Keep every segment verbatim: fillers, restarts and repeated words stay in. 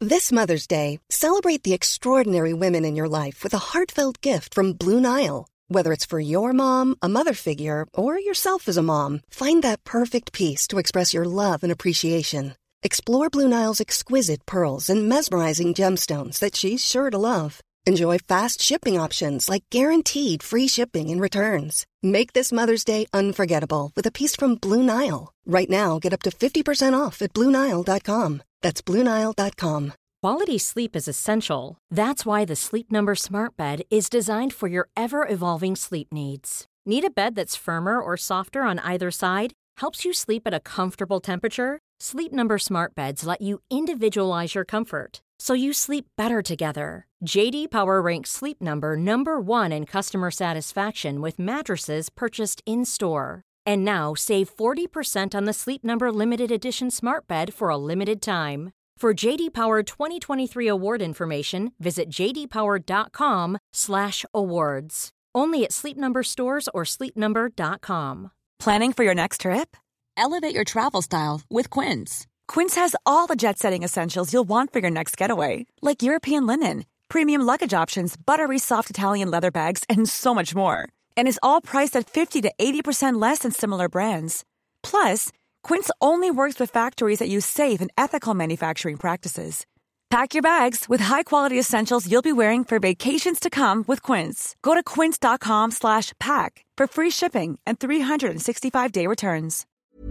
This Mother's Day, celebrate the extraordinary women in your life with a heartfelt gift from Blue Nile. Whether it's for your mom, a mother figure, or yourself as a mom, find that perfect piece to express your love and appreciation. Explore Blue Nile's exquisite pearls and mesmerizing gemstones that she's sure to love. Enjoy fast shipping options like guaranteed free shipping and returns. Make this Mother's Day unforgettable with a piece from Blue Nile. Right now, get up to fifty percent off at Blue Nile dot com. That's Blue Nile dot com. Quality sleep is essential. That's why the Sleep Number Smart Bed is designed for your ever-evolving sleep needs. Need a bed that's firmer or softer on either side? Helps you sleep at a comfortable temperature? Sleep Number Smart Beds let you individualize your comfort, so you sleep better together. J D Power ranks Sleep Number number one in customer satisfaction with mattresses purchased in-store. And now save forty percent on the Sleep Number Limited Edition Smart Bed for a limited time. For J D Power twenty twenty-three award information, visit j d power dot com slash awards. Only at Sleep Number stores or sleep number dot com. Planning for your next trip? Elevate your travel style with Quince. Quince has all the jet-setting essentials you'll want for your next getaway, like European linen, premium luggage options, buttery soft Italian leather bags, and so much more. And is all priced at fifty to eighty percent less than similar brands. Plus, Quince only works with factories that use safe and ethical manufacturing practices. Pack your bags with high-quality essentials you'll be wearing for vacations to come with Quince. Go to quince dot com slash pack for free shipping and three sixty-five day returns.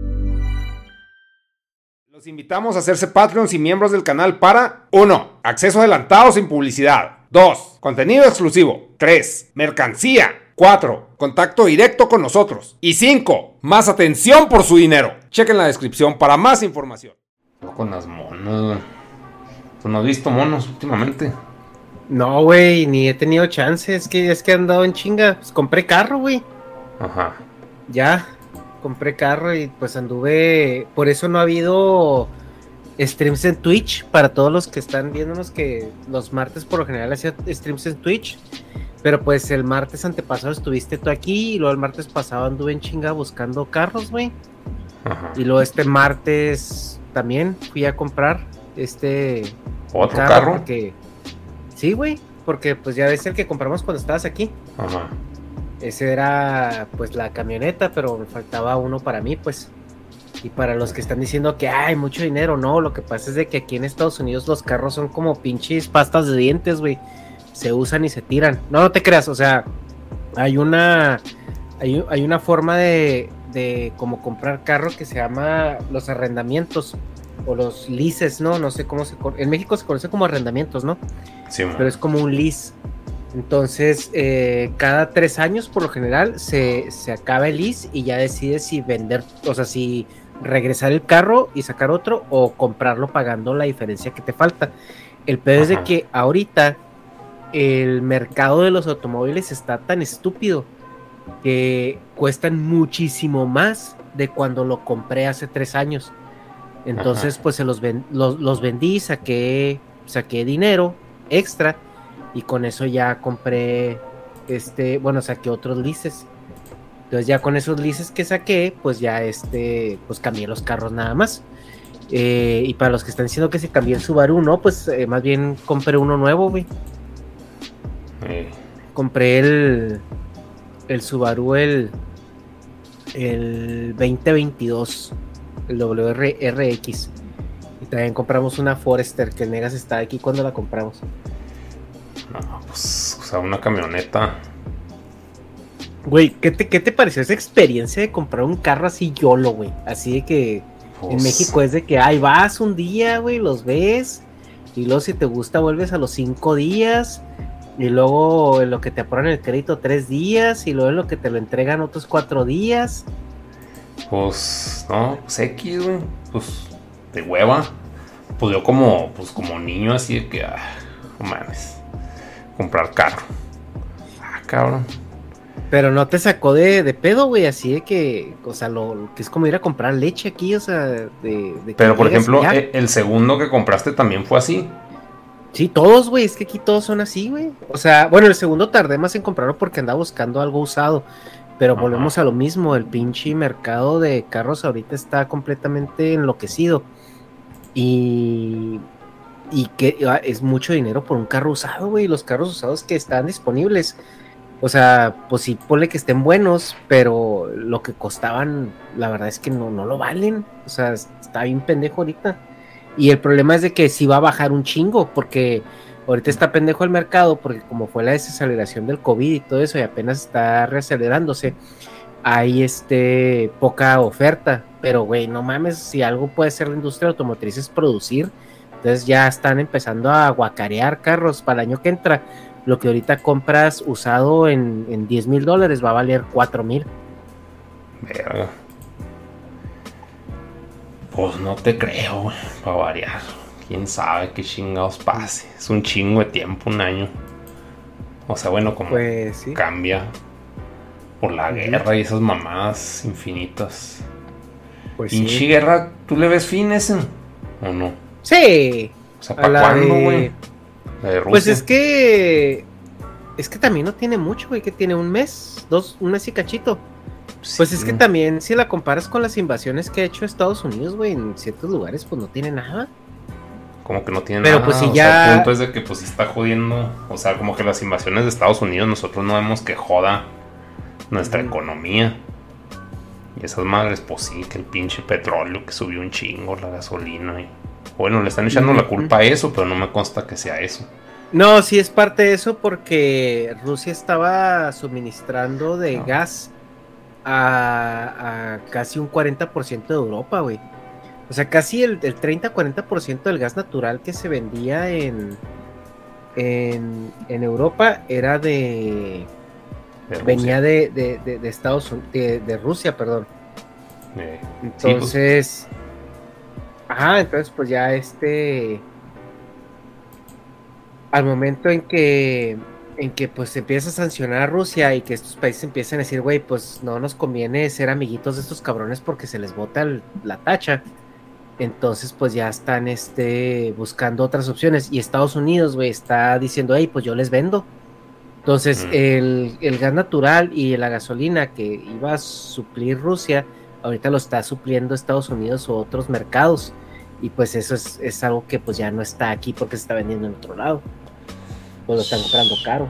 Los invitamos a hacerse Patreons y miembros del canal para uno. Acceso adelantado sin publicidad. dos. Contenido exclusivo. tres. Mercancía. cuatro. Contacto directo con nosotros. Y cinco. Más atención por su dinero. Chequen la descripción para más información. Con las monas. ¿Tú no has visto monos últimamente? No, güey, ni he tenido chance. Es que, es que he andado en chinga. Pues compré carro, güey. Ajá. Ya, compré carro y pues anduve. Por eso no ha habido streams en Twitch. Para todos los que están viéndonos, que los martes por lo general hacía streams en Twitch. Pero pues el martes antepasado estuviste tú aquí. Y luego el martes pasado anduve en chinga buscando carros, güey. Ajá. Y luego este martes también fui a comprar este ¿Otro carro? carro? Porque, sí, güey. Porque pues ya ves el que compramos cuando estabas aquí. Ajá. Ese era pues la camioneta, pero me faltaba uno para mí, pues. Y para los que están diciendo que hay mucho dinero, no, lo que pasa es de que aquí en Estados Unidos los carros son como pinches pastas de dientes, güey. Se usan y se tiran. No, no te creas, o sea, hay una hay, hay una forma de, de como comprar carro que se llama los arrendamientos o los leases, ¿no? No sé cómo se... En México se conoce como arrendamientos, ¿no? Sí, man. Pero es como un lease. Entonces, eh, cada tres años, por lo general, se, se acaba el lease y ya decides si vender, o sea, si regresar el carro y sacar otro o comprarlo pagando la diferencia que te falta. El peor es de que ahorita el mercado de los automóviles está tan estúpido que cuestan muchísimo más de cuando lo compré hace tres años. Entonces, Ajá. pues se los, ven, los, los vendí, saqué, saqué dinero extra. Y con eso ya compré, este, bueno, saqué otros leases. Entonces ya con esos leases que saqué, pues ya este, pues cambié los carros nada más. Eh, y para los que están diciendo que se cambió el Subaru, no, pues eh, más bien compré uno nuevo, güey. Eh. Compré el, el Subaru, el, el veinte veintidós, el W R X. Y también compramos una Forester, que el Negas está aquí cuando la compramos. No, pues, o sea, una camioneta. Güey, ¿qué te, ¿qué te pareció esa experiencia de comprar un carro así YOLO, güey? Así de que pues... en México es de que, ay, vas un día, güey, los ves, y luego si te gusta vuelves a los cinco días, y luego en lo que te apuran el crédito tres días, y luego en lo que te lo entregan otros cuatro días. Pues, no, pues X, güey, pues, de hueva. Pues yo como, pues como niño así de que, ah, no mames. Comprar carro. Ah, cabrón. Pero no te sacó de, de pedo, güey, así de que, o sea, lo que es como ir a comprar leche aquí, o sea, de... de Pero, por ejemplo, el, el segundo que compraste también fue así. Sí, todos, güey, es que aquí todos son así, güey. O sea, bueno, el segundo tardé más en comprarlo porque andaba buscando algo usado. Pero Ajá. volvemos a lo mismo, el pinche mercado de carros ahorita está completamente enloquecido. Y... y que es mucho dinero por un carro usado, güey. Los carros usados que están disponibles, o sea, pues sí, ponle que estén buenos, pero lo que costaban, la verdad es que no, no lo valen. O sea, está bien pendejo ahorita. Y el problema es de que sí va a bajar un chingo, porque ahorita está pendejo el mercado, porque como fue la desaceleración del COVID y todo eso, y apenas está reacelerándose, hay este poca oferta. Pero, güey, no mames, si algo puede ser la industria automotriz es producir. Entonces ya están empezando a guacarear carros para el año que entra. Lo que ahorita compras usado en, en diez mil dólares va a valer cuatro mil. Verga. Pues no te creo, güey, para variar. Quién sabe qué chingados pase. Es un chingo de tiempo, un año. O sea, bueno, como pues, sí. Cambia por la uh-huh. guerra y esas mamadas infinitas. Pues Pinche sí. guerra, ¿tú le ves fin ese? ¿O no? Sí. O sea, ¿para cuándo, güey? De... La de Rusia. Pues es que... Es que también no tiene mucho, güey, que tiene un mes, dos, un mes y cachito. Sí. Pues es que también, si la comparas con las invasiones que ha hecho Estados Unidos, güey, en ciertos lugares, pues no tiene nada. Como que no tiene Pero nada. Pues si o ya... sea, el punto es de que pues está jodiendo. O sea, como que las invasiones de Estados Unidos nosotros no vemos que joda nuestra mm. economía. Y esas madres, pues sí, que el pinche petróleo que subió un chingo, la gasolina. Y... Bueno, le están echando mm. la culpa a eso, pero no me consta que sea eso. No, sí es parte de eso porque Rusia estaba suministrando de no. gas a, a casi un cuarenta por ciento de Europa, güey. O sea, casi el, el treinta a cuarenta por ciento del gas natural que se vendía en, en, en Europa era de... de venía de, de, de, de Estados Unidos, de, de Rusia, perdón. Eh, entonces... Sí, pues... Ajá, entonces pues ya este... Al momento en que... en que pues se empieza a sancionar a Rusia y que estos países empiezan a decir, güey, pues no nos conviene ser amiguitos de estos cabrones porque se les bota el, la tacha. Entonces pues ya están este buscando otras opciones y Estados Unidos, güey, está diciendo, hey, pues yo les vendo. Entonces mm. el, el gas natural y la gasolina que iba a suplir Rusia, ahorita lo está supliendo Estados Unidos o otros mercados. Y pues eso es, es algo que pues ya no está aquí porque se está vendiendo en otro lado. Pues lo están comprando caro.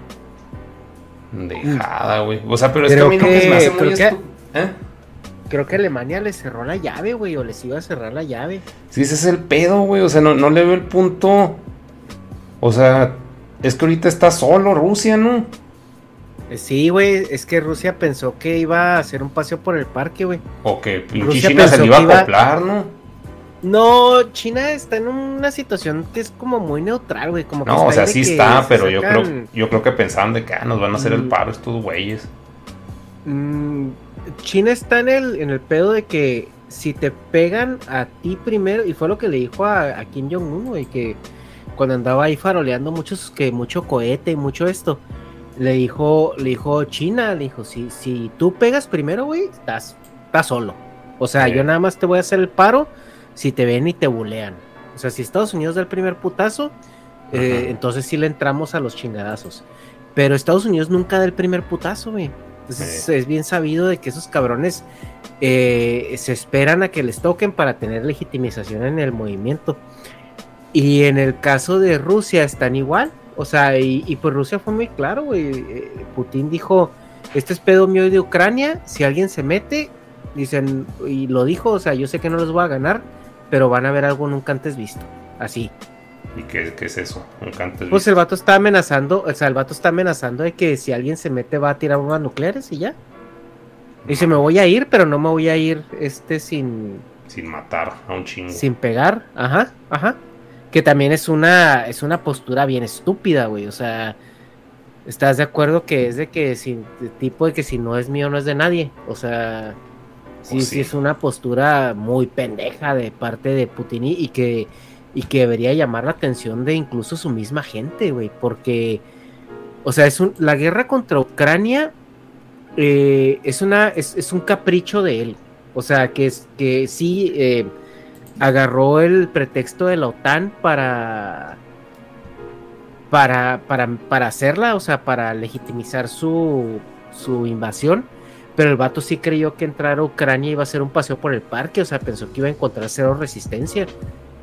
Dejada, güey. O sea, pero es creo que a mí no que, se me hace muy que, estu... ¿Eh? Creo que Alemania le cerró la llave, güey, o les iba a cerrar la llave. Sí, ese es el pedo, güey. O sea, no, no le veo el punto. O sea, es que ahorita está solo Rusia, ¿no? Sí, güey, es que Rusia pensó que iba a hacer un paseo por el parque, güey. O que pinche China se le iba a acoplar, iba... ¿no? No, China está en una situación que es como muy neutral, güey. Como que no, o sea, sí está, pero sacan... yo creo yo creo que pensaban de que ah, nos van a hacer mm. el paro estos güeyes. Mm, China está en el, en el pedo de que si te pegan a ti primero, y fue lo que le dijo a, a Kim Jong-un, güey, que cuando andaba ahí faroleando muchos, que mucho cohete y mucho esto, le dijo, le dijo China, le dijo, si, si tú pegas primero, güey, estás, estás solo. O sea, sí. yo nada más te voy a hacer el paro si te ven y te bulean. O sea, si Estados Unidos da el primer putazo, eh, entonces sí le entramos a los chingadazos. Pero Estados Unidos nunca da el primer putazo, güey. Entonces sí. es bien sabido de que esos cabrones eh, se esperan a que les toquen para tener legitimización en el movimiento. Y en el caso de Rusia están igual. O sea, y, y pues Rusia fue muy claro, güey. Putin dijo, este es pedo mío de Ucrania, si alguien se mete, dicen, y lo dijo, o sea, yo sé que no los voy a ganar, pero van a ver algo nunca antes visto, así. ¿Y qué, qué es eso? Nunca antes visto. Pues el vato está amenazando, o sea, el vato está amenazando de que si alguien se mete va a tirar bombas nucleares y ya. Dice, me voy a ir, pero no me voy a ir este sin... Sin matar a un chingo. Sin pegar, ajá, ajá. Que también es una, es una postura bien estúpida, güey, o sea... ¿Estás de acuerdo que es de que si, de tipo de que si no es mío no es de nadie? O sea... Sí, sí, sí, es una postura muy pendeja de parte de Putin y que, y que debería llamar la atención de incluso su misma gente, güey, porque, o sea, es un, la guerra contra Ucrania eh, es una es, es un capricho de él, o sea, que es que sí eh, agarró el pretexto de la OTAN para para para para hacerla, o sea, para legitimizar su su invasión. Pero el vato sí creyó que entrar a Ucrania iba a ser un paseo por el parque, o sea, pensó que iba a encontrar cero resistencia.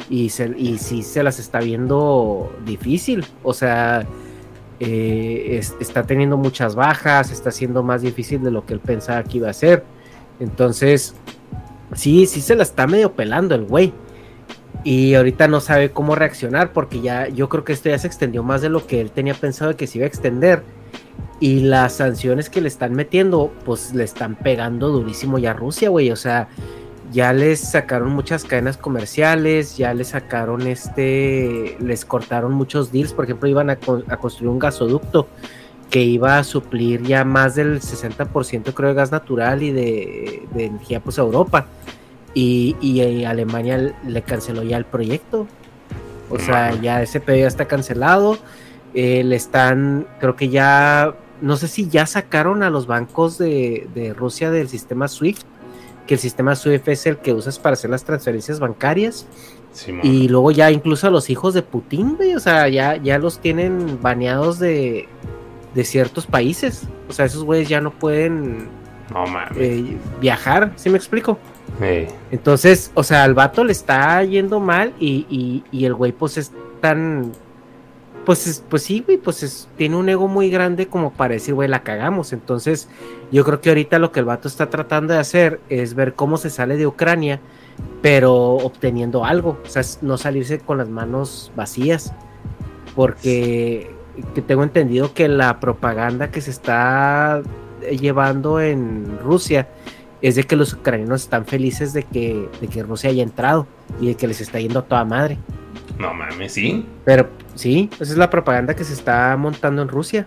y, se, y sí se las está viendo difícil, o sea, eh, es, está teniendo muchas bajas, está siendo más difícil de lo que él pensaba que iba a ser, entonces sí, sí se la está medio pelando el güey, y ahorita no sabe cómo reaccionar, porque ya, yo creo que esto ya se extendió más de lo que él tenía pensado que se iba a extender, y las sanciones que le están metiendo, pues le están pegando durísimo ya a Rusia, güey, o sea, ya les sacaron muchas cadenas comerciales, ya les sacaron este, les cortaron muchos deals, por ejemplo, iban a, co- a construir un gasoducto que iba a suplir ya más del sesenta por ciento creo de gas natural y de, de energía pues a Europa, y, y Alemania le canceló ya el proyecto, o sea, ya ese pedido ya está cancelado, eh, le están, creo que ya, no sé si ya sacaron a los bancos de, de Rusia del sistema SWIFT, que el sistema SWIFT es el que usas para hacer las transferencias bancarias, sí, y luego ya incluso a los hijos de Putin, güey, o sea, ya, ya los tienen baneados de, de ciertos países, o sea, esos güeyes ya no pueden no, mames. Eh, viajar, ¿sí me explico? Sí. Entonces, o sea, al vato le está yendo mal y, y, y el güey pues es tan... Pues, es, pues sí, güey, pues es, tiene un ego muy grande como para decir, güey, la cagamos. Entonces, yo creo que ahorita lo que el vato está tratando de hacer es ver cómo se sale de Ucrania, pero obteniendo algo, o sea, no salirse con las manos vacías, porque que tengo entendido que la propaganda que se está llevando en Rusia es de que los ucranianos están felices de que, de que Rusia haya entrado y de que les está yendo a toda madre. No mames, ¿sí? Pero sí, esa es la propaganda que se está montando en Rusia.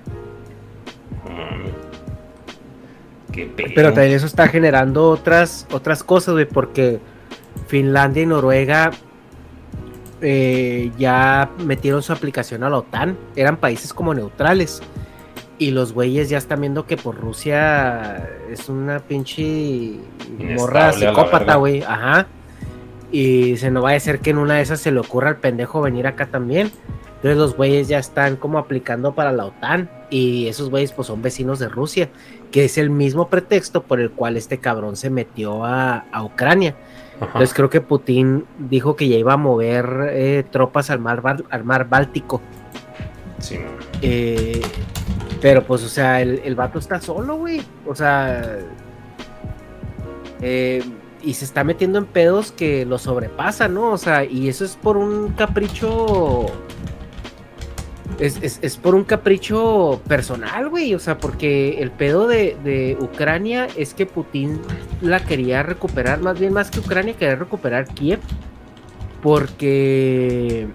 Mm, qué pedo. Pero también eso está generando otras, otras cosas, güey, porque Finlandia y Noruega eh, ya metieron su aplicación a la OTAN. Eran países como neutrales. Y los güeyes ya están viendo que por Rusia es una pinche morra psicópata, güey. Ajá. Y se no vaya a ser que en una de esas se le ocurra al pendejo venir acá también. Entonces los güeyes ya están como aplicando para la OTAN. Y esos güeyes pues son vecinos de Rusia, que es el mismo pretexto por el cual este cabrón se metió a, a Ucrania. Ajá. Entonces creo que Putin dijo que ya iba a mover eh, tropas al mar, al mar Báltico. Sí. Eh, pero pues o sea, el, el vato está solo, güey. O sea... Eh... y se está metiendo en pedos que lo sobrepasan, ¿no? O sea, y eso es por un capricho... Es, es, es por un capricho personal, güey. O sea, porque el pedo de, de Ucrania es que Putin la quería recuperar, más bien más que Ucrania, quería recuperar Kiev. Porque...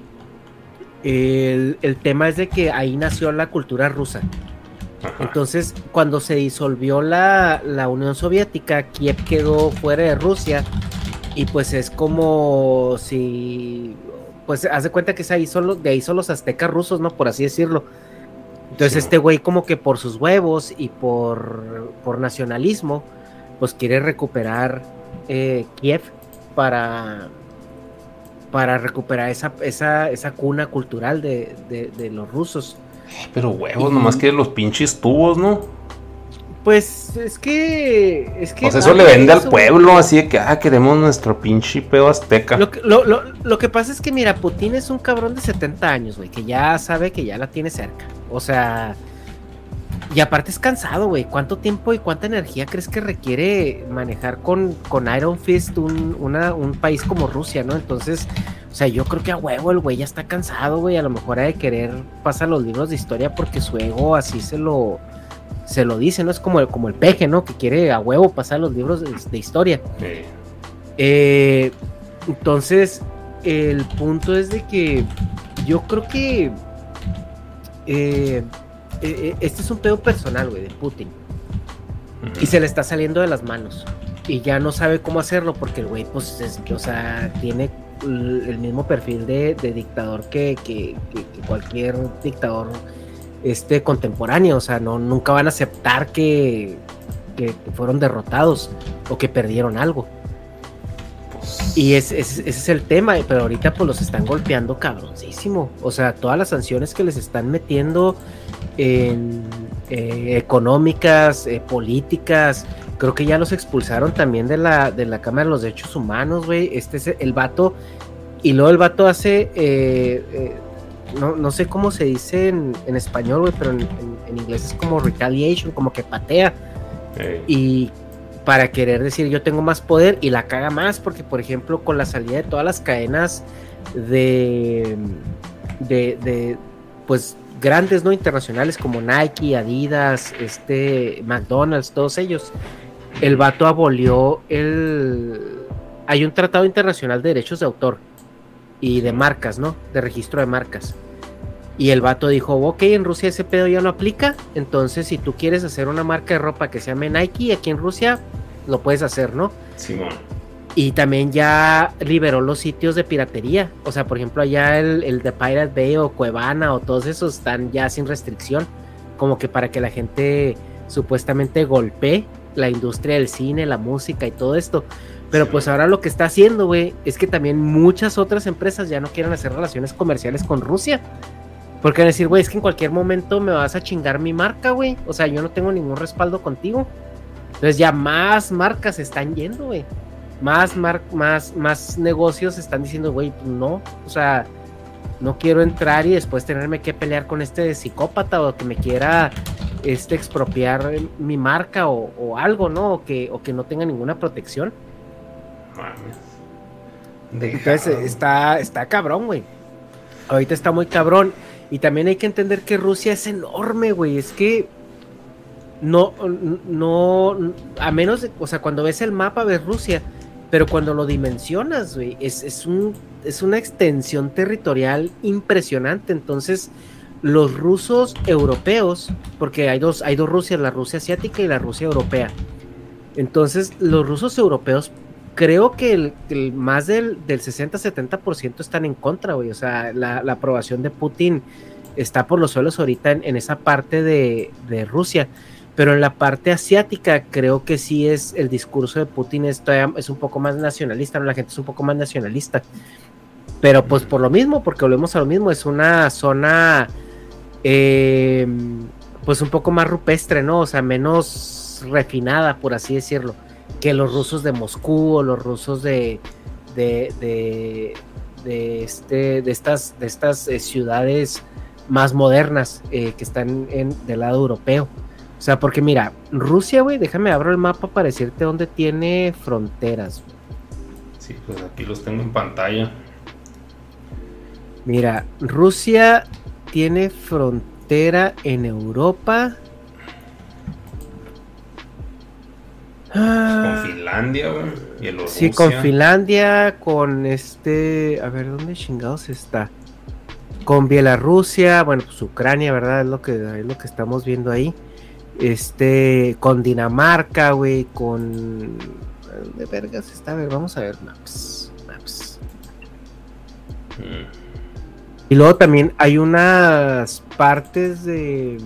El, el tema es de que ahí nació la cultura rusa. Entonces, cuando se disolvió la, la Unión Soviética, Kiev quedó fuera de Rusia y pues es como si, pues haz de cuenta que es ahí solo, de ahí son los aztecas rusos, ¿no? Por así decirlo. Entonces sí. Este güey como que por sus huevos y por, por nacionalismo, pues quiere recuperar eh, Kiev para, para recuperar esa, esa, esa cuna cultural de, de, de los rusos. Pero huevos, y... nomás que los pinches tubos, ¿no? Pues es que... Es que o sea, eso le vende eso, al pueblo, güey. Así de que, ah, queremos nuestro pinche pedo azteca. Lo que, lo, lo, lo que pasa es que, mira, Putin es un cabrón de setenta años, güey, que ya sabe que ya la tiene cerca. O sea... Y aparte es cansado, güey. ¿Cuánto tiempo y cuánta energía crees que requiere manejar con, con Iron Fist un, una, un país como Rusia, ¿no? Entonces... O sea, yo creo que a huevo el güey ya está cansado, güey. A lo mejor ha de querer pasar los libros de historia porque su ego así se lo se lo dice, ¿no? Es como el, como el peje, ¿no? Que quiere a huevo pasar los libros de, de historia. Sí. Eh, entonces, el punto es de que yo creo que eh, eh, este es un pedo personal, güey, de Putin. Uh-huh. Y se le está saliendo de las manos. Y ya no sabe cómo hacerlo porque el güey, pues, es, o sea, tiene... el mismo perfil de, de dictador que, que, que, que cualquier dictador este contemporáneo, o sea, no, nunca van a aceptar que, que fueron derrotados o que perdieron algo. Pues... Y ese es, es, es el tema, pero ahorita pues los están golpeando cabroncísimo, o sea, todas las sanciones que les están metiendo en eh, económicas, eh, políticas, creo que ya los expulsaron también de la, de la Cámara de los Derechos Humanos, güey. Este es el vato, y luego el vato hace, eh, eh, no, no sé cómo se dice en, en español, güey, pero en, en, en inglés es como retaliation, como que patea. Hey. Y para querer decir yo tengo más poder, y la caga más, porque por ejemplo con la salida de todas las cadenas de, de, de pues grandes, ¿no? Internacionales como Nike, Adidas, este, McDonald's, todos ellos, el vato abolió el... Hay un tratado internacional de derechos de autor y de marcas, ¿no? De registro de marcas. Y el vato dijo, ok, en Rusia ese pedo ya no aplica, entonces si tú quieres hacer una marca de ropa que se llame Nike aquí en Rusia, lo puedes hacer, ¿no? Simón. Y también ya liberó los sitios de piratería. O sea, por ejemplo, allá el, el de Pirate Bay o Cuevana o todos esos están ya sin restricción. Como que para que la gente supuestamente golpee la industria del cine, la música y todo esto. Pero sí, pues ahora lo que está haciendo, güey, es que también muchas otras empresas ya no quieren hacer relaciones comerciales con Rusia. Porque van a decir, güey, es que en cualquier momento me vas a chingar mi marca, güey. O sea, yo no tengo ningún respaldo contigo. Entonces ya más marcas están yendo, güey. Más, mar- más, más negocios están diciendo, güey, no, o sea, no quiero entrar y después tenerme que pelear con este psicópata o que me quiera este, expropiar mi marca o, o algo, ¿no? O que, o que no tenga ninguna protección. Entonces está, está cabrón, güey. Ahorita está muy cabrón. Y también hay que entender que Rusia es enorme, güey. Es que no, no, a menos, de, o sea, cuando ves el mapa ves Rusia, pero cuando lo dimensionas, güey, es, es, un, es una extensión territorial impresionante. Entonces, los rusos europeos, porque hay dos, hay dos Rusias, la Rusia asiática y la Rusia europea. Entonces, los rusos europeos, creo que el, el más del, del sesenta a setenta por ciento están en contra, güey. O sea, la, la aprobación de Putin está por los suelos ahorita en, en esa parte de, de Rusia. Pero en la parte asiática creo que sí es el discurso de Putin es, todavía, es un poco más nacionalista, ¿no? La gente es un poco más nacionalista. Pero pues por lo mismo, porque volvemos a lo mismo, es una zona eh, pues un poco más rupestre, ¿no? O sea, menos refinada, por así decirlo, que los rusos de Moscú o los rusos de de, de, de, este, de estas, de estas eh, ciudades más modernas eh, que están en, del lado europeo. O sea, porque mira, Rusia, güey, déjame abro el mapa para decirte dónde tiene fronteras. Sí, pues aquí los tengo en pantalla. Mira, Rusia tiene frontera en Europa. Con Finlandia, güey. Bielorrusia. Sí, con Finlandia, con este... A ver, ¿dónde chingados está? Con Bielorrusia, bueno, pues Ucrania, ¿verdad? Es lo que, es lo que estamos viendo ahí. Este, con Dinamarca, güey, con... ¿Dónde vergas está? A ver, vamos a ver, maps, maps. Mm. Y luego también hay unas partes de...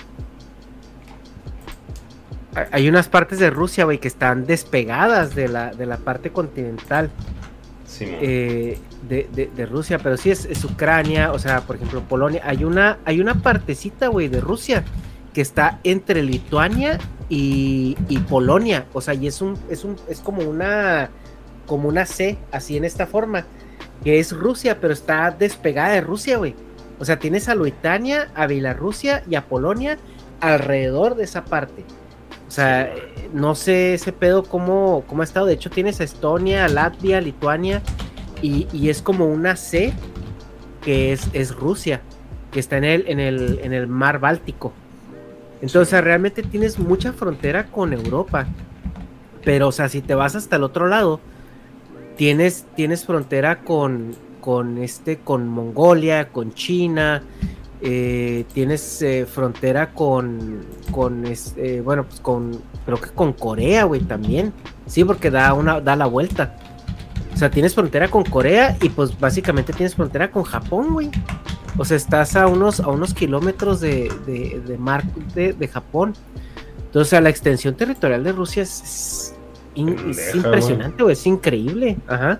Hay unas partes de Rusia, güey, que están despegadas de la, de la parte continental sí, eh, de, de, de Rusia, pero sí es, es Ucrania, o sea, por ejemplo, Polonia. Hay una, hay una partecita, güey, de Rusia que está entre Lituania y, y Polonia, o sea, y es un, es un, es como una, como una C, así en esta forma, que es Rusia, pero está despegada de Rusia, güey. O sea, tienes a Lituania, a Bielorrusia y a Polonia alrededor de esa parte. O sea, no sé ese pedo cómo, cómo ha estado. De hecho, tienes a Estonia, Latvia, Lituania, y, y es como una C que es, es Rusia, que está en el, en el, en el mar Báltico. Entonces, o sea, realmente tienes mucha frontera con Europa. Pero, o sea, si te vas hasta el otro lado, tienes, tienes frontera con, con este, con Mongolia, con China. Eh, tienes eh, frontera con, con este, bueno, pues con, creo que con Corea, güey, también. Sí, porque da una, da la vuelta. O sea, tienes frontera con Corea y pues básicamente tienes frontera con Japón, güey. O sea, estás a unos, a unos kilómetros de, de, de mar de, de Japón. Entonces, o sea, la extensión territorial de Rusia es, es, in, Pendeja, es impresionante, güey, es increíble. Ajá.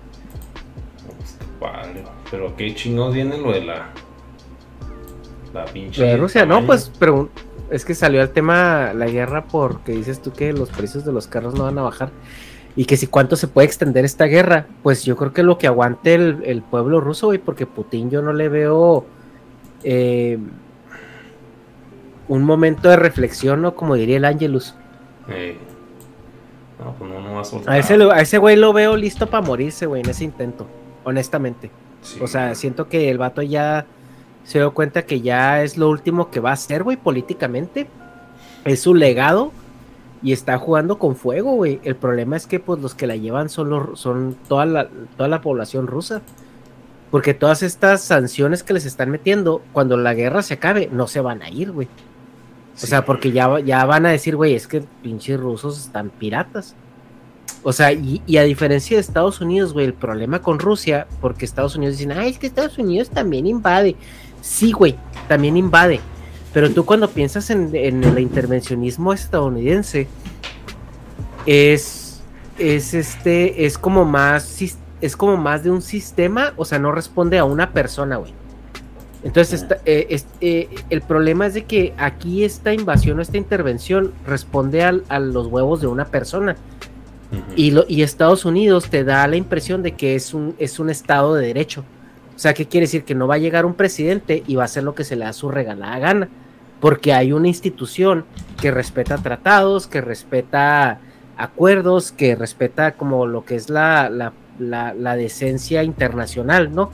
Vale, pero qué chingados viene lo de la... La pinche... De Rusia, no, pues, pero es que salió el tema, la guerra, porque dices tú que los precios de los carros no van a bajar. Y que si cuánto se puede extender esta guerra, pues yo creo que lo que aguante el, el pueblo ruso, güey, porque Putin yo no le veo eh, un momento de reflexión, ¿no? Como diría el Ángelus. Eh. No, pues no, no va a soltar. A ese, a ese güey lo veo listo para morirse, güey, en ese intento, honestamente. Sí. O sea, siento que el vato ya se dio cuenta que ya es lo último que va a hacer, güey, políticamente. Es su legado. Y está jugando con fuego, güey. El problema es que pues los que la llevan son, los, son toda, la, toda la población rusa. Porque todas estas sanciones que les están metiendo, cuando la guerra se acabe, no se van a ir, güey. Sí. O sea, porque ya, ya van a decir, güey, es que pinches rusos están piratas. O sea, y, y a diferencia de Estados Unidos, güey, el problema con Rusia, porque Estados Unidos dicen, ay, es que Estados Unidos también invade. Sí, güey, también invade. Pero tú cuando piensas en, en el intervencionismo estadounidense, es, es este, es como más, es como más de un sistema, o sea, no responde a una persona, güey. Entonces, esta, eh, es, eh, el problema es de que aquí esta invasión o esta intervención responde a, a los huevos de una persona. Uh-huh. Y, lo, y Estados Unidos te da la impresión de que es un, es un estado de derecho. O sea, ¿qué quiere decir? Que no va a llegar un presidente y va a hacer lo que se le da su regalada gana, porque hay una institución que respeta tratados, que respeta acuerdos, que respeta como lo que es la, la, la, la decencia internacional, ¿no?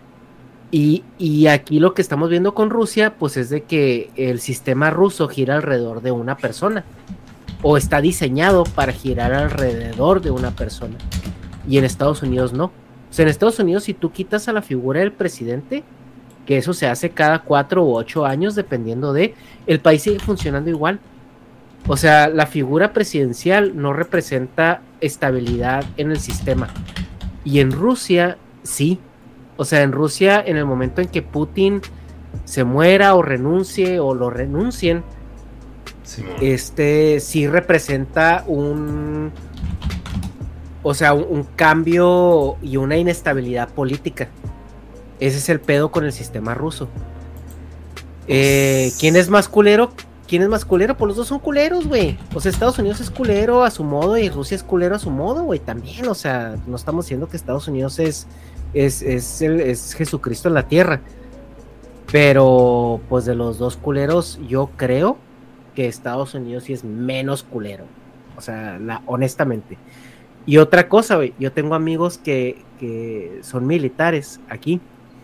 Y, y aquí lo que estamos viendo con Rusia, pues es de que el sistema ruso gira alrededor de una persona, o está diseñado para girar alrededor de una persona, y en Estados Unidos no. O sea, en Estados Unidos, si tú quitas a la figura del presidente, que eso se hace cada cuatro u ocho años, dependiendo de, el país sigue funcionando igual. O sea, la figura presidencial no representa estabilidad en el sistema. Y en Rusia, sí. O sea, en Rusia, en el momento en que Putin se muera o renuncie o lo renuncien, sí, este sí representa un... O sea, un, un cambio y una inestabilidad política. Ese es el pedo con el sistema ruso. Eh, ¿Quién es más culero? ¿Quién es más culero? Pues los dos son culeros, güey. O sea, Estados Unidos es culero a su modo y Rusia es culero a su modo, güey, también. O sea, no estamos diciendo que Estados Unidos es, es, es, el, es Jesucristo en la tierra. Pero, pues de los dos culeros, yo creo que Estados Unidos sí es menos culero. O sea, la, honestamente. Y otra cosa, güey, yo tengo amigos que, que son militares aquí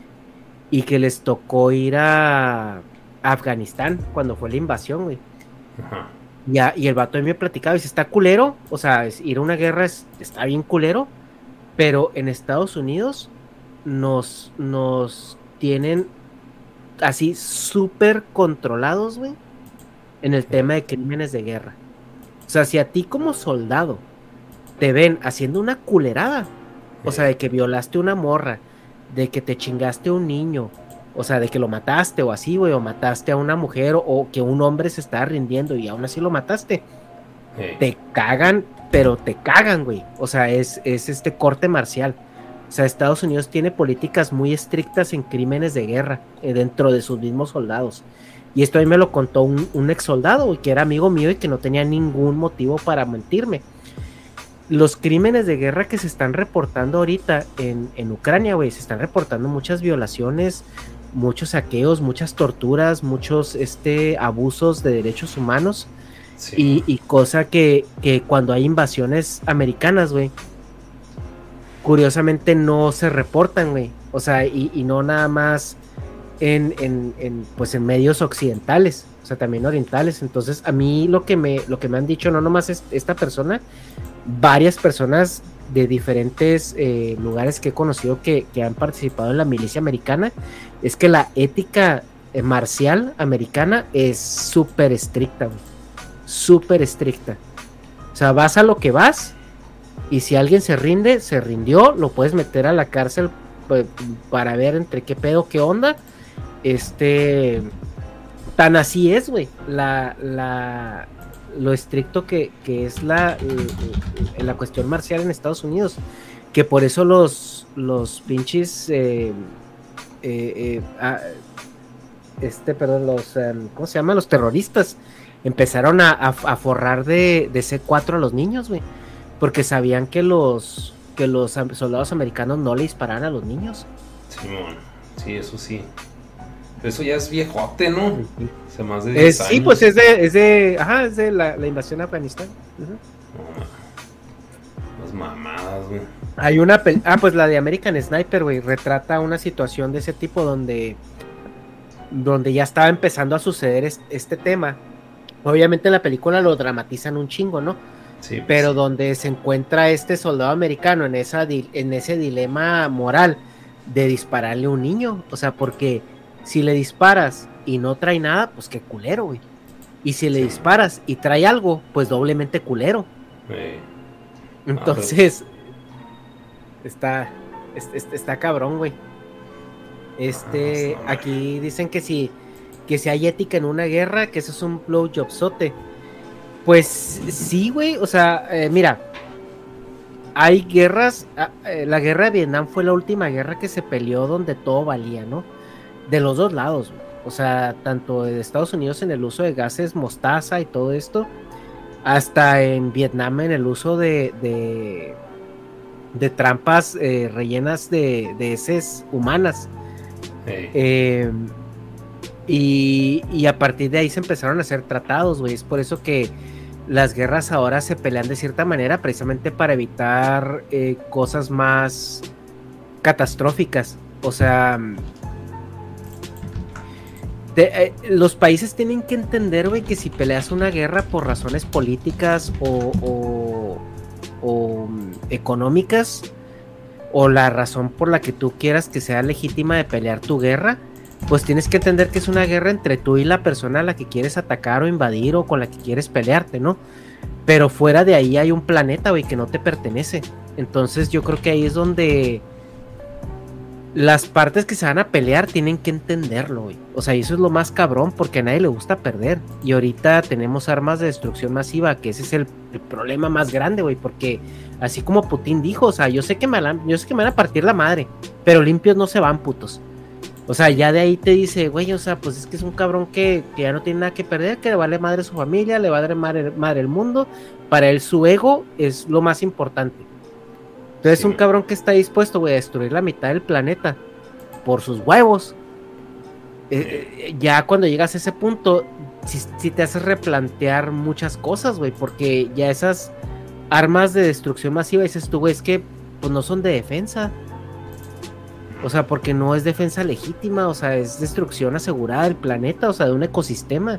y que les tocó ir a Afganistán cuando fue la invasión, güey. Ajá. Y, a, y el vato de mí me platicaba y dice, está culero, o sea, es, ir a una guerra es, está bien culero, pero en Estados Unidos nos, nos tienen así súper controlados, güey, en el tema de crímenes de guerra. O sea, si a ti como soldado te ven haciendo una culerada, o sea, de que violaste una morra, de que te chingaste a un niño, o sea, de que lo mataste o así, güey, o mataste a una mujer, o, o que un hombre se estaba rindiendo y aún así lo mataste, hey. Te cagan, pero te cagan, güey. O sea, es, es este corte marcial. O sea, Estados Unidos tiene políticas muy estrictas en crímenes de guerra eh, dentro de sus mismos soldados. Y esto a mí me lo contó un, un ex soldado, güey, que era amigo mío y que no tenía ningún motivo para mentirme. Los crímenes de guerra que se están reportando ahorita en, en Ucrania, güey, se están reportando muchas violaciones, muchos saqueos, muchas torturas, muchos este, abusos de derechos humanos, sí. y, y cosa que, que cuando hay invasiones americanas, güey, curiosamente no se reportan, güey, o sea, y, y no nada más en, en, en, pues en medios occidentales, o sea, también orientales. Entonces, a mí lo que me, lo que me han dicho, no nomás es esta persona, varias personas de diferentes eh, lugares que he conocido que, que han participado en la milicia americana, es que la ética eh, marcial americana es súper estricta, súper estricta. O sea, vas a lo que vas, y si alguien se rinde, se rindió, lo puedes meter a la cárcel pues, para ver entre qué pedo, qué onda. Este, tan así es, güey, la, la lo estricto que, que es la, la, la cuestión marcial en Estados Unidos, que por eso los, los pinches eh, eh, eh, ah, este, perdón, los, um, ¿cómo se llama? Los terroristas empezaron a, a, a forrar de, de C cuatro a los niños, güey, porque sabían que los que los soldados americanos no le disparaban a los niños. Sí, bueno, sí, eso sí. Eso ya es viejote, ¿no? Hace más de diez es, años. Sí, pues es de, es de, ajá, es de la, la invasión a Afganistán. Uh-huh. No, las mamadas, güey. Hay una, pel- ah, pues la de American Sniper, güey, retrata una situación de ese tipo donde, donde ya estaba empezando a suceder es, este tema. Obviamente en la película lo dramatizan un chingo, ¿no? Sí, pues, pero sí. donde se encuentra este soldado americano en, esa, en ese dilema moral de dispararle a un niño, o sea, porque si le disparas y no trae nada, pues qué culero, güey. Y si le sí. disparas y trae algo, pues doblemente culero. Sí. Entonces, ah, pero... está, está, está cabrón, güey. Este, ah, aquí dicen que si, que si hay ética en una guerra, que eso es un blowjobsote. Pues sí, güey, o sea, eh, mira, hay guerras, eh, la guerra de Vietnam fue la última guerra que se peleó donde todo valía, ¿no? De los dos lados, güey. O sea, tanto de Estados Unidos en el uso de gases mostaza y todo esto, hasta en Vietnam en el uso de, de, de trampas eh, rellenas de, de heces humanas. Hey. Eh, y, y a partir de ahí se empezaron a hacer tratados, güey. Es por eso que las guerras ahora se pelean de cierta manera precisamente para evitar eh, cosas más catastróficas. O sea, de, eh, los países tienen que entender, güey, que si peleas una guerra por razones políticas o, o, o económicas, o la razón por la que tú quieras que sea legítima de pelear tu guerra, pues tienes que entender que es una guerra entre tú y la persona a la que quieres atacar o invadir o con la que quieres pelearte, ¿no? Pero fuera de ahí hay un planeta, güey, que no te pertenece. Entonces yo creo que ahí es donde las partes que se van a pelear tienen que entenderlo, güey. O sea, eso es lo más cabrón, porque a nadie le gusta perder. Y ahorita tenemos armas de destrucción masiva, que ese es el, el problema más grande, güey, porque así como Putin dijo, o sea, yo sé que me van, yo sé que me van a partir la madre, pero limpios no se van, putos. O sea, ya de ahí te dice, güey, o sea, pues es que es un cabrón que, que ya no tiene nada que perder, que le vale madre su familia, le vale madre, madre el mundo. Para él su ego es lo más importante. Entonces sí. Un cabrón que está dispuesto, güey, a destruir la mitad del planeta por sus huevos. Eh, eh, ya cuando llegas a ese punto, sí, sí te haces replantear muchas cosas, güey, porque ya esas armas de destrucción masiva, dices tú, güey, es que pues no son de defensa. O sea, porque no es defensa legítima, o sea, es destrucción asegurada del planeta, o sea, de un ecosistema.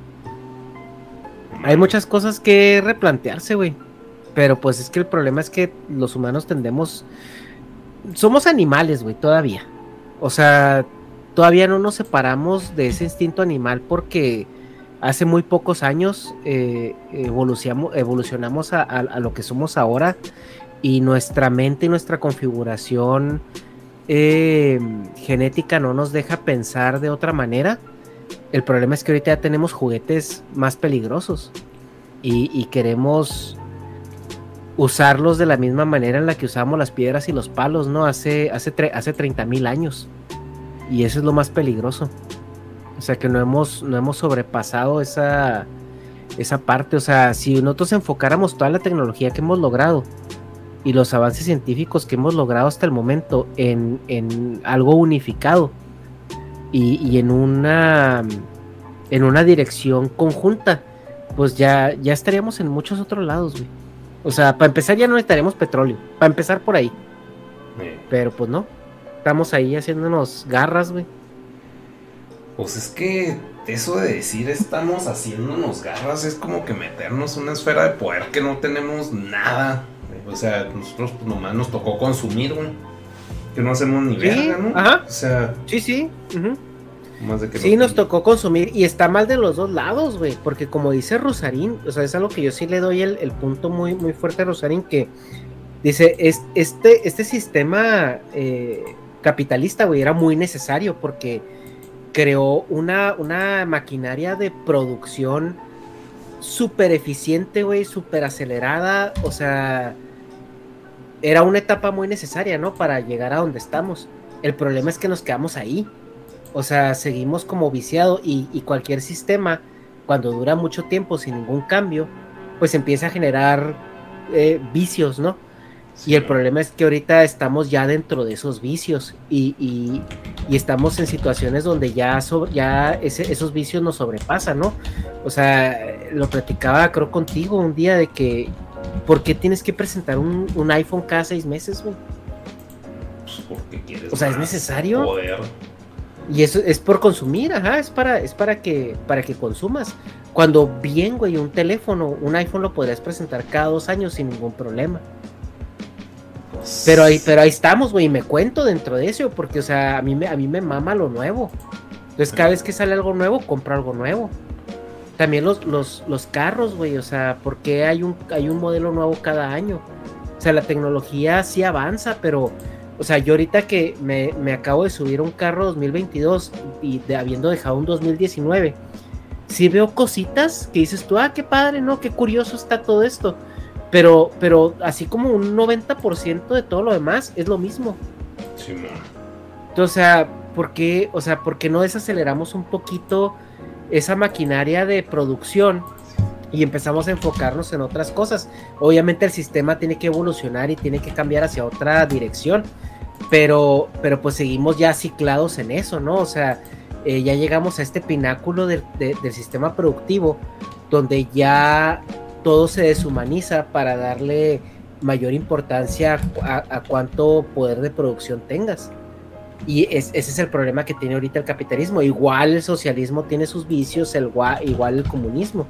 Hay muchas cosas que replantearse, güey. Pero pues es que el problema es que los humanos tendemos... Somos animales, güey, todavía. O sea, todavía no nos separamos de ese instinto animal porque hace muy pocos años eh, evolucionamos, evolucionamos a, a, a lo que somos ahora y nuestra mente y nuestra configuración... Eh, genética no nos deja pensar de otra manera. El problema es que ahorita ya tenemos juguetes más peligrosos y, y queremos usarlos de la misma manera en la que usamos las piedras y los palos, ¿no? Hace, hace, tre- hace treinta mil años, y eso es lo más peligroso. O sea que no hemos, no hemos sobrepasado esa, esa parte. O sea, si nosotros enfocáramos toda la tecnología que hemos logrado y los avances científicos que hemos logrado hasta el momento en, en algo unificado y, y en una en una dirección conjunta, pues ya, ya estaríamos en muchos otros lados, güey. O sea, para empezar ya no necesitaríamos petróleo, para empezar por ahí. Sí. Pero pues no, estamos ahí haciéndonos garras, güey. Pues es que eso de decir estamos haciéndonos garras es como que meternos en una esfera de poder que no tenemos nada. O sea, nosotros pues, nomás nos tocó consumir, güey. Que no hacemos ni sí, verga, ¿no? Ajá. O sea... Sí, sí. Uh-huh. Más de que sí, no nos tocó consumir. Y está mal de los dos lados, güey. Porque como dice Rosarín, o sea, es algo que yo sí le doy el, el punto muy, muy fuerte a Rosarín, que dice, es, este, este sistema eh, capitalista, güey, era muy necesario porque creó una, una maquinaria de producción súper eficiente, güey, súper acelerada. O sea... Era una etapa muy necesaria, ¿no? Para llegar a donde estamos. El problema es que nos quedamos ahí. O sea, seguimos como viciados y, y cualquier sistema, cuando dura mucho tiempo sin ningún cambio, pues empieza a generar eh, vicios, ¿no? Sí, y el ¿no? problema es que ahorita estamos ya dentro de esos vicios y, y, y estamos en situaciones donde ya, sobre, ya ese, esos vicios nos sobrepasan, ¿no? O sea, lo platicaba creo contigo un día de que ¿por qué tienes que presentar un, un iPhone cada seis meses, güey? Pues porque quieres. O sea, ¿es necesario? Poder. Y eso es por consumir, ajá, es para, es para que, para que consumas. Cuando bien, güey, un teléfono, un iPhone lo podrías presentar cada dos años sin ningún problema. Pues... Pero ahí, pero ahí estamos, güey, y me cuento dentro de eso, porque, o sea, a mí me, a mí me mama lo nuevo. Entonces, cada vez que sale algo nuevo, compro algo nuevo. También los, los, los carros, güey, o sea, ¿por qué hay un, hay un modelo nuevo cada año? O sea, la tecnología sí avanza, pero... O sea, yo ahorita que me, me acabo de subir un carro dos mil veintidós y de, habiendo dejado un dos mil diecinueve, sí veo cositas que dices tú, ah, qué padre, ¿no? Qué curioso está todo esto. Pero, pero así como un noventa por ciento de todo lo demás es lo mismo. Sí, man. Entonces, o sea, ¿por qué, o sea, ¿por qué no desaceleramos un poquito esa maquinaria de producción y empezamos a enfocarnos en otras cosas? Obviamente el sistema tiene que evolucionar y tiene que cambiar hacia otra dirección, pero, pero pues seguimos ya ciclados en eso, ¿no? O sea, eh, ya llegamos a este pináculo de, de, del sistema productivo donde ya todo se deshumaniza para darle mayor importancia a, a cuánto poder de producción tengas. Y es, ese es el problema que tiene ahorita el capitalismo. Igual el socialismo tiene sus vicios, el, igual el comunismo.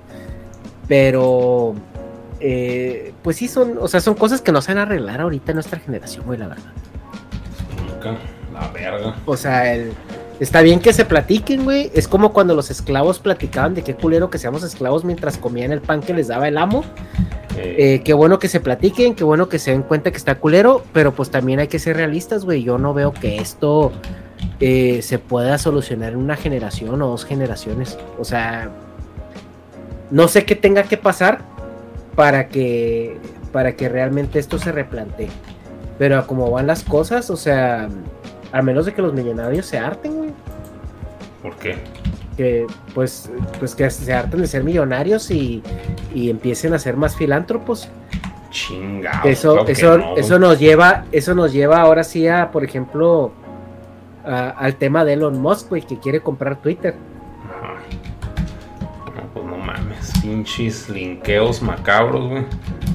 Pero, eh, pues sí, son, o sea, son cosas que no se van a arreglar ahorita en nuestra generación, güey, la verdad. Nunca, la verga. O sea, el, está bien que se platiquen, güey. Es como cuando los esclavos platicaban de qué culero que seamos esclavos mientras comían el pan que les daba el amo. Eh. Eh, qué bueno que se platiquen, qué bueno que se den cuenta que está culero, pero pues también hay que ser realistas, güey. Yo no veo que esto eh, se pueda solucionar en una generación o dos generaciones. O sea... No sé qué tenga que pasar para que para que realmente esto se replantee. Pero como van las cosas, o sea, a menos de que los millonarios se harten, güey. ¿Por qué? Que pues, pues que se harten de ser millonarios y, y empiecen a ser más filántropos. Chingado. Eso, eso, no. eso nos lleva, eso nos lleva ahora sí a, por ejemplo, a, al tema de Elon Musk, güey, que quiere comprar Twitter. Pinches linkeos macabros, güey.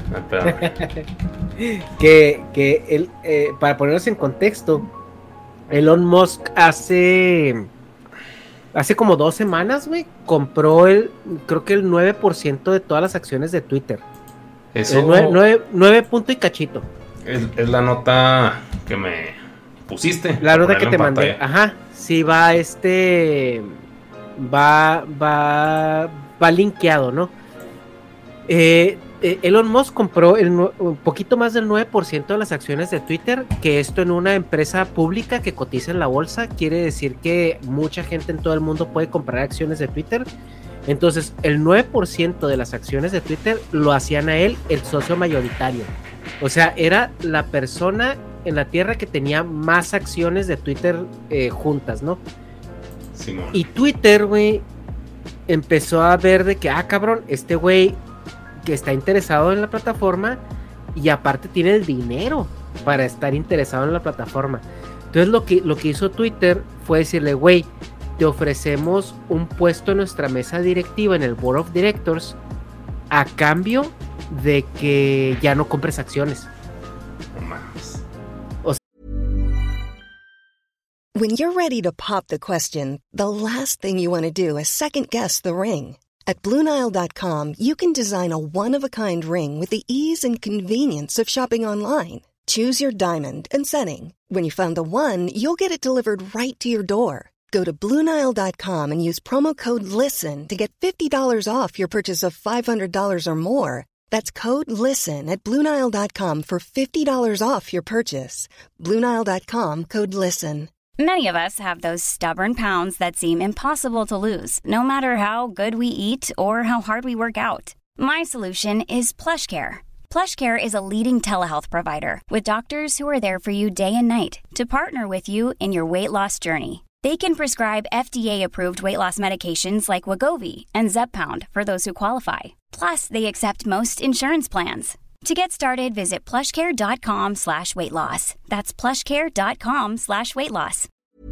que, que él, eh, para ponernos en contexto, Elon Musk hace hace como dos semanas, güey, compró el, creo que el nueve por ciento de todas las acciones de Twitter. Eso. nueve punto y cachito. Es, es la nota que me pusiste. La nota que te mandé. Ajá. Sí, va este. Va, va. Va linkeado, ¿no? Eh, eh, Elon Musk compró el, un poquito más del nueve por ciento de las acciones de Twitter, que esto en una empresa pública que cotiza en la bolsa quiere decir que mucha gente en todo el mundo puede comprar acciones de Twitter. Entonces, el nueve por ciento de las acciones de Twitter lo hacían a él, el socio mayoritario. O sea, era la persona en la tierra que tenía más acciones de Twitter eh, juntas, ¿no? Simón. Y Twitter, güey, empezó a ver de que, ah, cabrón, este güey que está interesado en la plataforma y aparte tiene el dinero para estar interesado en la plataforma. Entonces lo que, lo que hizo Twitter fue decirle, güey, te ofrecemos un puesto en nuestra mesa directiva en el Board of Directors a cambio de que ya no compres acciones. No mames. O sea, when you're ready to pop the question, the last thing you want to do is second guess the ring. At Blue Nile dot com, you can design a one-of-a-kind ring with the ease and convenience of shopping online. Choose your diamond and setting. When you find the one, you'll get it delivered right to your door. Go to Blue Nile dot com and use promo code LISTEN to get fifty dollars off your purchase of five hundred dollars or more. That's code LISTEN at Blue Nile dot com for fifty dollars off your purchase. Blue Nile dot com, code LISTEN. Many of us have those stubborn pounds that seem impossible to lose, no matter how good we eat or how hard we work out. My solution is PlushCare. PlushCare is a leading telehealth provider with doctors who are there for you day and night to partner with you in your weight loss journey. They can prescribe F D A-approved weight loss medications like Wegovy and Zepbound for those who qualify. Plus, they accept most insurance plans. To get started, visit plushcare.com slash weight loss. That's plushcare.com slash weight loss.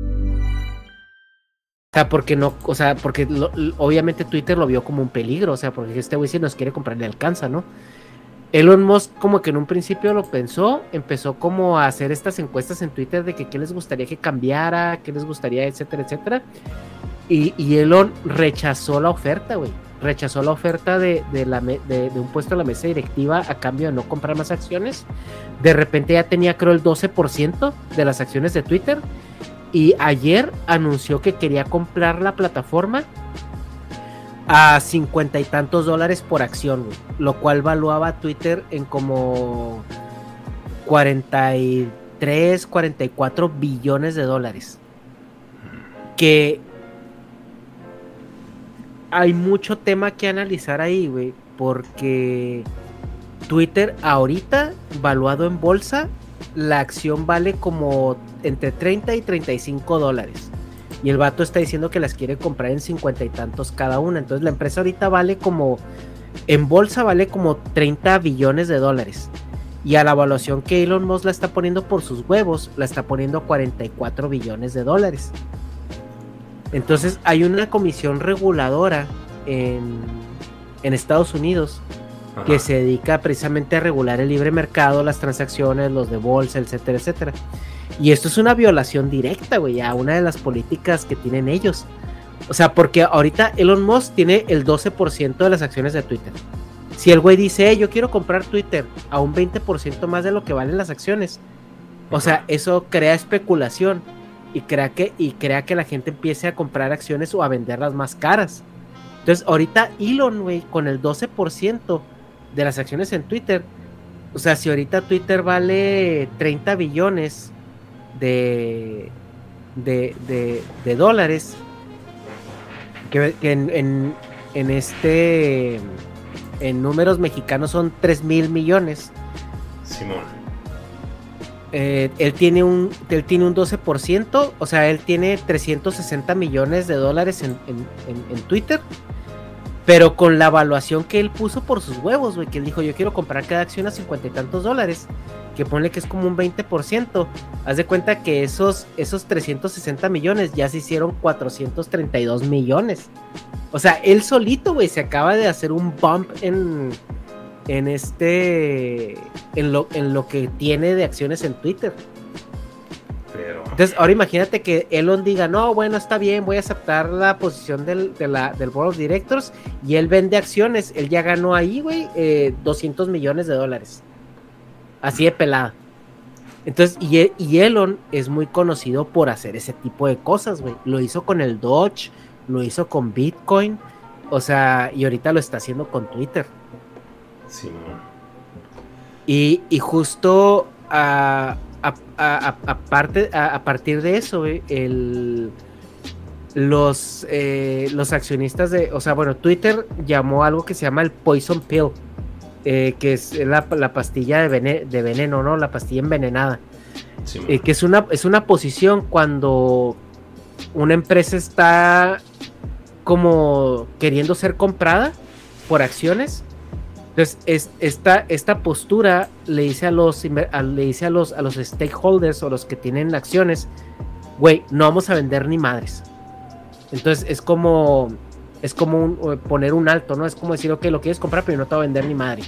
O sea, porque no, o sea, porque lo, lo, obviamente Twitter lo vio como un peligro, o sea, porque este güey si nos quiere comprar le alcanza, ¿no? Elon Musk como que en un principio lo pensó, empezó como a hacer estas encuestas en Twitter de que qué les gustaría que cambiara, qué les gustaría, etcétera, etcétera. Y, y Elon rechazó la oferta, güey. Rechazó la oferta de, de, la me, de, de un puesto en la mesa directiva a cambio de no comprar más acciones. De repente ya tenía, creo, el doce por ciento de las acciones de Twitter. Y ayer anunció que quería comprar la plataforma a cincuenta y tantos dólares por acción, güey, lo cual valuaba Twitter en como cuarenta y tres, cuarenta y cuatro billones de dólares. Que hay mucho tema que analizar ahí, güey, porque Twitter ahorita, valuado en bolsa, la acción vale como entre treinta y treinta y cinco dólares. Y el vato está diciendo que las quiere comprar en cincuenta y tantos cada una. Entonces la empresa ahorita vale como, en bolsa vale como treinta billones de dólares. Y a la evaluación que Elon Musk la está poniendo por sus huevos, la está poniendo cuarenta y cuatro billones de dólares. Entonces hay una comisión reguladora en, en Estados Unidos, ajá, que se dedica precisamente a regular el libre mercado, las transacciones, los de bolsa, etcétera, etcétera. Y esto es una violación directa, güey, a una de las políticas que tienen ellos. O sea, porque ahorita Elon Musk tiene el doce por ciento de las acciones de Twitter. Si el güey dice, hey, yo quiero comprar Twitter a un veinte por ciento más de lo que valen las acciones, o sea, eso crea especulación y crea que, y crea que la gente empiece a comprar acciones o a venderlas más caras. Entonces, ahorita Elon, güey, con el doce por ciento de las acciones en Twitter, o sea, si ahorita Twitter vale treinta billones de, de, de, de dólares, que, que en, en, en este, en números mexicanos son tres mil millones. Simón. Eh, él tiene un, él tiene un doce por ciento, o sea, él tiene trescientos sesenta millones de dólares en, en, en, en Twitter, pero con la evaluación que él puso por sus huevos, güey, que él dijo, yo quiero comprar cada acción a cincuenta y tantos dólares, que ponle que es como un veinte por ciento, haz de cuenta que esos, esos trescientos sesenta millones ya se hicieron cuatrocientos treinta y dos millones. O sea, él solito, güey, se acaba de hacer un bump en, en este, en lo, en lo que tiene de acciones en Twitter. Pero... Entonces, ahora imagínate que Elon diga, no, bueno, está bien, voy a aceptar la posición del, de la, del Board of Directors, y él vende acciones, él ya ganó ahí, güey, eh, doscientos millones de dólares. Así de pelada. Entonces, y, y Elon es muy conocido por hacer ese tipo de cosas, güey. Lo hizo con el Doge, lo hizo con Bitcoin, o sea, y ahorita lo está haciendo con Twitter. Sí, man. Y, y justo a, a, a, a, parte, a, a partir de eso, güey, el, los, eh, los accionistas de, o sea, bueno, Twitter llamó algo que se llama el Poison Pill. Eh, que es la, la pastilla de, vene, de veneno, ¿no? La pastilla envenenada. Sí, eh, que es una, es una posición cuando una empresa está como queriendo ser comprada por acciones. Entonces, es, esta, esta postura le dice a los a, le dice a los a los stakeholders o los que tienen acciones, güey, no vamos a vender ni madres. Entonces, es como... Es como un, poner un alto, ¿no? Es como decir, ok, lo quieres comprar, pero no te va a vender ni madre.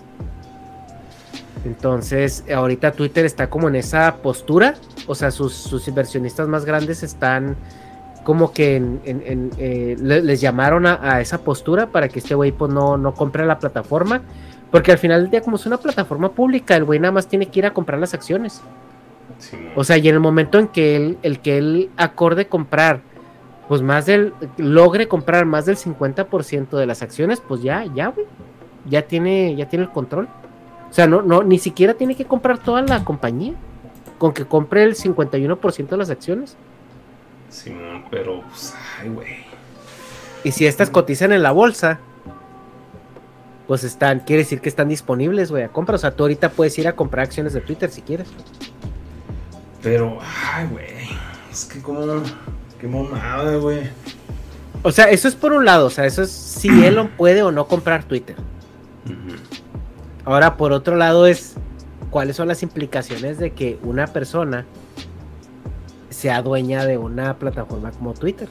Entonces, ahorita Twitter está como en esa postura. O sea, sus, sus inversionistas más grandes están como que en, en, en, eh, le, les llamaron a, a esa postura para que este güey pues no, no compre la plataforma. Porque al final del día, como es una plataforma pública, el güey nada más tiene que ir a comprar las acciones. Sí. O sea, y en el momento en que él, el que él acorde comprar, pues más del, logre comprar más del cincuenta por ciento de las acciones, pues ya, ya, güey, ya tiene, ya tiene el control. O sea, no, no, ni siquiera tiene que comprar toda la compañía, con que compre el cincuenta y uno por ciento de las acciones. Sí, pero, pues, ay, güey. Y si estas cotizan en la bolsa, pues están, quiere decir que están disponibles, güey, a compra. O sea, tú ahorita puedes ir a comprar acciones de Twitter si quieres. Pero, ay, güey, es que como... Qué mamada, güey. O sea, eso es por un lado. O sea, eso es si Elon puede o no comprar Twitter. Uh-huh. Ahora, por otro lado, es cuáles son las implicaciones de que una persona sea dueña de una plataforma como Twitter.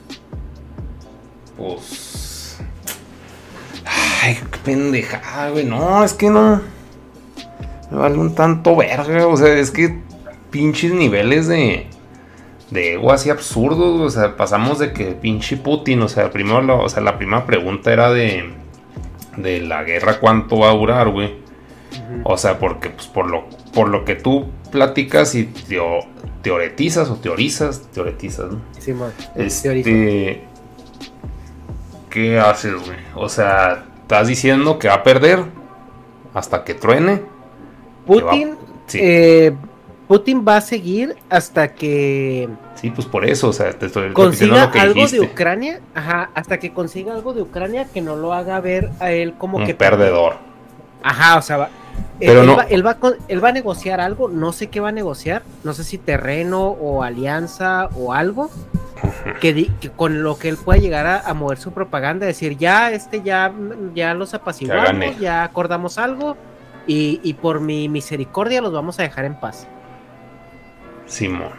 Pues... Ay, qué pendejada, güey. No, es que no... Me vale un tanto verga. O sea, es que pinches niveles de... De ego así absurdos. O sea, pasamos de que pinche Putin... O sea, primero la, o sea, la primera pregunta era de... De la guerra, ¿cuánto va a durar, güey? Uh-huh. O sea, porque pues por lo, por lo que tú platicas y teo, teoretizas o teorizas, teoretizas, ¿no? Sí, man. Este, ¿qué haces, güey? O sea, estás diciendo que va a perder hasta que truene. Putin, va, sí. eh, Putin va a seguir hasta que... Sí, pues por eso, o sea, te estoy consiga lo que algo dijiste. de Ucrania, ajá, hasta que consiga algo de Ucrania que no lo haga ver a él como un que perdedor. Ajá, o sea, va, pero él, no. va, él, va, él va a negociar algo, no sé qué va a negociar, no sé si terreno o alianza o algo, que, di, que con lo que él pueda llegar a, a mover su propaganda, decir, ya, este, ya, ya los apaciguamos, ya, ya acordamos algo, y, y por mi misericordia los vamos a dejar en paz. Simón.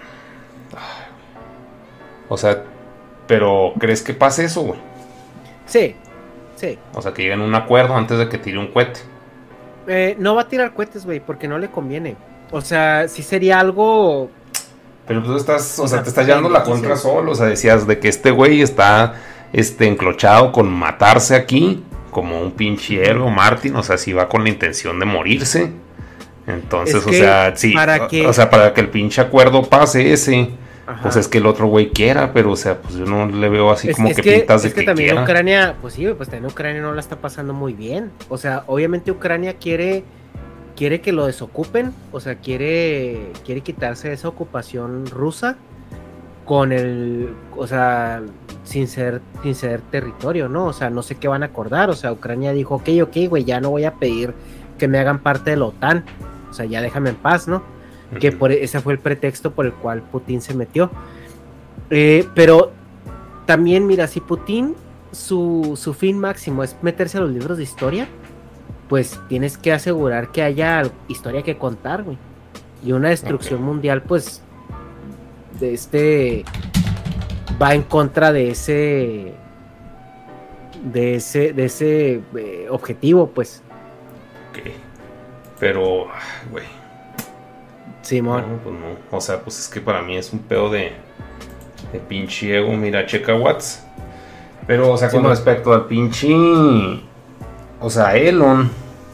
O sea, pero ¿crees que pase eso, güey? Sí, sí. O sea, que lleguen a un acuerdo antes de que tire un cohete. Eh, no va a tirar cohetes, güey, porque no le conviene. O sea, sí sería algo... Pero tú estás, o sea, te estás llevando la contra solo. O sea, decías de que este güey está este, enclochado con matarse aquí, como un pinche héroe, Martin. O sea, si va con la intención de morirse. Entonces, es o sea, sí. Para que... O sea, para que el pinche acuerdo pase ese... Ajá. Pues es que el otro güey quiera, pero o sea, pues yo no le veo así es, como es que, que pintas de es que, que también quiera. Ucrania, pues sí, pues también Ucrania no la está pasando muy bien. O sea, obviamente Ucrania quiere quiere que lo desocupen, o sea, quiere quiere quitarse esa ocupación rusa con el, o sea, sin ser sin ser territorio, ¿no? O sea, no sé qué van a acordar, o sea, Ucrania dijo, ok, ok, güey, ya no voy a pedir que me hagan parte de la OTAN, o sea, ya déjame en paz, ¿no? Que por ese fue el pretexto por el cual Putin se metió. Eh, pero también, mira, si Putin, su, su fin máximo es meterse a los libros de historia, pues tienes que asegurar que haya historia que contar, güey. Y una destrucción okay. mundial, pues, de este, va en contra de ese, de ese, de ese eh, objetivo, pues. Ok. Pero, güey. Simón. No, pues no. O sea, pues es que para mí es un pedo de, de pinche ego. Mira, checa Watts. Pero, o sea, con Simón. Respecto al pinche... O sea, Elon.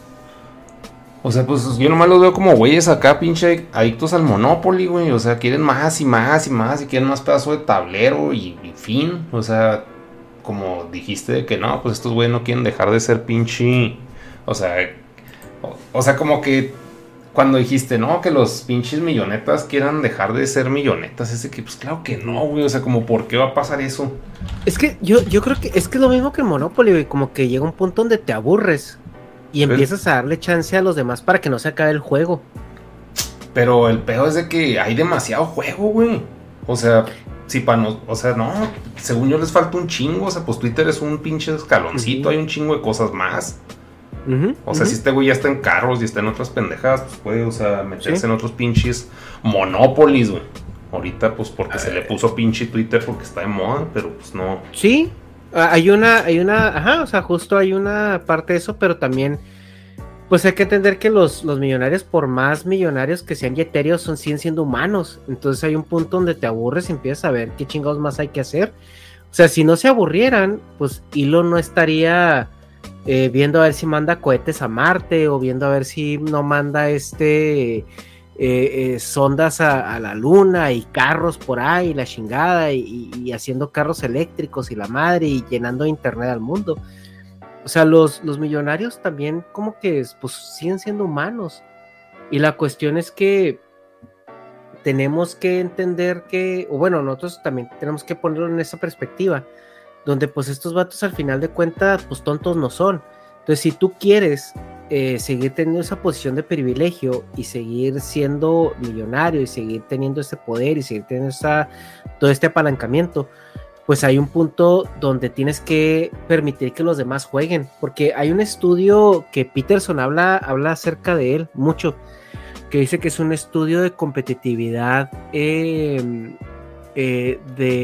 O sea, pues yo nomás los veo como güeyes acá, pinche adictos al Monopoly, güey. O sea, quieren más y más y más y quieren más pedazo de tablero y, y fin. O sea, como dijiste de que no, pues estos güeyes no quieren dejar de ser pinche... O sea, o, o sea, como que... Cuando dijiste, no, que los pinches millonetas quieran dejar de ser millonetas, ese que, pues claro que no, güey, o sea, como, ¿por qué va a pasar eso? Es que yo, yo creo que es que es lo mismo que el Monopoly, güey, como que llega un punto donde te aburres y pero, empiezas a darle chance a los demás para que no se acabe el juego. Pero el peor es de que hay demasiado juego, güey, o sea, si para no, o sea, no, según yo les falta un chingo, o sea, pues Twitter es un pinche escaloncito, uh-huh. Hay un chingo de cosas más. Uh-huh, o sea, uh-huh. Si este güey ya está en carros y está en otras pendejadas, pues puede, o sea, meterse ¿sí? En otros pinches Monopolies, güey. Ahorita, pues, porque se le puso pinche Twitter porque está de moda, pero pues no. Sí, hay una, hay una, ajá, o sea, justo hay una parte de eso, pero también, pues hay que entender que los, los millonarios, por más millonarios que sean y etéreos, son, siguen siendo humanos. Entonces hay un punto donde te aburres y empiezas a ver qué chingados más hay que hacer. O sea, si no se aburrieran, pues Elon no estaría... Eh, viendo a ver si manda cohetes a Marte o viendo a ver si no manda este eh, eh, sondas a, a la luna y carros por ahí, la chingada y, y haciendo carros eléctricos y la madre y llenando de internet al mundo. O sea, los, los millonarios también como que pues siguen siendo humanos y la cuestión es que tenemos que entender que, o bueno, nosotros también tenemos que ponerlo en esa perspectiva donde pues estos vatos al final de cuentas pues tontos no son. Entonces si tú quieres eh, seguir teniendo esa posición de privilegio y seguir siendo millonario y seguir teniendo ese poder y seguir teniendo esa, todo este apalancamiento, pues hay un punto donde tienes que permitir que los demás jueguen, porque hay un estudio que Peterson habla, habla acerca de él mucho, que dice que es un estudio de competitividad eh, eh,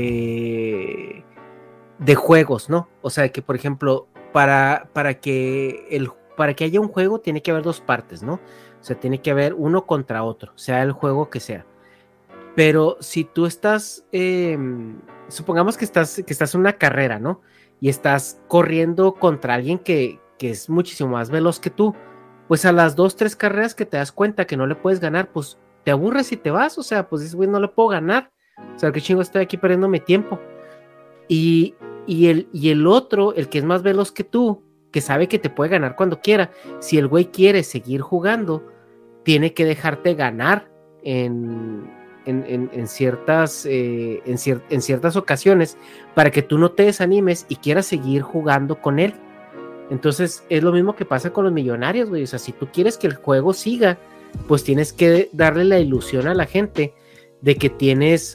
de, de juegos, ¿no? O sea, que por ejemplo, para, para, que el, para que haya un juego tiene que haber dos partes, ¿no? O sea, tiene que haber uno contra otro, sea el juego que sea. Pero si tú estás, eh, supongamos que estás, que estás en una carrera, ¿no? Y estás corriendo contra alguien que, que es muchísimo más veloz que tú, pues a las dos, tres carreras que te das cuenta que no le puedes ganar, pues te aburres y te vas, o sea, pues dices, güey, no le puedo ganar, o sea, qué chingo estoy aquí perdiendo mi tiempo. Y, y, el, y el otro, el que es más veloz que tú, que sabe que te puede ganar cuando quiera, si el güey quiere seguir jugando, tiene que dejarte ganar en... En, en, en, ciertas, eh, en, cier- en ciertas ocasiones para que tú no te desanimes y quieras seguir jugando con él. Entonces es lo mismo que pasa con los millonarios, güey. O sea, si tú quieres que el juego siga, pues tienes que darle la ilusión a la gente de que tienes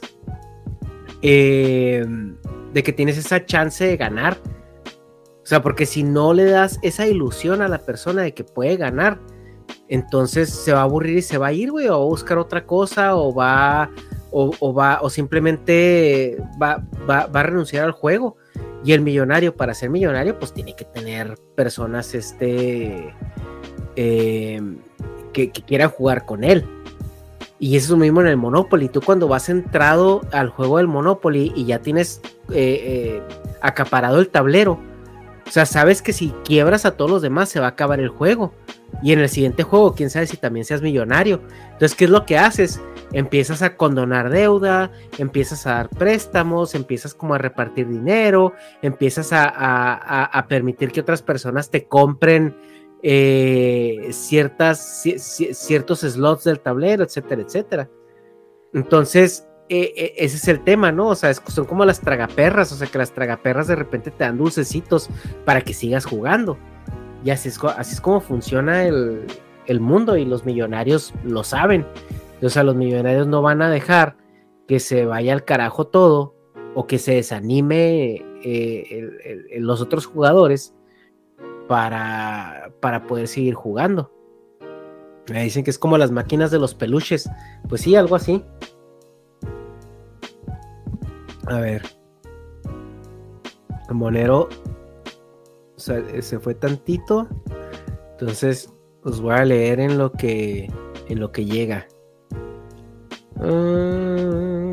eh, de que tienes esa chance de ganar. O sea, porque si no le das esa ilusión a la persona de que puede ganar, entonces se va a aburrir y se va a ir, güey, o va a buscar otra cosa, o va, o, o va, o simplemente va, va, va a renunciar al juego. Y el millonario, para ser millonario, pues tiene que tener personas este eh, que, que quieran jugar con él. Y eso es lo mismo en el Monopoly. Tú cuando vas entrado al juego del Monopoly y ya tienes eh, eh, acaparado el tablero, o sea, sabes que si quiebras a todos los demás se va a acabar el juego. Y en el siguiente juego, quién sabe si también seas millonario. Entonces, ¿qué es lo que haces? Empiezas a condonar deuda, empiezas a dar préstamos, empiezas como a repartir dinero, empiezas a, a, a, a permitir que otras personas te compren eh, ciertas, c- c- ciertos slots del tablero, etcétera, etcétera. Entonces, eh, eh, ese es el tema, ¿no? O sea, es, son como las tragaperras, o sea, que las tragaperras de repente te dan dulcecitos para que sigas jugando. Y así es, así es como funciona el, el mundo, y los millonarios lo saben. O sea, los millonarios no van a dejar que se vaya al carajo todo o que se desanime eh, el, el, el, los otros jugadores para, para poder seguir jugando. Me dicen que es como las máquinas de los peluches. Pues sí, algo así. A ver. El Monero, o sea, se fue tantito. Entonces os voy a leer en lo que en lo que llega. Um,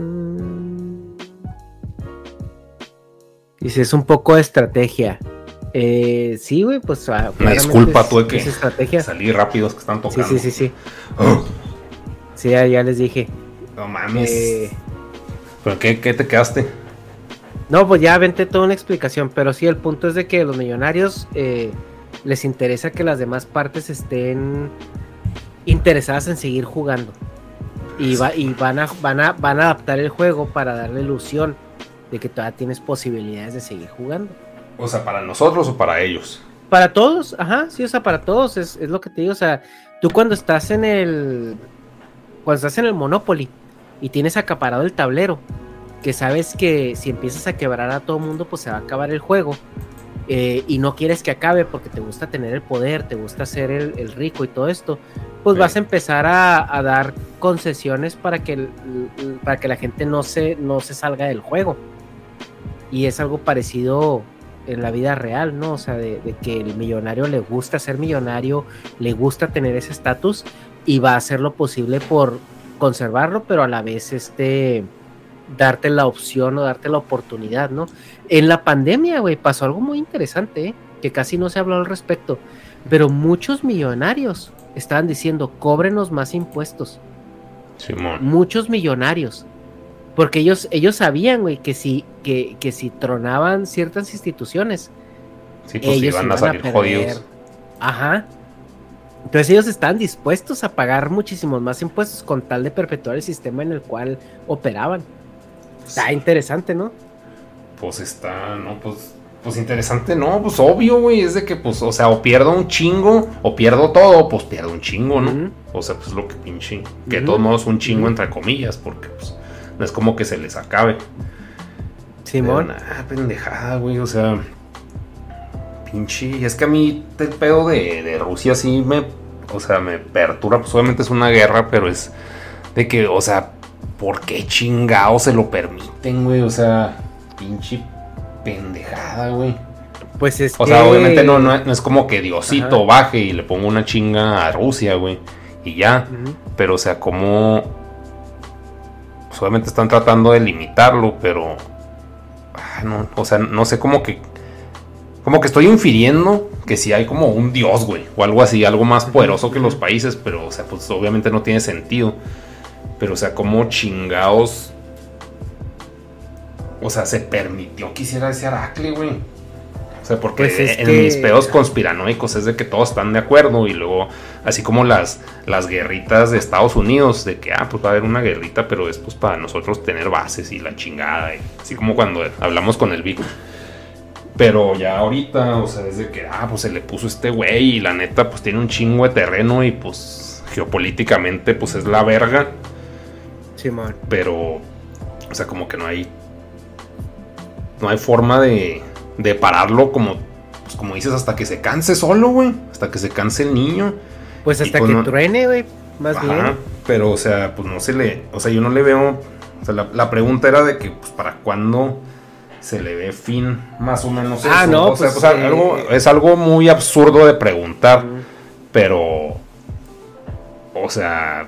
dice, es un poco de estrategia. Eh, sí, güey, pues una disculpa, tuve que estrategia. salir rápido, es que están tocando. Sí, sí, sí, sí. Oh. Sí, ya, ya les dije. No mames. Eh, ¿Pero qué, qué te quedaste? No, pues ya aventé toda una explicación, pero sí, el punto es de que los millonarios eh, les interesa que las demás partes estén interesadas en seguir jugando. Y, va, y van, a, van, a, van a adaptar el juego para darle ilusión de que todavía tienes posibilidades de seguir jugando. O sea, ¿para nosotros o para ellos? Para todos, ajá, sí, o sea, para todos, es, es lo que te digo. O sea, tú cuando estás en el cuando estás en el Monopoly y tienes acaparado el tablero, que sabes que si empiezas a quebrar a todo mundo, pues se va a acabar el juego, eh, y no quieres que acabe porque te gusta tener el poder, te gusta ser el, el rico y todo esto, pues sí, vas a empezar a, a dar concesiones para que, para que la gente no se, no se salga del juego. Y es algo parecido en la vida real, ¿no? O sea, de, de que el millonario le gusta ser millonario, le gusta tener ese estatus y va a hacer lo posible por conservarlo, pero a la vez este darte la opción o darte la oportunidad, ¿no? En la pandemia, güey, pasó algo muy interesante, ¿eh? Que casi no se habló al respecto, pero muchos millonarios estaban diciendo, cóbrenos más impuestos. Simón. Muchos millonarios. Porque ellos, ellos sabían, güey, que si, que, que si tronaban ciertas instituciones, sí, pues ellos iban, iban a salir a jodidos. Ajá. Entonces ellos están dispuestos a pagar muchísimos más impuestos con tal de perpetuar el sistema en el cual operaban. Está sí. Interesante, ¿no? Pues está, no, pues, pues interesante, no, pues obvio, güey, es de que, pues, o sea, o pierdo un chingo, o pierdo todo, pues pierdo un chingo, ¿no? Uh-huh. O sea, pues lo que pinche, que uh-huh. de todos modos un chingo uh-huh. entre comillas, porque, pues, no es como que se les acabe. Sí, Simón. Ah, pendejada, güey, o sea... Pinche... Es que a mí el pedo de, de Rusia sí me... O sea, me perturba. Pues obviamente es una guerra, pero es... De que, o sea... ¿Por qué chingados se lo permiten, güey? O sea... Pinche pendejada, güey. Pues es O que... sea, obviamente no, no, no es como que Diosito Ajá. baje y le ponga una chinga a Rusia, güey. Y ya. Uh-huh. Pero, o sea, como... Pues obviamente están tratando de limitarlo, pero... Ah, no, o sea, no sé, como que... Como que estoy infiriendo que si hay como un dios, güey. O algo así, algo más poderoso que los países. Pero, o sea, pues obviamente no tiene sentido. Pero, o sea, como chingados... O sea, se permitió que hiciera ese Aracle, güey. O sea, porque Pues es en que... mis pedos conspiranoicos es de que todos están de acuerdo. Y luego, así como las, las guerritas de Estados Unidos, de que, ah, pues va a haber una guerrita, pero es pues para nosotros tener bases y la chingada. Y así como cuando hablamos con el Vic. Pero ya ahorita, o sea, es de que, ah, pues se le puso este güey y la neta, pues tiene un chingo de terreno y pues geopolíticamente, pues es la verga. Simón. Pero, o sea, como que no hay... No hay forma de, de pararlo como, pues como dices, hasta que se canse solo, güey. Hasta que se canse el niño. Pues hasta pues que no, truene, güey. Más ajá, bien. Pero, o sea, pues no se le... O sea, yo no le veo... O sea, la, la pregunta era de que, pues, ¿para cuándo se le ve fin más o menos Ah, eso? no, o sea, pues, o sea, eh, algo, es algo muy absurdo de preguntar. Uh-huh. Pero... O sea...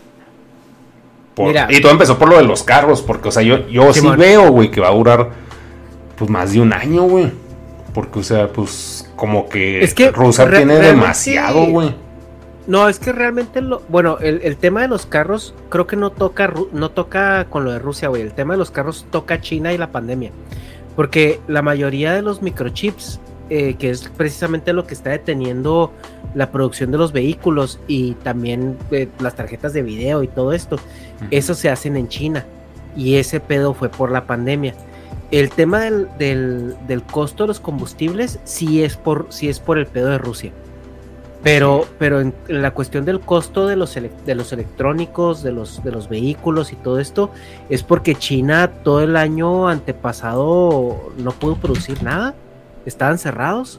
Por, Mira. Y todo empezó por lo de los carros, porque, o sea, yo, yo sí Simón. veo, güey, que va a durar, pues, más de un año, güey. Porque, o sea, pues, como que, Es que Rusia re- tiene realmente- demasiado, güey. No, es que realmente lo, bueno, el, el tema de los carros creo que no toca Ru- no toca con lo de Rusia, güey. El tema de los carros toca China y la pandemia. Porque la mayoría de los microchips, eh, que es precisamente lo que está deteniendo la producción de los vehículos y también eh, las tarjetas de video y todo esto, Ujú. eso se hacen en China. Y ese pedo fue por la pandemia. El tema del, del, del costo de los combustibles sí es por, sí es por el pedo de Rusia. Pero, pero en, en la cuestión del costo de los, ele- de los electrónicos, de los, de los vehículos y todo esto, es porque China todo el año antepasado no pudo producir nada. Estaban cerrados.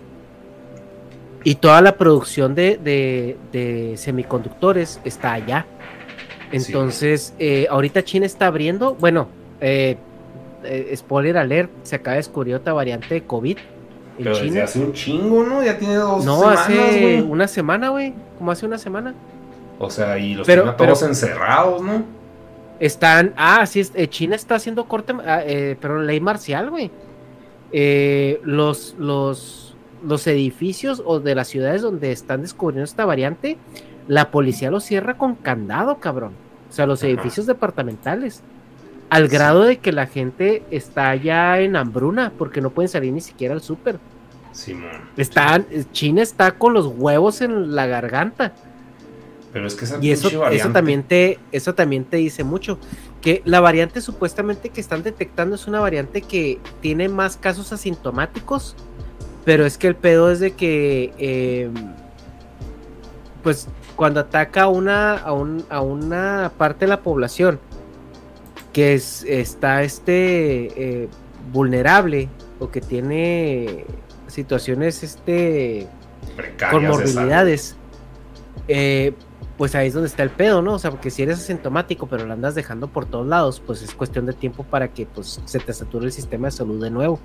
Y toda la producción de, de, de semiconductores está allá. Entonces, eh, ahorita China está abriendo. Bueno, eh, eh, spoiler alert, se acaba de descubrir otra variante de COVID en Pero desde China. hace un chingo, ¿no? Ya tiene dos No, semanas, hace güey. una semana, güey. Como hace una semana. O sea, y los Pero- tiene a todos pero- encerrados, ¿no? Están. Ah, sí, es- eh, China está haciendo corte. ah, eh, pero ley marcial, güey. Eh, los, los, los edificios o de las ciudades donde están descubriendo esta variante, la policía los cierra con candado, cabrón. O sea, los Ajá. edificios departamentales. Al Sí. grado de que la gente está ya en hambruna porque no pueden salir ni siquiera al súper. Simón. Están, China está con los huevos en la garganta. Pero es que esa Y eso, pinche variante... eso también te, eso también te dice mucho. Que la variante supuestamente que están detectando es una variante que tiene más casos asintomáticos. Pero es que el pedo es de que eh, pues cuando ataca a una, a, un, a una parte de la población que es, está este eh, vulnerable o que tiene situaciones este precarias con de salud. morbilidades, eh, pues ahí es donde está el pedo, ¿no? O sea, porque si eres asintomático pero lo andas dejando por todos lados, pues es cuestión de tiempo para que pues se te sature el sistema de salud de nuevo.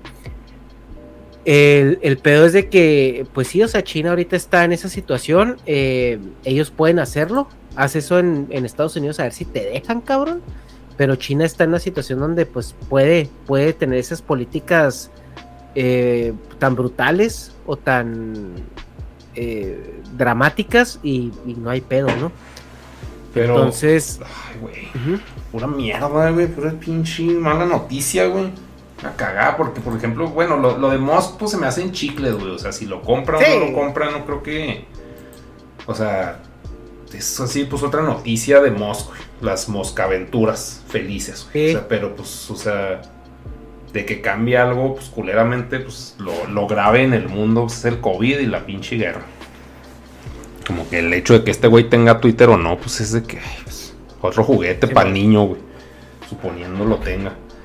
El, el pedo es de que, pues sí, o sea, China ahorita está en esa situación, eh, ellos pueden hacerlo, haz eso en, en Estados Unidos a ver si te dejan, cabrón, pero China está en una situación donde pues puede, puede tener esas políticas eh, tan brutales o tan eh, dramáticas y, y no hay pedo, ¿no? Pero... Entonces, Ay, güey. uh-huh. Pura mierda, güey. Pura pinche mala noticia, güey. A cagar, porque, por ejemplo, bueno, lo, lo de Musk, pues se me hacen chicles, güey. O sea, si lo compra Sí. o no lo compra, no creo que... O sea, es así, pues otra noticia de Musk, güey. Las moscaventuras felices, güey. Sí. O sea, pero, pues, o sea... De que cambie algo, pues, culeramente, pues, lo, lo grave en el mundo, pues, es el COVID y la pinche guerra. Como que el hecho de que este güey tenga Twitter o no, pues, es de que... ay, pues, otro juguete Sí, para el man. niño, güey. Suponiendo lo tenga.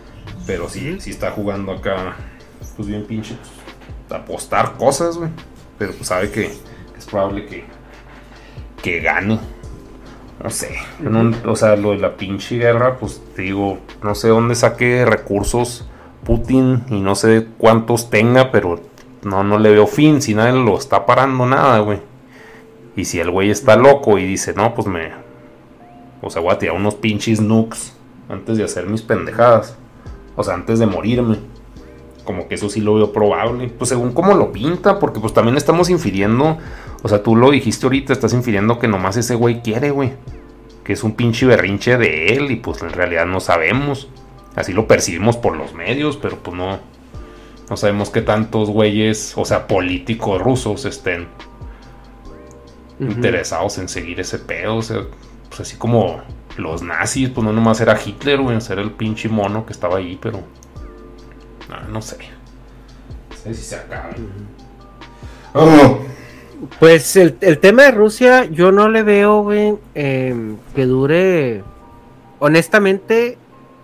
Pero sí, sí está jugando acá, pues bien pinche, pues, apostar cosas, güey. Pero pues sabe que es probable que, que gane. No sé, no, o sea, lo de la pinche guerra, pues te digo, no sé dónde saque recursos Putin y no sé cuántos tenga, pero no, no le veo fin, si nadie lo está parando nada, güey. Y si el güey está loco y dice, no, pues me, o sea, voy a tirar unos pinches nukes antes de hacer mis pendejadas, o sea, antes de morirme, como que eso sí lo veo probable, pues según cómo lo pinta, porque pues también estamos infiriendo, o sea, tú lo dijiste ahorita, estás infiriendo que nomás ese güey quiere, güey, que es un pinche berrinche de él, y pues en realidad no sabemos, así lo percibimos por los medios, pero pues no, no sabemos qué tantos güeyes, o sea, políticos rusos estén uh-huh. interesados en seguir ese pedo, o sea, pues así como los nazis, pues no nomás era Hitler, güey, era el pinche mono que estaba ahí, pero no, no sé, no sé si se acaba. Uh-huh. Oh. Pues el, el tema de Rusia, yo no le veo, güey, eh, que dure, honestamente,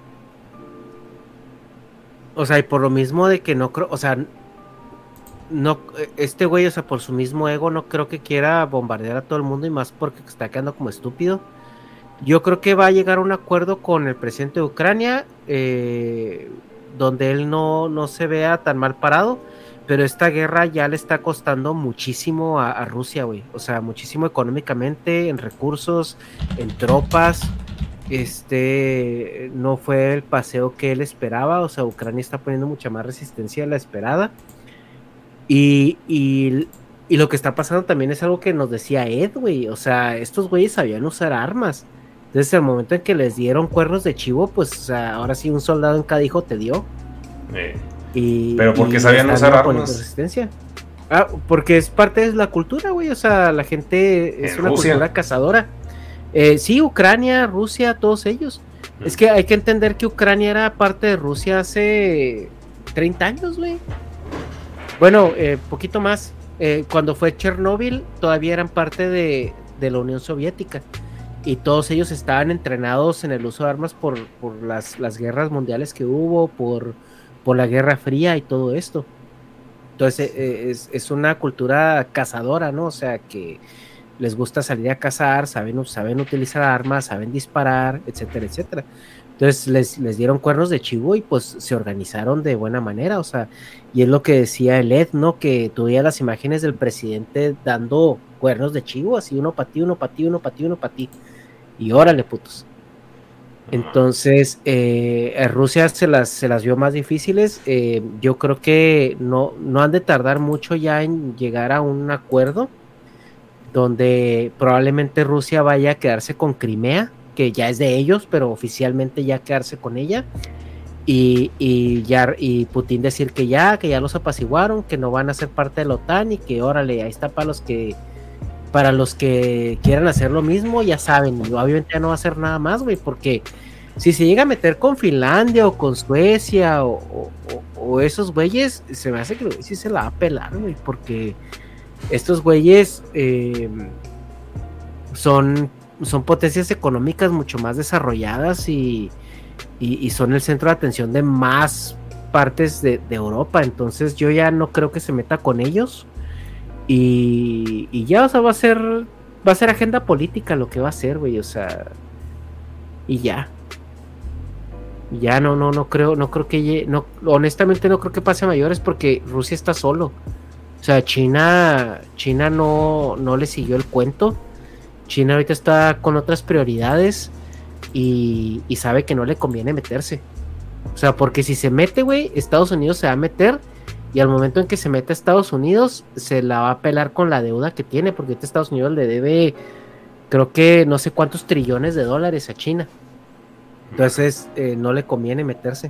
o sea, y por lo mismo de que no creo, o sea, no, este güey, o sea, por su mismo ego, no creo que quiera bombardear a todo el mundo y más porque está quedando como estúpido. Yo creo que va a llegar a un acuerdo con el presidente de Ucrania, eh, donde él no, no se vea tan mal parado. Pero esta guerra ya le está costando muchísimo a, a Rusia, güey. O sea, muchísimo económicamente, en recursos, en tropas. Este, no fue el paseo que él esperaba. O sea, Ucrania está poniendo mucha más resistencia de la esperada. Y, y, y lo que está pasando también es algo que nos decía Ed, güey. O sea, estos güeyes sabían usar armas. Entonces, al momento en que les dieron cuernos de chivo, pues, o sea, ahora sí un soldado en cada hijo te dio. Eh. Y, pero porque sabían usar armas. Resistencia. Ah, porque es parte de la cultura, güey. O sea, la gente es en una Rusia. cultura cazadora. Eh, sí, Ucrania, Rusia, todos ellos. Mm. Es que hay que entender que Ucrania era parte de Rusia hace treinta años, güey. Bueno, eh, poquito más. Eh, cuando fue Chernóbil, todavía eran parte de, de la Unión Soviética. Y todos ellos estaban entrenados en el uso de armas por, por las, las guerras mundiales que hubo, por. por la Guerra Fría y todo esto. Entonces eh, es, es una cultura cazadora, ¿no? O sea, que les gusta salir a cazar, saben, saben utilizar armas, saben disparar, etcétera, etcétera. Entonces les, les dieron cuernos de chivo y pues se organizaron de buena manera, o sea, y es lo que decía el Ed, ¿no? Que tuviera las imágenes del presidente dando cuernos de chivo, así uno para ti, uno para ti, uno para ti, uno para ti. Y órale, putos. Entonces, eh, a Rusia se las, se las vio más difíciles. Eh, yo creo que no, no han de tardar mucho ya en llegar a un acuerdo donde probablemente Rusia vaya a quedarse con Crimea, que ya es de ellos, pero oficialmente ya quedarse con ella. Y, y, ya, y Putin decir que ya, que ya los apaciguaron, que no van a ser parte de la OTAN y que órale, ahí está para los que... Para los que quieran hacer lo mismo, ya saben, obviamente ya no va a hacer nada más, güey, porque si se llega a meter con Finlandia o con Suecia o, o, o esos güeyes, se me hace que sí se la va a pelar, güey, porque estos güeyes eh, son, son potencias económicas mucho más desarrolladas y, y, y son el centro de atención de más partes de, de Europa, entonces yo ya no creo que se meta con ellos. Y, y ya, o sea, va a ser va a ser agenda política lo que va a ser, güey, o sea, y ya. Ya no, no, no creo, no creo que, no, honestamente no creo que pase a mayores porque Rusia está solo. O sea, China, China no, no le siguió el cuento. China ahorita está con otras prioridades y, y sabe que no le conviene meterse. O sea, porque si se mete, güey, Estados Unidos se va a meter. Y al momento en que se mete a Estados Unidos, se la va a pelar con la deuda que tiene, porque este Estados Unidos le debe, creo que no sé cuántos trillones de dólares a China. Entonces, eh, no le conviene meterse.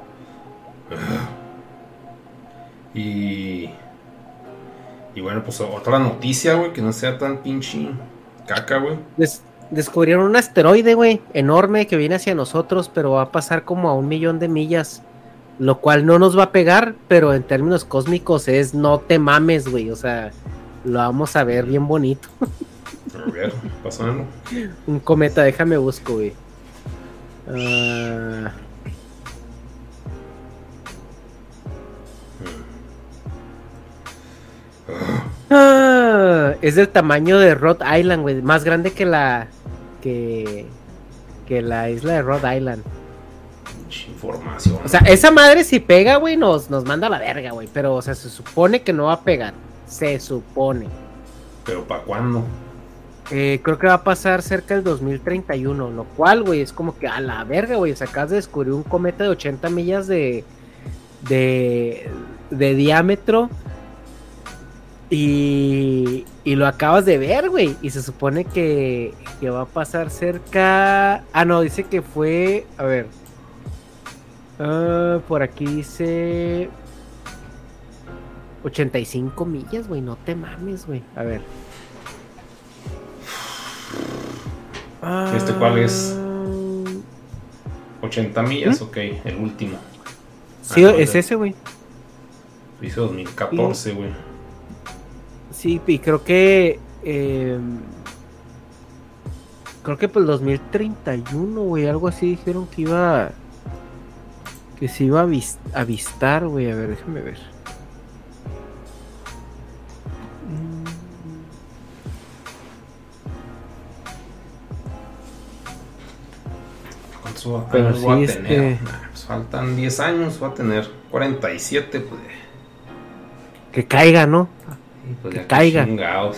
Y... Y bueno, pues otra noticia, güey, que no sea tan pinche caca, güey. Des- descubrieron un asteroide, güey, enorme que viene hacia nosotros, pero va a pasar como a un millón de millas. Lo cual no nos va a pegar, pero en términos cósmicos es no te mames, güey. O sea, lo vamos a ver bien bonito. A ver, pasando. Un cometa, déjame busco, güey. Uh... Ah, es del tamaño de Rhode Island, güey. Más grande que la. Que. Que la isla de Rhode Island. Información. O sea, esa madre si pega, güey, nos, nos manda a la verga, güey. Pero, o sea, se supone que no va a pegar. Se supone. ¿Pero para cuándo? Eh, creo que va a pasar cerca del dos mil treinta y uno. Lo cual, güey, es como que a la verga, güey. O sea, acabas de descubrir un cometa de ochenta millas de. De. De diámetro. Y. Y lo acabas de ver, güey. Y se supone que. Que va a pasar cerca. Ah, no, dice que fue. A ver. Uh, por aquí dice ochenta y cinco millas, güey, no te mames, güey. A ver. ¿Este cuál es? ochenta millas, ¿Mm? Ok, el último. Sí, ah, es de... ese, güey. Dice dos mil catorce, güey. Sí, y creo que... Eh, creo que por el dos mil treinta y uno, güey, algo así dijeron que iba... Que se iba a avist- avistar, güey. A ver, déjame ver. ¿Cuántos años Pero voy sí, a tener? este... Nah, pues faltan diez años, voy a tener cuarenta y siete, pues. Que caiga, ¿no? Sí, pues que ya caiga. Que chingados.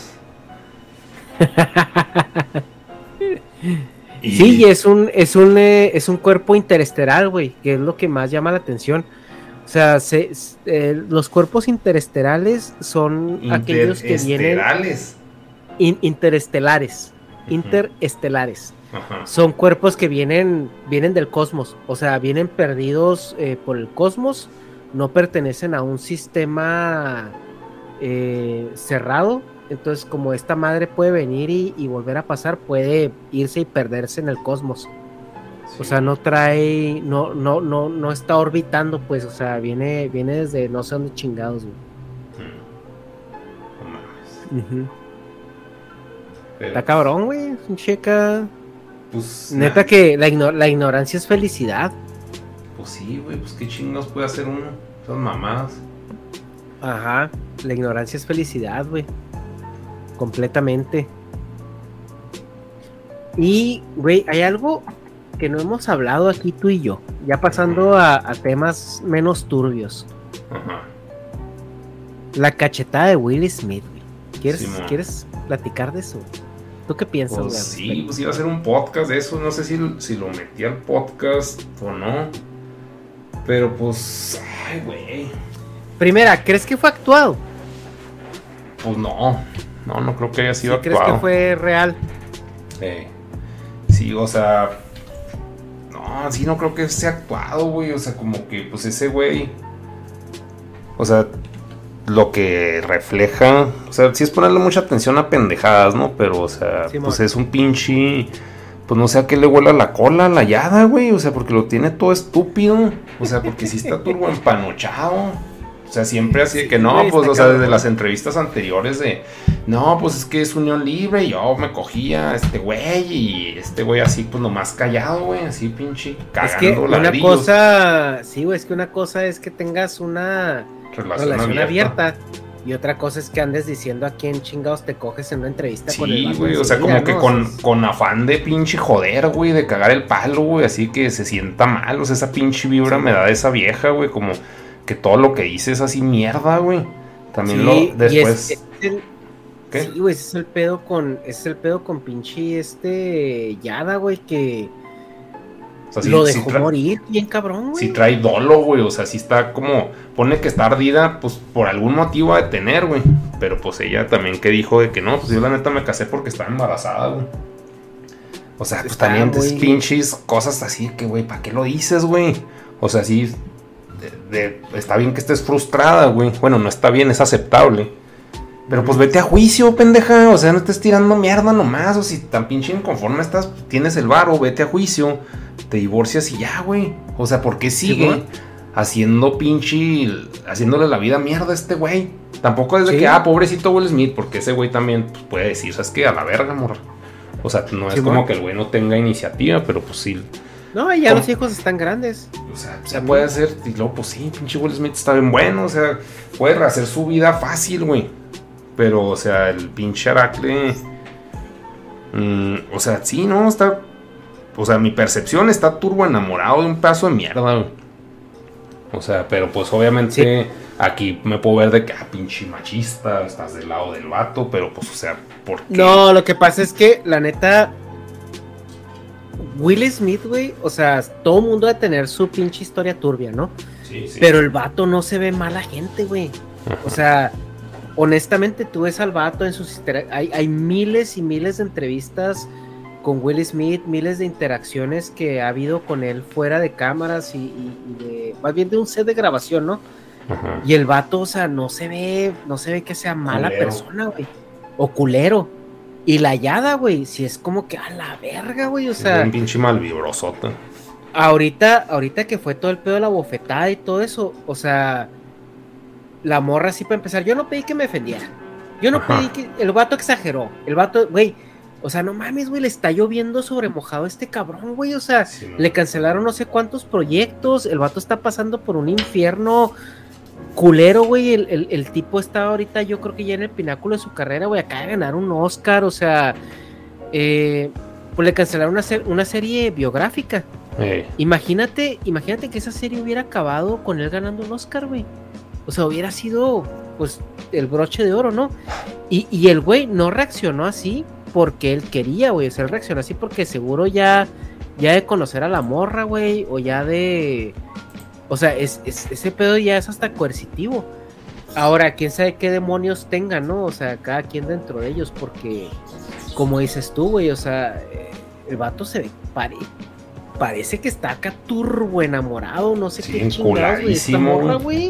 Y... Sí, es un, es un, eh, es un cuerpo interestelar, güey, que es lo que más llama la atención. O sea, se, eh, los cuerpos interestelares son aquellos que vienen... In, interestelares. Uh-huh. Interestelares. Uh-huh. Son cuerpos que vienen, vienen del cosmos. O sea, vienen perdidos eh, por el cosmos. No pertenecen a un sistema eh, cerrado. Entonces, como esta madre puede venir y, y volver a pasar, puede irse y perderse en el cosmos. Sí. O sea, no trae, no, no, no, no está orbitando, pues, o sea, viene, viene desde no sé dónde chingados, güey. No mames. Uh-huh. Está cabrón, güey. Checa. Pues. Neta, nah. que la, igno- la ignorancia es felicidad. Pues sí, güey, pues qué chingados puede hacer uno. Esas mamadas. Ajá. La ignorancia es felicidad, güey. Completamente. Y, güey, hay algo que no hemos hablado aquí tú y yo, ya pasando a, a temas menos turbios. Ajá. La cachetada de Will Smith, güey. ¿Quieres, sí, ¿Quieres platicar de eso? ¿Tú qué piensas, pues güey? Sí, pues iba a hacer un podcast de eso, no sé si, si lo metí al podcast o no. Pero pues, ay, güey. Primera, ¿crees que fue actuado? Pues no. No, no creo que haya sido ¿Sí actuado. ¿Crees que fue real? Eh, sí, o sea... No, sí, no creo que sea actuado, güey. O sea, como que, pues ese güey... O sea, lo que refleja... O sea, sí es ponerle mucha atención a pendejadas, ¿no? Pero, o sea, sí, pues es un pinche... Pues no sé a qué le huela la cola, la yada, güey. O sea, porque lo tiene todo estúpido. O sea, porque sí está turbo empanochado. O sea, siempre así de que no, pues, o sea, desde las entrevistas anteriores de... No, pues es que es unión libre y yo me cogía a este güey y este güey así, pues nomás callado, güey, así pinche cagando es que una ladrillos. cosa, sí, güey, es que una cosa es que tengas una relación, relación abierta. abierta y otra cosa es que andes diciendo a quién chingados te coges en una entrevista sí, con el güey, o sea, como ¿no? que con, con afán de pinche joder, güey, de cagar el palo, güey, así que se sienta mal, o sea, esa pinche vibra sí, me da de esa vieja, güey, como que todo lo que dice es así mierda, güey. También sí, lo después... Es, es el... ¿Qué? Sí, güey, ese es el pedo con, ese es el pedo con pinche este Yada, güey, que o sea, sí, lo dejó sí tra- morir bien cabrón, güey. Sí trae dolo, güey, o sea, sí está como, pone que está ardida, pues por algún motivo a detener, güey, pero pues ella también que dijo de que no, pues yo la neta me casé porque estaba embarazada, güey. O sea, pues está también muy... pinches cosas así que, güey, ¿para qué lo dices, güey? O sea, sí, de, de, está bien que estés frustrada, güey, bueno, no está bien, es aceptable. Pero pues vete a juicio, pendeja, o sea, no estés tirando mierda nomás, o si tan pinche inconforme estás, tienes el varo, vete a juicio, te divorcias y ya, güey. O sea, ¿por qué sigue ¿sí, haciendo pinche, haciéndole la vida mierda a este güey? Tampoco es de ¿sí? que, ah, pobrecito Will Smith, porque ese güey también pues, puede decir, ¿sabes qué? A la verga, morra. O sea, no es ¿sí, como bueno? que el güey no tenga iniciativa, pero pues sí. No, ya los hijos están grandes. O sea, se puede hacer, y luego, pues sí, pinche Will Smith está bien bueno, o sea, puede rehacer su vida fácil, güey. Pero, o sea, el pinche Aracle... Mmm, o sea, sí, ¿no? Está... O sea, mi percepción está turbo enamorado de un pedazo de mierda, güey. O sea, pero pues obviamente... Sí. Aquí me puedo ver de que, ah, pinche machista, estás del lado del vato, pero pues, o sea, ¿por qué? No, lo que pasa es que, la neta, Will Smith, güey, o sea, todo mundo debe tener su pinche historia turbia, ¿no? Sí, sí. Pero el vato no se ve mala gente, güey. O sea, honestamente, tú ves al vato en sus... Hay, hay miles y miles de entrevistas con Will Smith, miles de interacciones que ha habido con él fuera de cámaras y, y, y de... Más bien de un set de grabación, ¿no? Ajá. Y el vato, o sea, no se ve, no se ve que sea mala culero. persona, güey. O culero. Y la Yada, güey, si es como que a la verga, güey, o sea. Es un pinche malvibrosota. Ahorita, ahorita que fue todo el pedo de la bofetada y todo eso, o sea, la morra sí para empezar, yo no pedí que me defendiera. Yo no Ajá. pedí que, el vato exageró. El vato, güey, o sea, no mames, güey, le está lloviendo sobre mojado a este cabrón, güey, o sea, Sí, le cancelaron no sé cuántos proyectos, el vato está pasando por un infierno culero, güey, el, el, el tipo está ahorita, yo creo que ya en el pináculo de su carrera, güey, acaba de ganar un Oscar, o sea, eh, pues le cancelaron una, ser, una serie biográfica. Hey. Imagínate, imagínate que esa serie hubiera acabado con él ganando un Oscar, güey. O sea, hubiera sido, pues, el broche de oro, ¿no? Y, y el güey no reaccionó así porque él quería, güey, o sea, él reaccionó así porque seguro ya, ya de conocer a la morra, güey, o ya de... O sea, es, es, ese pedo ya es hasta coercitivo. Ahora, quién sabe qué demonios tengan, ¿no? O sea, cada quien dentro de ellos, porque, como dices tú, güey, o sea, el vato se ve, pare, parece que está acá turbo enamorado, no sé Sí, qué chingados, güey, esta morra, güey.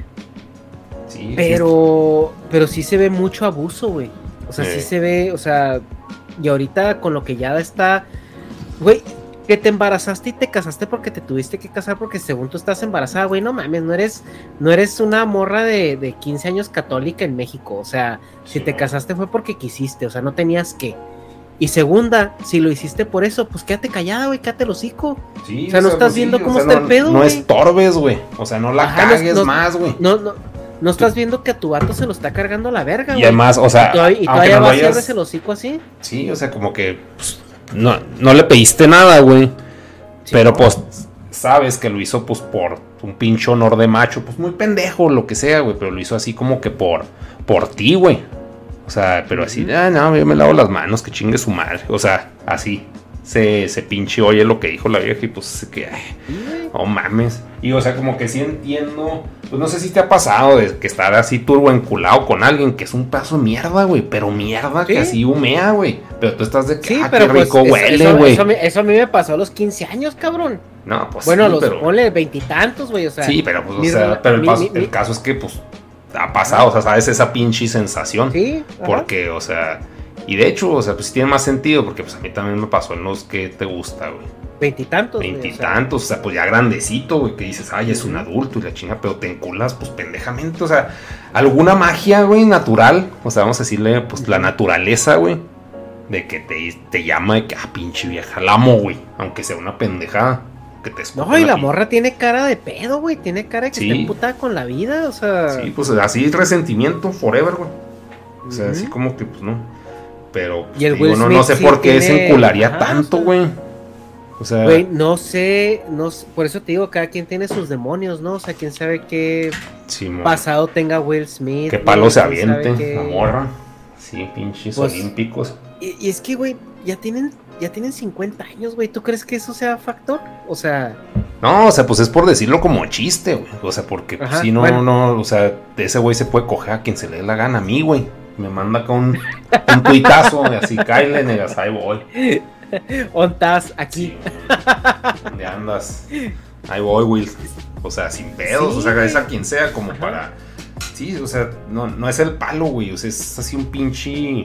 Sí, pero, sí. pero sí se ve mucho abuso, güey. O sea, sí. sí se ve, o sea, y ahorita con lo que ya está, güey, que te embarazaste y te casaste porque te tuviste que casar porque según tú estás embarazada, güey, no mames, no eres, no eres una morra de, de quince años católica en México, o sea, si sí, te no. casaste fue porque quisiste, o sea, no tenías que. Y segunda, si lo hiciste por eso, pues quédate callada, güey, quédate el hocico. Sí, o sea, no o sea, estás pues viendo sí, cómo o sea, está no, el pedo, No güey. estorbes, güey, o sea, no la Ajá, cagues no, más, güey. No, no, no estás viendo que a tu vato se lo está cargando a la verga, güey. Y además, o sea, y todavía, y todavía no vas a hacer el hocico así. Sí, o sea, como que, pues, no, no le pediste nada, güey. Sí, pero, no. pues, sabes que lo hizo, pues, por un pinche honor de macho, pues, muy pendejo, lo que sea, güey, pero lo hizo así como que por, por ti, güey. O sea, pero así, ah, no, yo me lavo las manos, que chingue su madre. O sea, así, se, se pinche oye lo que dijo la vieja y pues, que, ay, oh mames. Y, o sea, como que sí entiendo, pues, no sé si te ha pasado de que estar así turbo enculado con alguien que es un pedazo de mierda, güey, pero mierda, ¿sí? Que así humea, güey. Pero tú estás de que, sí, ah, pero qué rico pues, huele, güey. Eso, eso, eso a mí me pasó a los quince años, cabrón. No, pues bueno, sí, los pero... ponle veintitantos, güey, o sea. Sí, pero pues, mi, o sea, pero el, mi, paso, mi, el caso es que, pues, ha pasado, o sea, sabes esa pinche sensación. Sí, ajá. Porque, o sea, y de hecho, o sea, pues tiene más sentido, porque pues a mí también me pasó en los que te gusta, güey. Veintitantos, Veintitantos, o sea, pues ya grandecito, güey, que dices, ay, es un adulto y la chinga, pero te enculas, pues pendejamente, o sea, alguna magia, güey, natural, o sea, vamos a decirle, pues la naturaleza, güey, de que te, te llama de que, ah, pinche vieja, la amo, güey, aunque sea una pendejada. Que te no, y la pi- morra tiene cara de pedo, güey. Tiene cara de que sí. está emputada con la vida, o sea. Sí, pues así resentimiento forever, güey. O sea, uh-huh. así como que, pues no. Pero, pues, y el digo, Will no, Smith no sé sí por qué tiene... se encularía Ajá, tanto, güey. O sea, güey, no sé, no sé, por eso te digo, cada quien tiene sus demonios, ¿no? O sea, quién sabe qué sí, pasado tenga Will Smith. Qué palo güey, se aviente, qué... la morra. Sí, pinches pues, olímpicos. Y, y es que, güey, ya tienen, ya tienen cincuenta años, güey. ¿Tú crees que eso sea factor? O sea... No, o sea, pues es por decirlo como chiste, güey. O sea, porque pues, si no, bueno. no, o sea, ese güey se puede coger a quien se le dé la gana. A mí, güey. Me manda acá un, un tuitazo de así, Kyle, negas, ahí voy. ¿Ontas aquí? Sí, ¿dónde andas? Ahí voy, Will. O sea, sin pedos, sí, o sea, es a quien sea, como ajá. para... Sí, o sea, no, no es el palo, güey. O sea, es así un pinche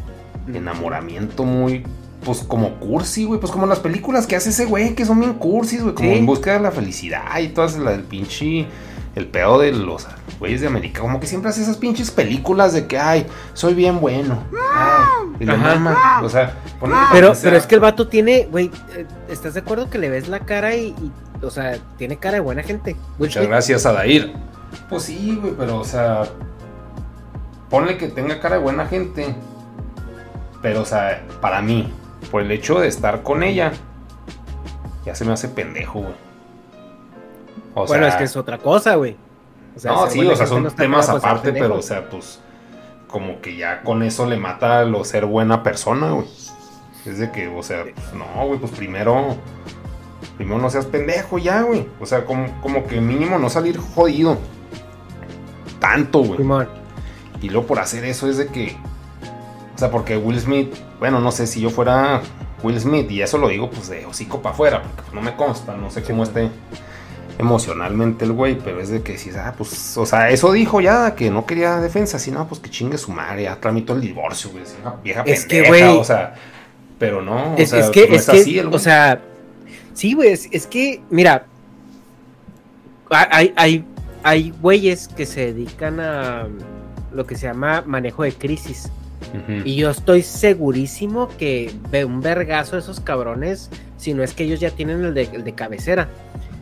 enamoramiento muy... Pues como cursi, güey, pues como las películas que hace ese güey, que son bien cursis, güey, como ¿sí? En busca de la felicidad y todas las del pinche, el pedo de los güeyes de América, como que siempre hace esas pinches películas de que, ay, soy bien bueno, ay, y la mamá, o sea, pero, pero es que el vato tiene, güey, ¿estás de acuerdo que le ves la cara y, y o sea, tiene cara de buena gente? Muchas gracias, Adair. Pues sí, güey, pero, o sea... ponle que tenga cara de buena gente, pero, o sea, para mí, por el hecho de estar con ella, ya se me hace pendejo, güey. O bueno, sea, es que es otra cosa, güey. O sea, no, sí, o sea, son no temas aparte, pero, o sea, pues, como que ya con eso le mata lo ser buena persona, güey. Es de que, o sea, pues, no, güey, pues primero, primero no seas pendejo ya, güey. O sea, como, como que mínimo no salir jodido. Tanto, güey. Y luego por hacer eso es de que, o sea, porque Will Smith, bueno, no sé, si yo fuera Will Smith, y eso lo digo pues de hocico para afuera, porque pues, no me consta, no sé cómo esté emocionalmente el güey, pero es de que si, ah, pues, o sea, eso dijo ya, que no quería defensa, así, no, pues que chingue su madre, ya tramitó el divorcio, güey, una vieja es pendeja, que, o sea, pero no, es, o sea, es que, no es, es que, así el güey. O sea, sí, güey, es, es que, mira, hay, hay, hay güeyes que se dedican a lo que se llama manejo de crisis. Uh-huh. Y yo estoy segurísimo que ve un vergazo de esos cabrones, si no es que ellos ya tienen el de, el de cabecera,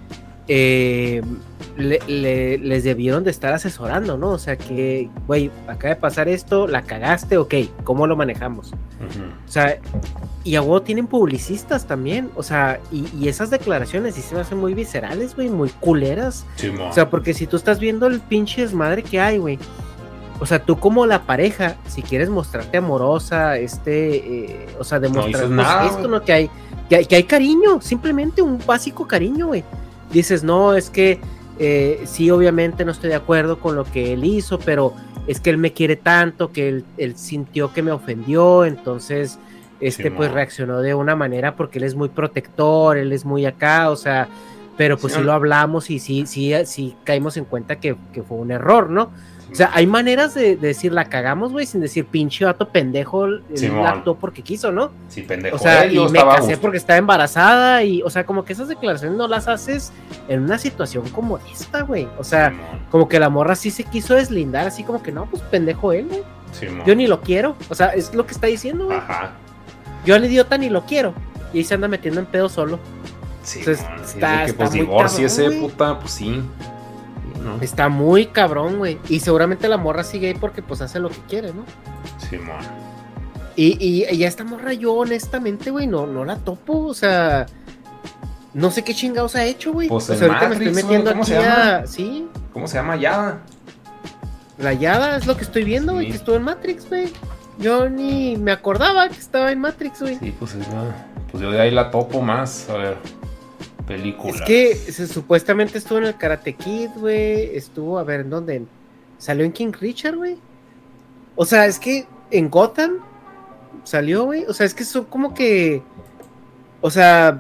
eh, le, le, les debieron de estar asesorando, ¿no? O sea que, güey, acaba de pasar esto, la cagaste, ok, ¿cómo lo manejamos? Uh-huh. O sea, y a huevo tienen publicistas también, o sea, y, y esas declaraciones sí se me hacen muy viscerales, güey, muy culeras. Sí, o sea, porque si tú estás viendo el pinche desmadre que hay, güey, o sea, tú como la pareja, si quieres mostrarte amorosa, este, eh, o sea, demostrar no pues, esto, ¿no? Que hay, que hay, que hay cariño, simplemente un básico cariño, güey. Dices, no, es que eh, sí, obviamente no estoy de acuerdo con lo que él hizo, pero es que él me quiere tanto, que él, él sintió que me ofendió, entonces, este, sí, pues, reaccionó de una manera porque él es muy protector, él es muy acá, o sea, pero pues sí, sí lo hablamos y sí, sí, sí caímos en cuenta que, que fue un error, ¿no? O sea, hay maneras de, de decir la cagamos, güey, sin decir pinche vato pendejo, sí, él actuó porque quiso, ¿no? Sí, pendejo. O sea, y me casé porque estaba embarazada y, o sea, como que esas declaraciones no las haces en una situación como esta, güey. O sea, sí, como que la morra sí se quiso deslindar, así como que no, pues pendejo él, güey. Sí, yo ni lo quiero. O sea, es lo que está diciendo, güey. Ajá. Yo al idiota ni lo quiero. Y ahí se anda metiendo en pedo solo. Sí, entonces, está, que, pues divórciese, puta, pues sí. ¿no? Está muy cabrón, güey. Y seguramente la morra sigue ahí porque pues hace lo que quiere, ¿no? Sí, man. Y, y, y a esta morra yo honestamente, güey, no, no la topo, o sea, no sé qué chingados ha hecho, güey. Pues o sea, ahorita Matrix, me estoy metiendo ¿cómo aquí se llama? a... ¿Sí? ¿Cómo se llama? Yada. La Yada es lo que estoy viendo, güey, sí. Que estuvo en Matrix, güey. Yo ni me acordaba que estaba en Matrix, güey. Sí, pues es nada. Pues yo de ahí la topo más, a ver. Película. Es que se, supuestamente estuvo en el Karate Kid, güey. Estuvo, a ver, ¿en dónde? Salió en King Richard, güey. O sea, es que en Gotham salió, güey. O sea, es que son como que... O sea...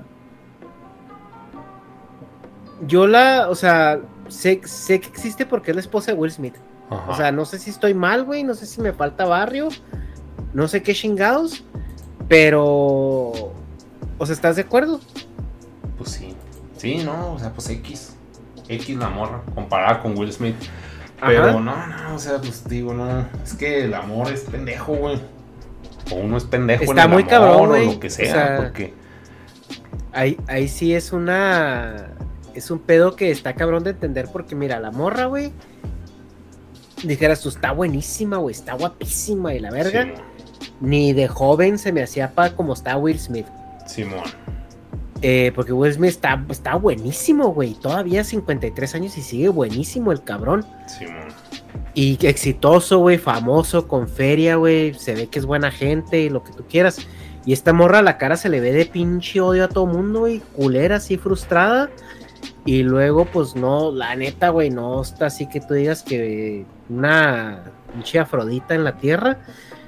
Yo la... O sea, sé, sé que existe porque es la esposa de Will Smith. Ajá. O sea, no sé si estoy mal, güey. No sé si me falta barrio. No sé qué chingados. Pero... O sea, ¿estás de acuerdo? Pues sí. Sí, no, o sea, pues X. X la morra, comparada con Will Smith. Pero ajá. no, no, o sea, pues digo, no. Es que el amor es pendejo, güey. O uno es pendejo está en el muy amor, cabrón, o lo que sea, o sea, porque... Ahí, ahí sí es una... Es un pedo que está cabrón de entender porque, mira, la morra, güey, dijeras tú, está buenísima, güey, está guapísima y la verga. Sí. Ni de joven se me hacía pa como está Will Smith. Simón. Eh, porque Will Smith está, está buenísimo, güey. Todavía cincuenta y tres años y sigue buenísimo el cabrón. Simón. Y exitoso, güey, famoso, con feria, güey. Se ve que es buena gente y lo que tú quieras. Y esta morra, la cara se le ve de pinche odio a todo mundo, güey. Culera, así frustrada. Y luego, pues no, la neta, güey, no está así que tú digas que una pinche Afrodita en la tierra.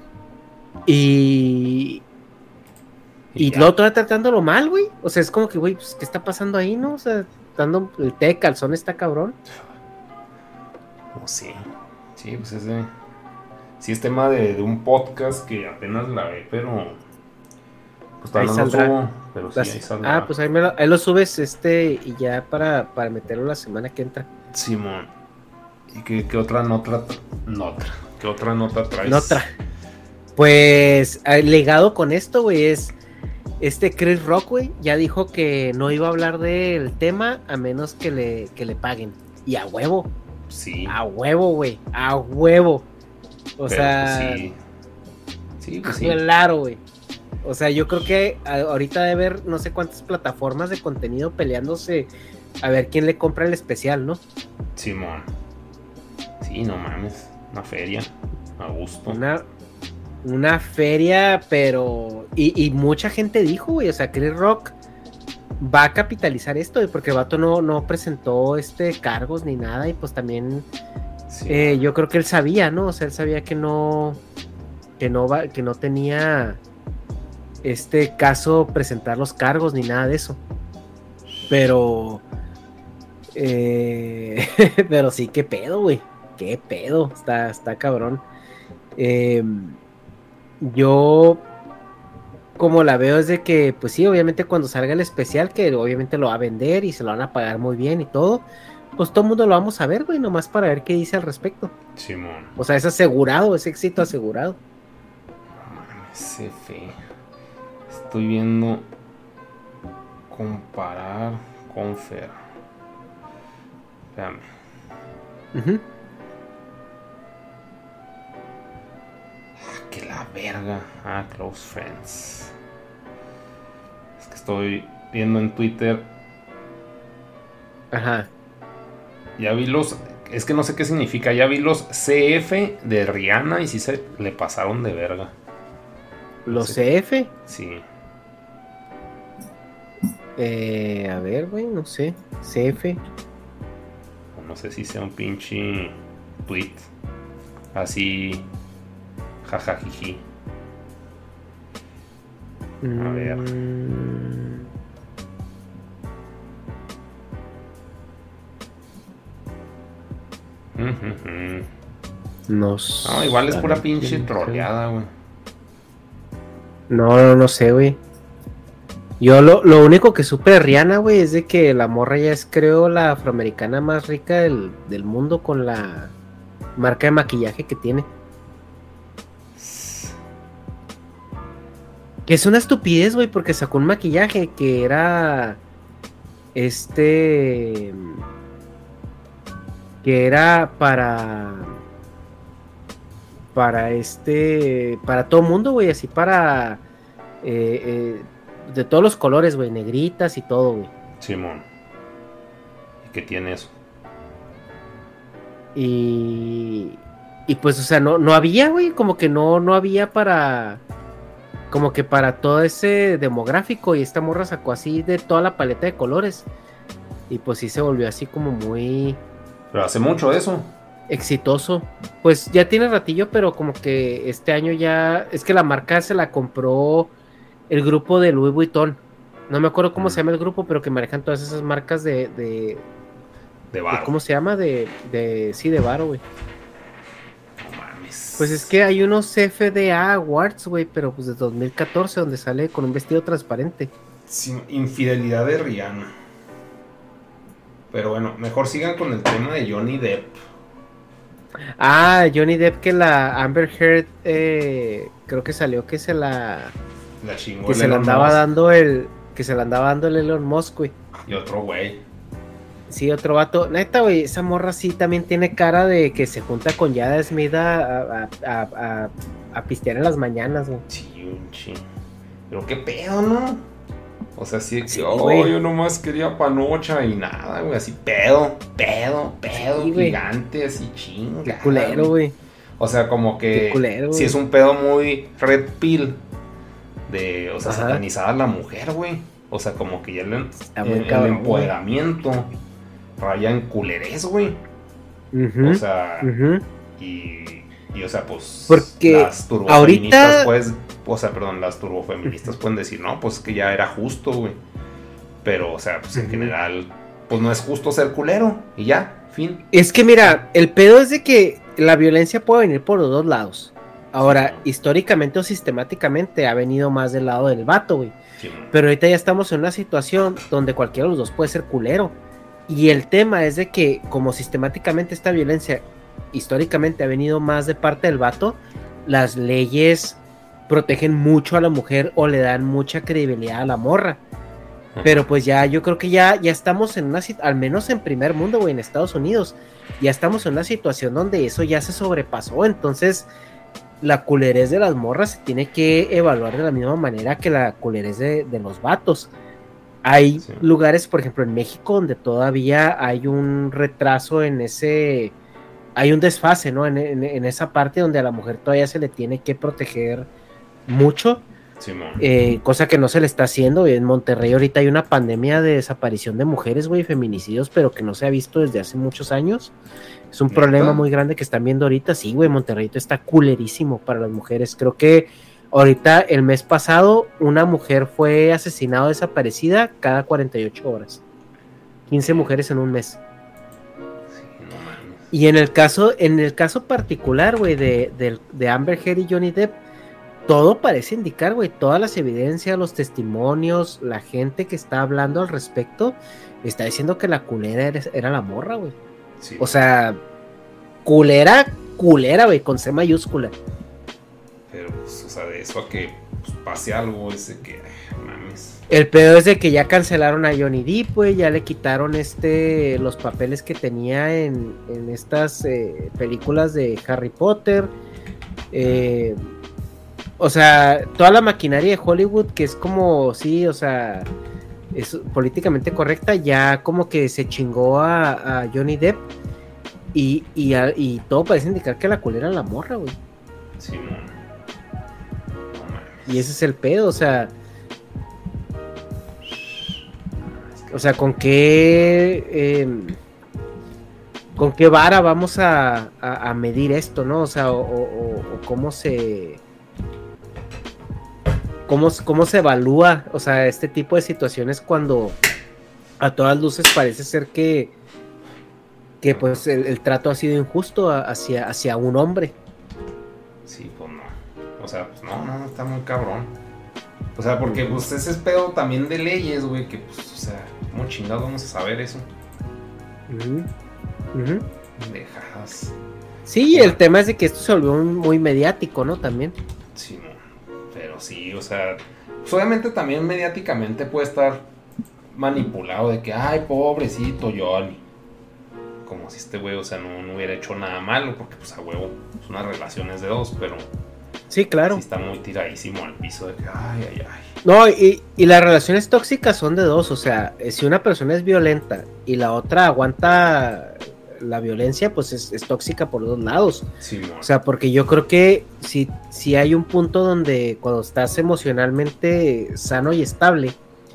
Y... Y, y luego todavía tratándolo mal, güey. O sea, es como que, güey, pues, ¿qué está pasando ahí, no? O sea, dando el té de calzón está cabrón. Oh, sí. Sí, pues es de... Sí, es tema de, de un podcast que apenas la ve, pero... Pues ahí no saldrá. Lo subo, pero sí, ahí saldrá. Ah, pues ahí, me lo, ahí lo subes este y ya para, para meterlo la semana que entra. Simón. ¿Y qué, qué otra nota? Nota. ¿Qué otra nota traes? Nota. Pues, el legado con esto, güey, es... Este Chris Rock, güey, ya dijo que no iba a hablar del tema a menos que le, que le paguen. Y a huevo. Sí. A huevo, güey. A huevo. O Pero, sea, pues, sí. Sí, pues sí. Claro, güey. O sea, yo creo que ahorita debe haber no sé cuántas plataformas de contenido peleándose a ver quién le compra el especial, ¿no? Simón. Sí, no mames. Una feria. A gusto. Una, una feria, pero... Y, y mucha gente dijo, güey, o sea, Chris Rock va a capitalizar esto, güey, porque el vato no, no presentó este cargos ni nada, y pues también sí. eh, yo creo que él sabía, ¿no? O sea, él sabía que no... Que no, va, que no tenía este caso presentar los cargos ni nada de eso. Pero... Eh, pero sí, qué pedo, güey. Qué pedo. Está, está cabrón. Eh, yo, como la veo, es de que, pues sí, obviamente cuando salga el especial, que obviamente lo va a vender y se lo van a pagar muy bien y todo, pues todo el mundo lo vamos a ver, güey, nomás para ver qué dice al respecto. Simón. O sea, es asegurado, es éxito asegurado. Ese fe. Estoy viendo comparar con Fer. Espérame. Uh-huh. Que la verga. Ah, Close Friends. Es que estoy viendo en Twitter. Ajá. Ya vi los. Es que no sé qué significa. Ya vi los C F de Rihanna y sí se le pasaron de verga. ¿Los C F? Sí. Eh, a ver, güey, no sé. C F. No sé si sea un pinche tweet. Así. Jajajiji. A ver. Mm. No, no, igual es pura pinche troleada, güey. No, no, no sé, güey. Yo lo, lo único que supe de Rihanna, güey, es de que la morra ya es, creo, la afroamericana más rica del, del mundo con la marca de maquillaje que tiene. Que es una estupidez, güey, porque sacó un maquillaje que era... Este... Que era para... Para este... Para todo mundo, güey, así para... Eh, eh, de todos los colores, güey, negritas y todo, güey. Simón. ¿Y qué tiene eso? Y... Y pues, o sea, no, no había, güey, como que no, no había para... Como que para todo ese demográfico, y esta morra sacó así de toda la paleta de colores. Y pues sí se volvió así como muy... Pero hace mucho eso. Exitoso. Pues ya tiene ratillo, pero como que este año ya... Es que la marca se la compró el grupo de Louis Vuitton. No me acuerdo cómo mm. se llama el grupo, pero que manejan todas esas marcas de... De, de varo. De, ¿cómo se llama? De, de sí, de varo, güey. Pues es que hay unos F D A Awards, güey, pero pues de dos mil catorce, donde sale con un vestido transparente. Sin infidelidad de Rihanna. Pero bueno, mejor sigan con el tema de Johnny Depp. Ah, Johnny Depp, que la Amber Heard, eh, creo que salió que se la... La chingó que se la andaba Musk. dando el... Que se la andaba dando el Elon Musk, güey. Y otro güey. Sí, otro vato. Neta, güey, esa morra sí también tiene cara de que se junta con Jada Smith a, a, a, a, a pistear en las mañanas, güey. Sí, un ching. Pero qué pedo, ¿no? O sea, sí, sí oh, güey. Yo nomás quería panocha y nada, güey. Así pedo, pedo, pedo, sí, gigante, así chinga. Qué culero, güey. O sea, como que culero, sí es un pedo muy red pill. De, o sea, Ajá. satanizar a la mujer, güey. O sea, como que ya el, el, cabrón, el empoderamiento... Güey. Raya en culerés, güey. Uh-huh, o sea, uh-huh. y, y, o sea, pues porque las turbofeministas, ahorita... pues, o sea, perdón, las turbofeministas pueden decir, no, pues que ya era justo, güey. Pero, o sea, pues en uh-huh. general, pues no es justo ser culero. Y ya, fin. Es que mira, el pedo es de que la violencia puede venir por los dos lados. Ahora, sí, históricamente o sistemáticamente ha venido más del lado del vato, güey. Sí, pero ahorita ya estamos en una situación donde cualquiera de los dos puede ser culero. Y el tema es de que como sistemáticamente esta violencia históricamente ha venido más de parte del vato, las leyes protegen mucho a la mujer o le dan mucha credibilidad a la morra. Pero pues ya, yo creo que ya, ya estamos en una, al menos en primer mundo, güey, en Estados Unidos, ya estamos en una situación donde eso ya se sobrepasó. Entonces, la culerez de las morras se tiene que evaluar de la misma manera que la culerez de, de los vatos. Hay sí. lugares, por ejemplo, en México, donde todavía hay un retraso en ese, hay un desfase, ¿no? En, en, en esa parte donde a la mujer todavía se le tiene que proteger mucho, sí, eh, cosa que no se le está haciendo. En Monterrey ahorita hay una pandemia de desaparición de mujeres, güey, feminicidios, pero que no se ha visto desde hace muchos años. Es un ¿Neta? problema muy grande que están viendo ahorita. Sí, güey, Monterrey está culerísimo para las mujeres. Creo que ahorita, el mes pasado, una mujer fue asesinada o desaparecida cada cuarenta y ocho horas. quince mujeres en un mes. Sí, no mames. Y en el caso, en el caso particular, güey, de, de, de Amber Heard y Johnny Depp, todo parece indicar, güey, todas las evidencias, los testimonios, la gente que está hablando al respecto, está diciendo que la culera era, era la morra, güey. Sí. O sea, culera, culera, güey, con C mayúscula. Pero, pues, o sea, de eso a que pues, pase algo, ese que, ay, mames. El peor es de que ya cancelaron a Johnny Depp, güey, ya le quitaron este, los papeles que tenía en, en estas eh, películas de Harry Potter. Eh, o sea, toda la maquinaria de Hollywood, que es como, sí, o sea, es políticamente correcta, ya como que se chingó a, a Johnny Depp. Y, y, a, y todo parece indicar que la culera era la morra, güey. Sí, no. Y ese es el pedo, o sea, o sea, con qué, eh, con qué vara vamos a, a, a medir esto, ¿no? O sea, o, o, o cómo se, cómo, cómo se evalúa, o sea, este tipo de situaciones cuando a todas luces parece ser que, que pues el, el trato ha sido injusto hacia, hacia un hombre. Sí, pues no. O sea, pues no, no, está muy cabrón. O sea, porque pues ese es pedo también de leyes, güey, que pues, o sea, ¿cómo chingados vamos a saber eso? Uh-huh. Uh-huh. Dejas. Sí, bueno, el tema es de que esto se volvió muy mediático, ¿no? También. Sí, no. Pero sí, o sea, pues obviamente también mediáticamente puede estar manipulado de que, ay, pobrecito Johnny. Como si este güey, o sea, no, no hubiera hecho nada malo, porque pues a huevo, es una relación es de dos, pero... Sí, claro. Sí está muy tiradísimo al piso de que, ay, ay, ay. No, y, y las relaciones tóxicas son de dos, o sea, si una persona es violenta y la otra aguanta la violencia, pues es, es tóxica por dos lados. Sí, no. O sea, porque yo creo que si, si hay un punto donde cuando estás emocionalmente sano y estable,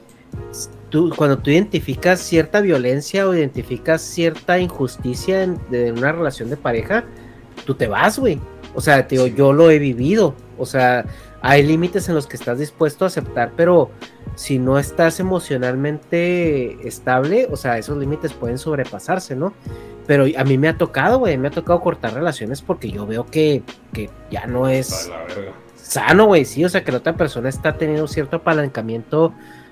tú, cuando tú identificas cierta violencia o identificas cierta injusticia en, de una relación de pareja, tú te vas, güey. O sea, te digo, sí. Yo lo he vivido. O sea, hay límites en los que estás dispuesto a aceptar, pero si no estás emocionalmente estable, o sea, esos límites pueden sobrepasarse, ¿no? Pero a mí me ha tocado, güey, me ha tocado cortar relaciones porque yo veo que, que ya no es sano, güey, sí, o sea, que la otra persona está teniendo cierto apalancamiento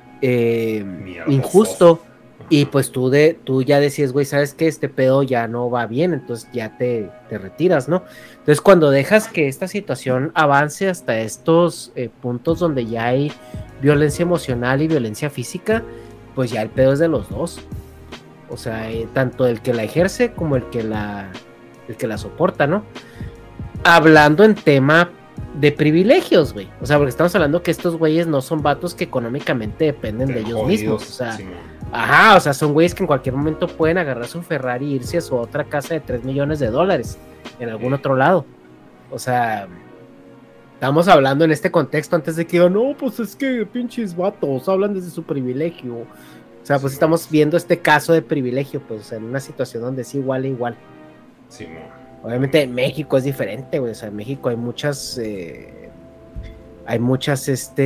eh, injusto. Y pues tú de tú ya decías, güey, ¿sabes qué? Este pedo ya no va bien, entonces ya te, te retiras, ¿no? Entonces cuando dejas que esta situación avance hasta estos eh, puntos donde ya hay violencia emocional y violencia física, pues ya el pedo es de los dos. O sea, eh, tanto el que la ejerce como el que la, el que la soporta, ¿no? Hablando en tema de privilegios, güey. O sea, porque estamos hablando que estos güeyes no son vatos que económicamente dependen de, de ellos jodidos, mismos. O sea, sí, ajá, o sea, son güeyes que en cualquier momento pueden agarrar su Ferrari e irse a su otra casa de tres millones de dólares en algún sí. otro lado. O sea, estamos hablando en este contexto antes de que digan, no, pues es que pinches vatos hablan desde su privilegio. O sea, pues sí, estamos viendo este caso de privilegio, pues, o sea, en una situación donde es igual e igual. Sí, mo. Obviamente en México es diferente, güey. O sea, en México hay muchas, eh, hay muchas,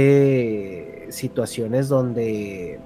este, situaciones donde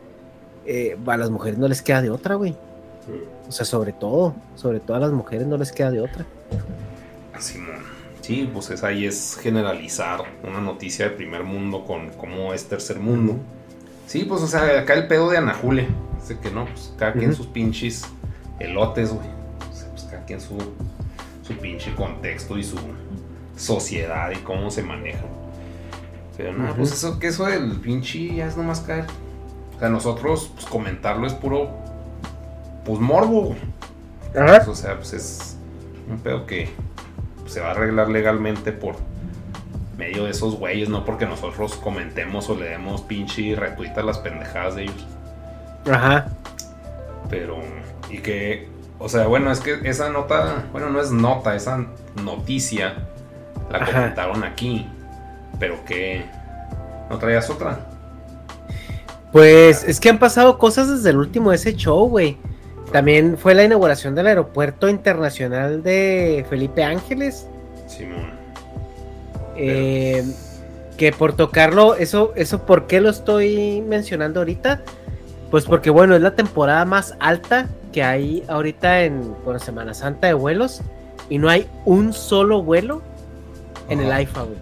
eh, a las mujeres no les queda de otra, güey. O sea, sobre todo, sobre todo a las mujeres no les queda de otra. Así, mo. Sí, pues es, ahí es generalizar una noticia de primer mundo con cómo es tercer mundo. Sí, pues, o sea, acá el pedo de Ana Julia. Dice que no, pues cada quien uh-huh. sus pinches elotes, güey. O sea, pues cada quien su, su pinche contexto y su sociedad y cómo se maneja. Pero no, uh-huh. pues eso, que eso del pinche ya es nomás caer. O sea, nosotros, pues comentarlo es puro, pues morbo, güey. Uh-huh. Pues, o sea, pues es un pedo que, se va a arreglar legalmente por medio de esos güeyes, no porque nosotros comentemos o le demos pinche y retuita las pendejadas de ellos. Ajá. Pero, y que, o sea, bueno, es que esa nota, bueno, no es nota, esa noticia la Ajá. comentaron aquí, pero que, ¿no traías otra? Pues es que han pasado cosas desde el último de ese show, güey. También fue la inauguración del aeropuerto internacional de Felipe Ángeles. Simón. Eh, que por tocarlo, eso, eso, ¿por qué lo estoy mencionando ahorita? Pues porque, bueno, es la temporada más alta que hay ahorita en, bueno, Semana Santa de vuelos, y no hay un solo vuelo en Ajá. el AIFA, güey.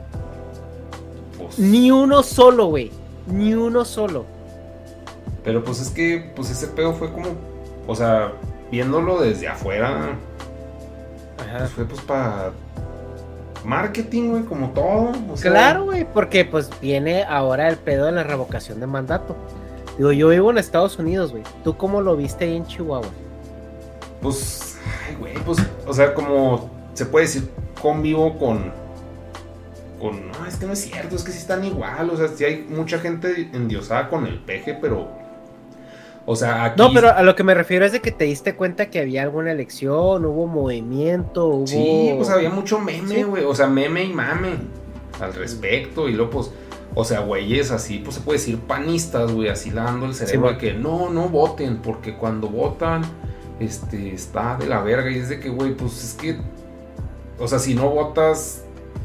Pues... Ni uno solo, güey. Ni uno solo. Pero pues es que, pues ese pedo fue como, o sea, viéndolo desde afuera, Ajá. pues fue pues para marketing, güey, como todo. O sea... Claro, güey, porque pues viene ahora el pedo de la revocación de mandato. Digo, yo vivo en Estados Unidos, güey. ¿Tú cómo lo viste ahí en Chihuahua? Pues, ay, güey, pues, o sea, como se puede decir, convivo con, con, no, es que no es cierto, es que sí están igual, o sea, sí hay mucha gente endiosada con el peje, pero, o sea, aquí... No, pero a lo que me refiero es de que te diste cuenta que había alguna elección, hubo movimiento, hubo... Sí, pues había mucho meme, güey, ¿Sí? O sea, meme y mame al respecto, y luego, pues... O sea, güeyes así, pues se puede decir panistas, güey, así dando el cerebro sí, de que no, no voten, porque cuando votan, este, está de la verga. Y es de que, güey, pues es que, o sea, si no votas,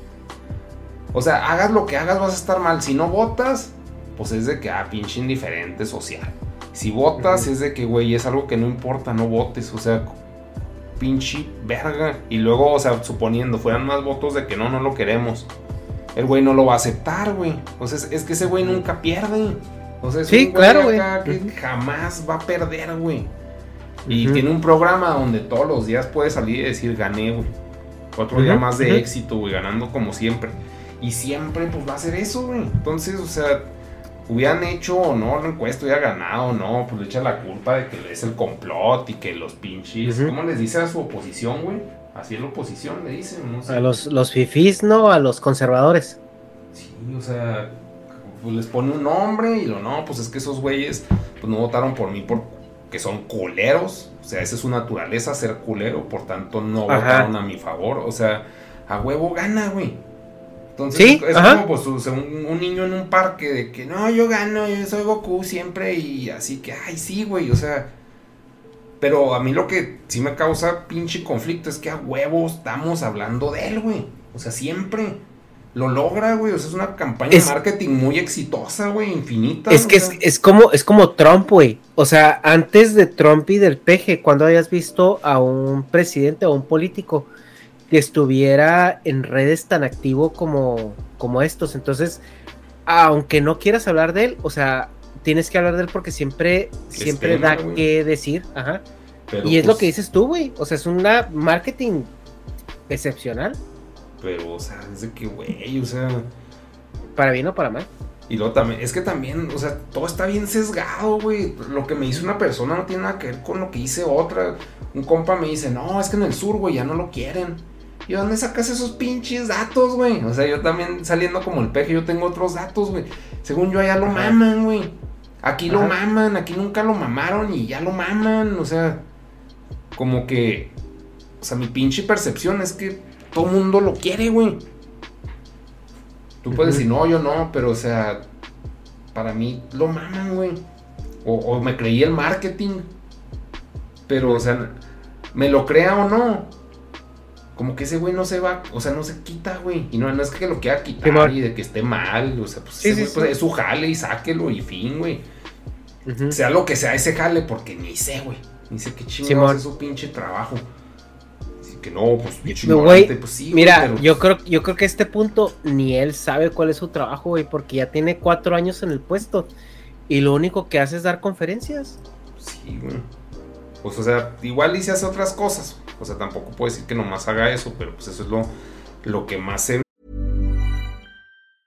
o sea, hagas lo que hagas vas a estar mal. Si no votas, pues es de que, ah, pinche indiferente social. Si votas, uh-huh. es de que, güey, es algo que no importa, no votes, o sea, pinche verga. Y luego, o sea, suponiendo, fueran más votos de que no, no lo queremos. El güey no lo va a aceptar, güey. O sea, es, es que ese güey nunca pierde. O sea, es sí, un güey claro, güey. acá que uh-huh. jamás va a perder, güey. Y uh-huh. tiene un programa donde todos los días puede salir y decir, gané, güey. Otro uh-huh. día más de uh-huh. éxito, güey, ganando como siempre. Y siempre, pues, va a hacer eso, güey. Entonces, o sea, hubieran hecho o no la encuesta, hubiera ganado o no, pues le echa la culpa de que es el complot y que los pinches... Uh-huh. ¿Cómo les dice a su oposición, güey? Así es la oposición, le dicen, no sé. A los, los fifís, ¿no? A los conservadores. Sí, o sea, pues les pone un nombre y lo no, pues es que esos güeyes pues no votaron por mí porque son culeros. O sea, esa es su naturaleza, ser culero, por tanto no Ajá. votaron a mi favor. O sea, a huevo gana, güey. Entonces ¿Sí? es Ajá. como pues o sea, un, un niño en un parque de que no, yo gano, yo soy Goku siempre y así que, ay, sí, güey, o sea... Pero a mí lo que sí me causa pinche conflicto es que a huevo estamos hablando de él, güey. O sea, siempre lo logra, güey. O sea, es una campaña es, de marketing muy exitosa, güey, infinita. Es que es, es como es como Trump, güey. O sea, antes de Trump y del peje, ¿cuándo habías visto a un presidente o un político que estuviera en redes tan activo como, como estos? Entonces, aunque no quieras hablar de él, o sea... Tienes que hablar de él porque siempre, siempre tema, da güey. Que decir, ajá. Pero y es pues, lo que dices tú, güey. O sea, es una marketing excepcional. Pero, o sea, es de que, güey, o sea... Para bien o para mal. Y luego también, es que también, o sea, todo está bien sesgado, güey. Lo que me dice una persona no tiene nada que ver con lo que dice otra. Un compa me dice, no, es que en el sur, güey, ya no lo quieren. ¿Y dónde sacas esos pinches datos, güey? O sea, yo también saliendo como el peje, yo tengo otros datos, güey. Según yo, allá lo maman, güey. Aquí Ajá. lo maman, aquí nunca lo mamaron y ya lo maman, o sea, como que, o sea, mi pinche percepción es que todo mundo lo quiere, güey. Tú puedes uh-huh. decir, no, yo no, pero, o sea, para mí lo maman, güey. O, o me creí el marketing, pero, o sea, me lo crea o no. Como que ese güey no se va, o sea, no se quita, güey. Y no, no es que lo quiera quitar y de que esté mal, o sea, pues, sí, ese sí, güey, pues sí. es su jale y sáquelo y fin, güey. Uh-huh. Sea lo que sea ese jale, porque ni sé, güey. Ni sé qué chingados es su pinche trabajo. Así que no, pues pinche no, güey, pues sí. mira, güey, pero... yo creo, yo creo que a este punto ni él sabe cuál es su trabajo, güey, porque ya tiene cuatro años en el puesto. Y lo único que hace es dar conferencias. Sí, güey. Pues, o sea, igual y se hace otras cosas. O sea, tampoco puedo decir que nomás haga eso, pero pues eso es lo, lo que más se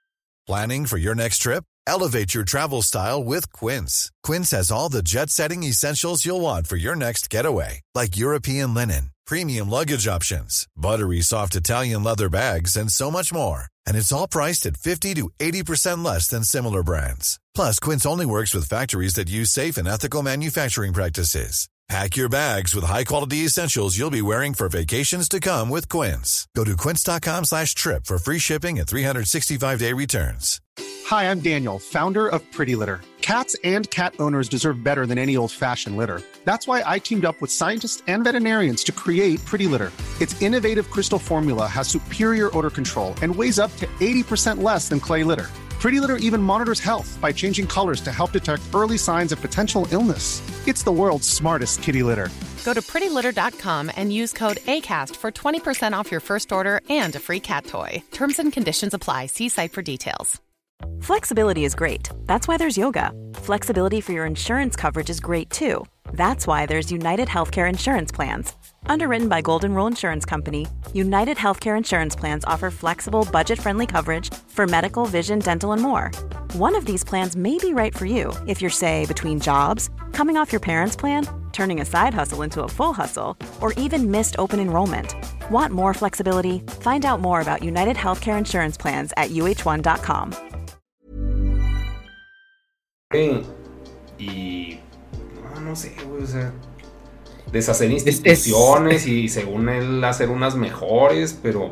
Planning for your next trip? Elevate your travel style with Quince. Quince has all the jet-setting essentials you'll want for your next getaway, like European linen, premium luggage options, buttery soft Italian leather bags, and so much more. And it's all priced at fifty to eighty percent less than similar brands. Plus, Quince only works with factories that use safe and ethical manufacturing practices. Pack your bags with high-quality essentials you'll be wearing for vacations to come with Quince. Go to quince.com slash trip for free shipping and three sixty-five day returns. Hi, I'm Daniel, founder of Pretty Litter. Cats and cat owners deserve better than any old-fashioned litter. That's why I teamed up with scientists and veterinarians to create Pretty Litter. Its innovative crystal formula has superior odor control and weighs up to eighty percent less than clay litter. Pretty Litter even monitors health by changing colors to help detect early signs of potential illness. It's the world's smartest kitty litter. Go to pretty litter dot com and use code ACAST for twenty percent off your first order and a free cat toy. Terms and conditions apply. See site for details. Flexibility is great. That's why there's yoga. Flexibility for your insurance coverage is great too. That's why there's United Healthcare Insurance Plans. Underwritten by Golden Rule Insurance Company, United Healthcare Insurance Plans offer flexible, budget-friendly coverage for medical, vision, dental, and more. One of these plans may be right for you if you're, say, between jobs, coming off your parents' plan, turning a side hustle into a full hustle, or even missed open enrollment. Want more flexibility? Find out more about United Healthcare Insurance Plans at U H one dot com. Y no, no sé, güey, o sea, deshacer instituciones es, es... y según él hacer unas mejores, pero,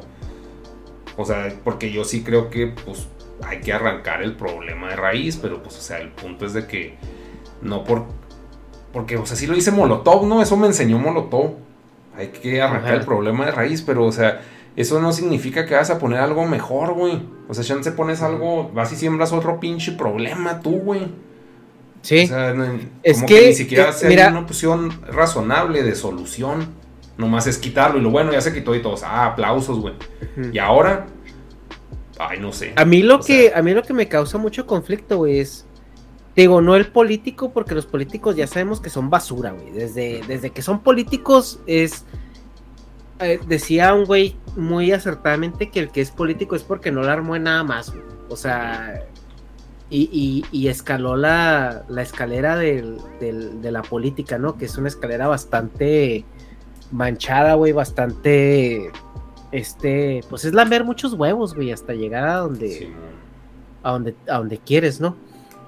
o sea, porque yo sí creo que, pues, hay que arrancar el problema de raíz, pero, pues, o sea, el punto es de que no por, porque, o sea, sí lo dice Molotov, ¿no? Eso me enseñó Molotov. Hay que arrancar Ajá. el problema de raíz, pero, o sea, eso no significa que vas a poner algo mejor, güey. O sea, chance pones algo, vas y siembras otro pinche problema tú, güey. Sí. O sea, no, es como que, que ni siquiera eh, mira, hay una opción razonable de solución. Nomás es quitarlo y lo bueno ya se quitó y todos, ah, aplausos, güey. Uh-huh. Y ahora, ay, no sé. A mí lo o que, sea, a mí lo que me causa mucho conflicto, güey, es, digo, no el político, porque los políticos ya sabemos que son basura, güey. Desde, desde que son políticos es, eh, decía un güey muy acertadamente que el que es político es porque no la armó en nada más, güey. O sea, y, y, y escaló la, la escalera del, del, de la política, ¿no? Que es una escalera bastante manchada, güey, bastante, este, pues es lamer muchos huevos, güey, hasta llegar a donde, sí, a donde, a donde quieres, ¿no?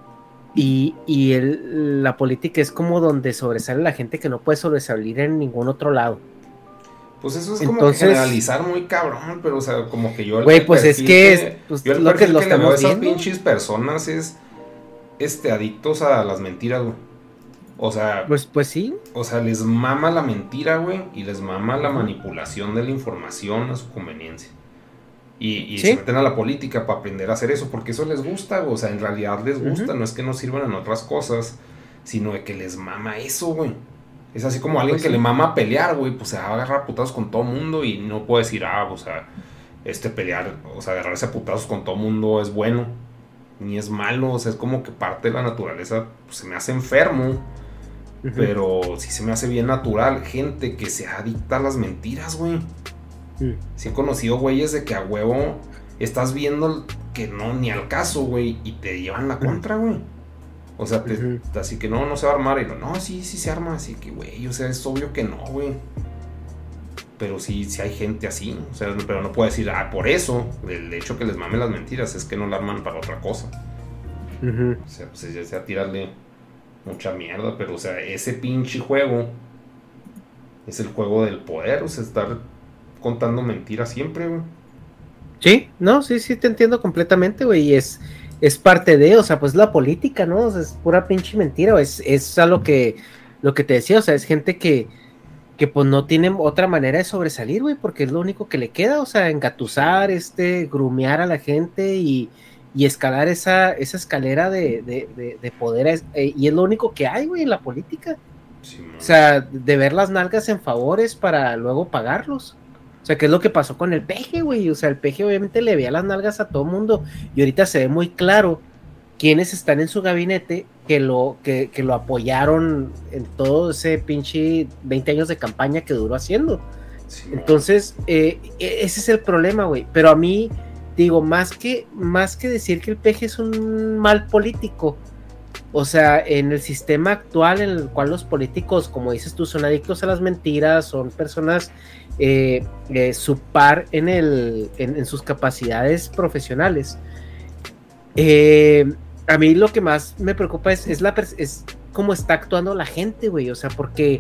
Y, y el, la política es como donde sobresale la gente que no puede sobresalir en ningún otro lado. Pues eso es como Entonces, que generalizar muy cabrón, pero o sea, como que yo... Güey, pues es que... Es, pues, yo el lo que, lo que le veo a esas viendo. pinches personas es este, adictos a las mentiras, güey. O sea... Pues, pues sí. O sea, les mama la mentira, güey, y les mama la manipulación de la información a su conveniencia. Y, y ¿Sí? se meten a la política para aprender a hacer eso, porque eso les gusta, güey. O sea, en realidad les gusta, uh-huh. no es que no sirvan en otras cosas, sino de que les mama eso, güey. Es así como alguien pues que sí. le mama pelear, güey, pues se va a agarrar a putazos con todo mundo y no puede decir, ah, o sea, este pelear, o sea, agarrarse a putazos con todo mundo es bueno, ni es malo, o sea, es como que parte de la naturaleza, pues se me hace enfermo, uh-huh. pero sí se me hace bien natural, gente que se adicta a las mentiras, güey. Uh-huh. Sí he conocido güeyes de que a huevo estás viendo que no, ni al caso, güey, y te llevan la contra, güey. O sea, te, uh-huh. así que no, no se va a armar. Y no, no, sí, sí se arma. Así que, güey, o sea, es obvio que no, güey. Pero sí, sí hay gente así. O sea, pero no puedo decir, ah, por eso, el hecho que les mame las mentiras es que no la arman para otra cosa. Uh-huh. O sea, pues ya sea tirarle mucha mierda. Pero, o sea, ese pinche juego es el juego del poder. O sea, estar contando mentiras siempre, güey. Sí, no, sí, sí, te entiendo completamente, güey. Y es... es parte de, o sea, pues la política, ¿no? O sea, es pura pinche mentira, es, es a lo que, lo que te decía, o sea, es gente que, que pues no tiene otra manera de sobresalir, güey, porque es lo único que le queda, o sea, engatusar, este, grumear a la gente y, y escalar esa, esa escalera de, de, de, de poder, eh, y es lo único que hay, güey, en la política. Sí, o sea, de ver las nalgas en favores para luego pagarlos. O sea, ¿qué es lo que pasó con el Peje, güey? O sea, el Peje obviamente le veía las nalgas a todo mundo y ahorita se ve muy claro quiénes están en su gabinete que lo, que, que lo apoyaron en todo ese pinche veinte años de campaña que duró haciendo. Sí, entonces, eh, ese es el problema, güey. Pero a mí, digo, más que, más que decir que el peje es un mal político, o sea, en el sistema actual en el cual los políticos, como dices tú, son adictos a las mentiras, son personas eh, eh, subpar en, el, en, en sus capacidades profesionales. Eh, a mí lo que más me preocupa es, es, la, es cómo está actuando la gente, güey, o sea, porque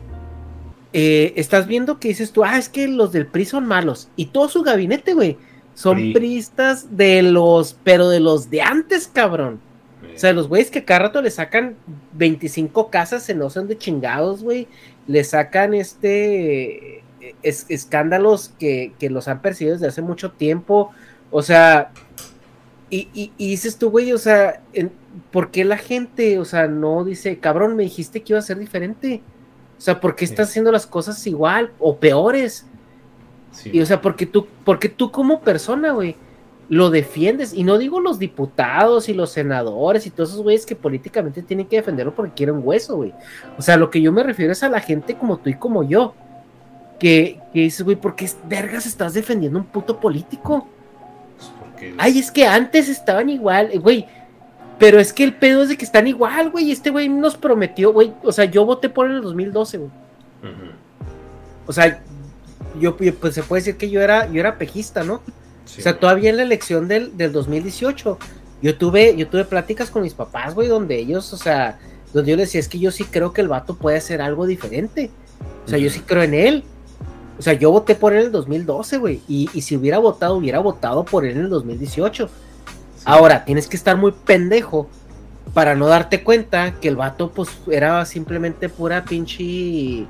eh, estás viendo que dices tú, ah, es que los del P R I son malos, y todo su gabinete, güey, son P R istas de los, pero de los de antes, cabrón. O sea, los güeyes que cada rato le sacan veinticinco casas en no sé dónde chingados, güey, le sacan este es, escándalos que, que los han perseguido desde hace mucho tiempo, o sea, y, y, y dices tú, güey, o sea, en, ¿por qué la gente, o sea, no dice, cabrón, me dijiste que iba a ser diferente? O sea, ¿por qué estás sí. haciendo las cosas igual o peores? Sí. Y, o sea, porque tú, porque tú como persona, güey, lo defiendes, y no digo los diputados y los senadores y todos esos güeyes que políticamente tienen que defenderlo porque quieren hueso, güey. O sea, lo que yo me refiero es a la gente como tú y como yo, que, que dices, güey, ¿por qué vergas estás defendiendo un puto político? Pues porque... Ay, es que antes estaban igual, güey, pero es que el pedo es de que están igual, güey, este güey nos prometió, güey, o sea, yo voté por él en el dos mil doce, güey. Uh-huh. O sea, yo, pues se puede decir que yo era, yo era pejista, ¿no? Sí, o sea, todavía en la elección del, del dos mil dieciocho, yo tuve, yo tuve pláticas con mis papás, güey, donde ellos, o sea, donde yo les decía, es que yo sí creo que el vato puede hacer algo diferente. O sea, uh-huh. yo sí creo en él. O sea, yo voté por él en el dos mil doce, güey, y, y si hubiera votado, hubiera votado por él en el dos mil dieciocho. Sí. Ahora, tienes que estar muy pendejo para no darte cuenta que el vato, pues, era simplemente pura pinche,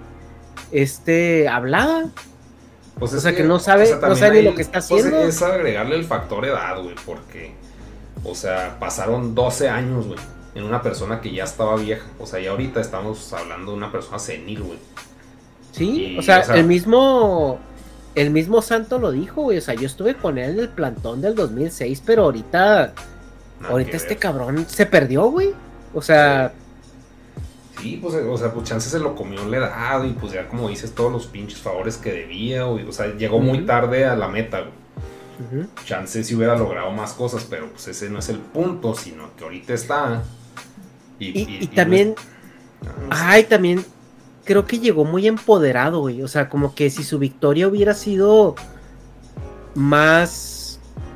este, hablada. Pues o sea, que, que no sabe, o sea, no sabe ni lo que está haciendo. Pues es agregarle el factor edad, güey, porque, o sea, pasaron doce años, güey, en una persona que ya estaba vieja. O sea, ya ahorita estamos hablando de una persona senil, güey. Sí, y, o, sea, o sea, el mismo, el mismo Santo lo dijo, güey. O sea, yo estuve con él en el plantón del dos mil seis, pero ahorita, ahorita este ver. cabrón se perdió, güey. O sea... Sí, pues, o sea, pues chance se lo comió la edad y pues ya como dices, todos los pinches favores que debía, güey. O sea, llegó uh-huh. muy tarde a la meta, güey. Uh-huh. Chance si hubiera logrado más cosas, pero pues ese no es el punto, sino que ahorita está. Y, y, y, y también, no, no sé. Ay, también creo que llegó muy empoderado, güey. O sea, como que si su victoria hubiera sido más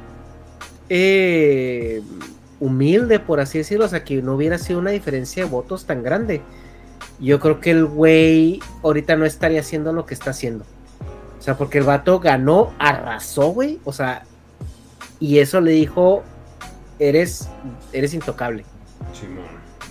eh... humilde, por así decirlo, o sea, que no hubiera sido una diferencia de votos tan grande, yo creo que el güey ahorita no estaría haciendo lo que está haciendo. O sea, porque el vato ganó, arrasó, güey, o sea, y eso le dijo, eres, eres intocable. Sí, man.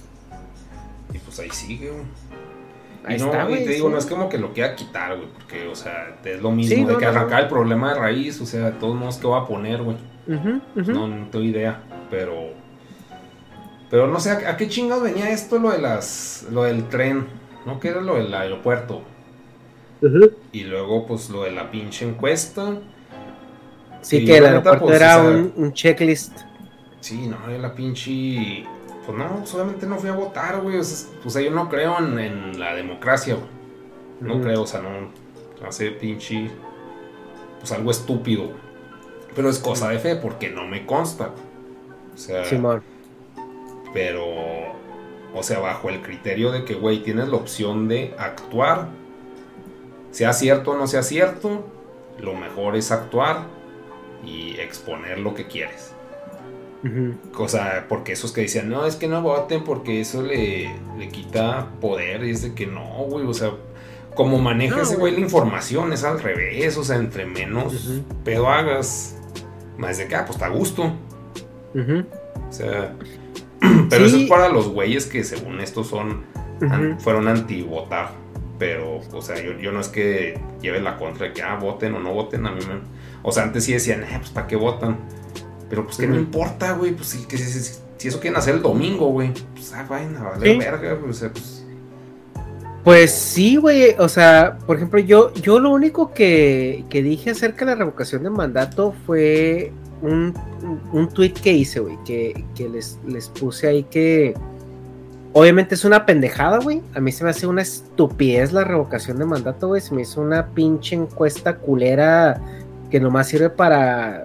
Y pues ahí sigue, güey. Ahí y no, está, güey. Y te digo, sí. no es como que lo quiera quitar, güey, porque, o sea, es lo mismo, sí, de no, que no, arrancar no. el problema de raíz, o sea, de todos modos, ¿qué va a poner, güey? Uh-huh, uh-huh. No, no tengo idea, pero... Pero no sé, ¿a, a qué chingados venía esto, lo de las... lo del tren, ¿no? ¿Qué era lo del aeropuerto? Uh-huh. Y luego, pues, lo de la pinche encuesta. Sí, y que el aeropuerto pues, era o sea, un, un checklist. Sí, no, la pinche... Pues no, pues, obviamente no fui a votar, güey. O sea, o sea yo no creo en, en la democracia, güey. No uh-huh. creo, o sea, no... Hace pinche... Pues algo estúpido, güey. Pero es cosa de fe, porque no me consta. O sea... Sí, man. Pero... O sea, bajo el criterio de que, güey, tienes la opción de actuar. Sea cierto o no sea cierto, lo mejor es actuar y exponer lo que quieres. Uh-huh. O sea, porque esos que decían, no, es que no voten porque eso le, le quita poder. Y es de que no, güey, o sea... Como maneja no, ese güey la información, es al revés. O sea, entre menos uh-huh. pedo hagas, más de que, ah, pues está a gusto. Uh-huh. O sea, pero sí. Eso es para los güeyes que según esto son uh-huh. an, fueron anti-votar. Pero, o sea, yo, yo no es que lleve la contra de que, ah, voten o no voten. A mí me... O sea, antes sí decían, eh, pues ¿para qué votan? Pero pues que uh-huh. no importa, güey. Pues sí, que si, si, si eso quieren hacer el domingo, güey, pues ah, vayan a valer ¿sí? verga, güey. O sea, pues... Pues sí, güey, o sea, por ejemplo, yo, yo lo único que, que dije acerca de la revocación de mandato fue un, un tweet que hice, güey, que, que les, les puse ahí que obviamente es una pendejada, güey, a mí se me hace una estupidez la revocación de mandato, güey, se me hizo una pinche encuesta culera que nomás sirve para,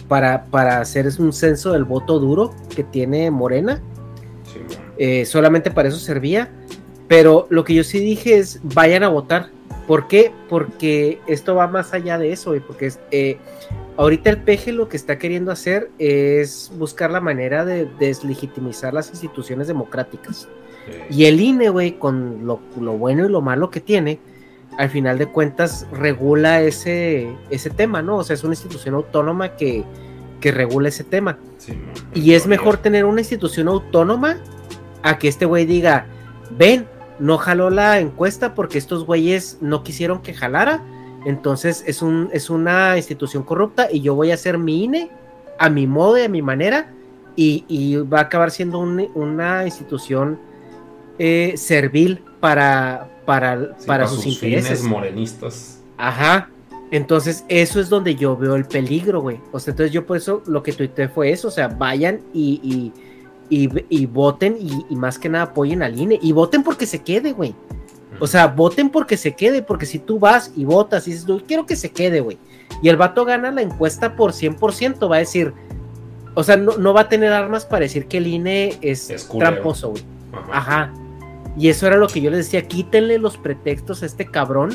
para, para hacer un censo del voto duro que tiene Morena. Sí, bueno. eh, solamente para eso servía. Pero lo que yo sí dije es, vayan a votar. ¿Por qué? Porque esto va más allá de eso, güey, porque es, eh, ahorita el P G lo que está queriendo hacer es buscar la manera de deslegitimizar las instituciones democráticas. Sí. Y el I N E, güey, con lo, lo bueno y lo malo que tiene, al final de cuentas regula ese, ese tema, ¿no? O sea, es una institución autónoma que, que regula ese tema. Sí, y es mejor tener una institución autónoma a que este güey diga, ven, no jaló la encuesta porque estos güeyes no quisieron que jalara, entonces es, un, es una institución corrupta y yo voy a hacer mi I N E a mi modo y a mi manera y, y va a acabar siendo un, una institución eh, servil para, para, sí, para, para sus, sus intereses fines morenistas. Ajá, entonces eso es donde yo veo el peligro, güey. O sea, entonces yo por eso lo que tuiteé fue eso, o sea, vayan y... y Y, y voten y, y más que nada apoyen al I N E y voten porque se quede, güey. O sea, voten porque se quede, porque si tú vas y votas y dices, yo quiero que se quede, güey, y el vato gana la encuesta por cien por ciento, va a decir, o sea, no, no va a tener armas para decir que el I N E es, es tramposo, güey. Ajá. Ajá. Y eso era lo que yo les decía, quítenle los pretextos a este cabrón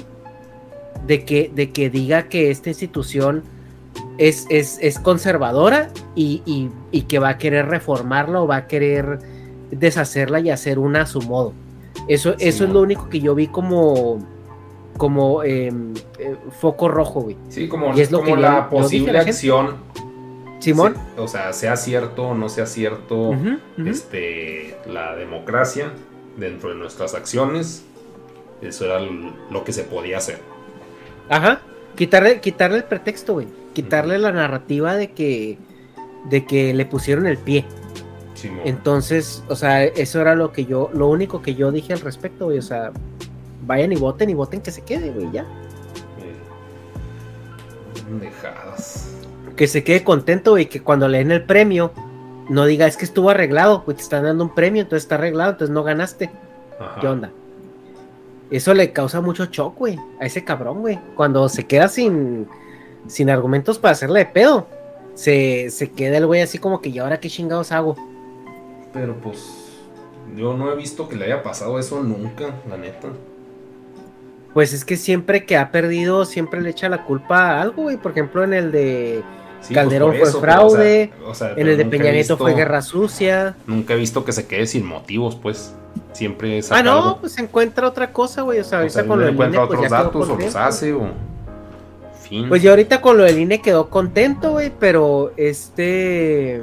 de que, de que diga que esta institución Es, es, es conservadora y, y, y que va a querer reformarla o va a querer deshacerla y hacer una a su modo. Eso, sí, eso es lo único que yo vi como como eh, eh, foco rojo, güey. Sí, como, y es lo como que la yo, posible yo acción. Simón. Se, o sea, sea cierto o no sea cierto, uh-huh, uh-huh. este, la democracia dentro de nuestras acciones. Eso era lo que se podía hacer. Ajá. Quitarle, quitarle el pretexto, güey. Quitarle la narrativa de que de que le pusieron el pie. Sí, entonces, o sea, eso era lo que yo, lo único que yo dije al respecto, güey. O sea, vayan y voten y voten que se quede, güey, ya. Dejadas. Que se quede contento, güey, que cuando le den el premio, no diga, es que estuvo arreglado, güey, te están dando un premio, entonces está arreglado, entonces no ganaste. Ajá. ¿Qué onda? Eso le causa mucho shock, güey, a ese cabrón, güey. Cuando se queda sin... sin argumentos para hacerle de pedo, se, se queda el güey así como que, ¿y ahora qué chingados hago? Pero pues yo no he visto que le haya pasado eso nunca, la neta. Pues es que siempre que ha perdido siempre le echa la culpa a algo, güey. Por ejemplo, en el de sí, Calderón pues eso, fue fraude, pero, o sea, o sea, en el de Peña Nieto fue guerra sucia. Nunca he visto que se quede sin motivos, pues. Siempre saca Ah, no, algo. Pues encuentra otra cosa, güey. O sea, ahorita o sea, con lo del encuentra I N E, otros pues, datos o los hace o... Fin. Pues yo ahorita con lo del I N E quedó contento, güey, pero este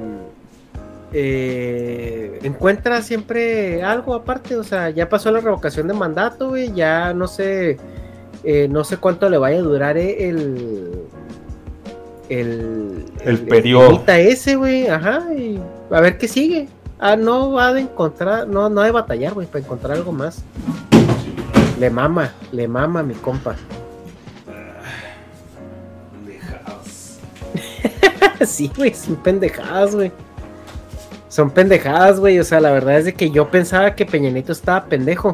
eh, encuentra siempre algo aparte, o sea, ya pasó la revocación de mandato, güey, ya no sé, eh, no sé cuánto le vaya a durar el el, el, el periodo ese, güey, ajá, y a ver qué sigue. Ah, no va a encontrar, no, no de batallar, güey, para encontrar algo más. Le mama, le mama mi compa. Sí, güey, son pendejadas, güey. Son pendejadas, güey. O sea, la verdad es de que yo pensaba que Peña Nieto estaba pendejo.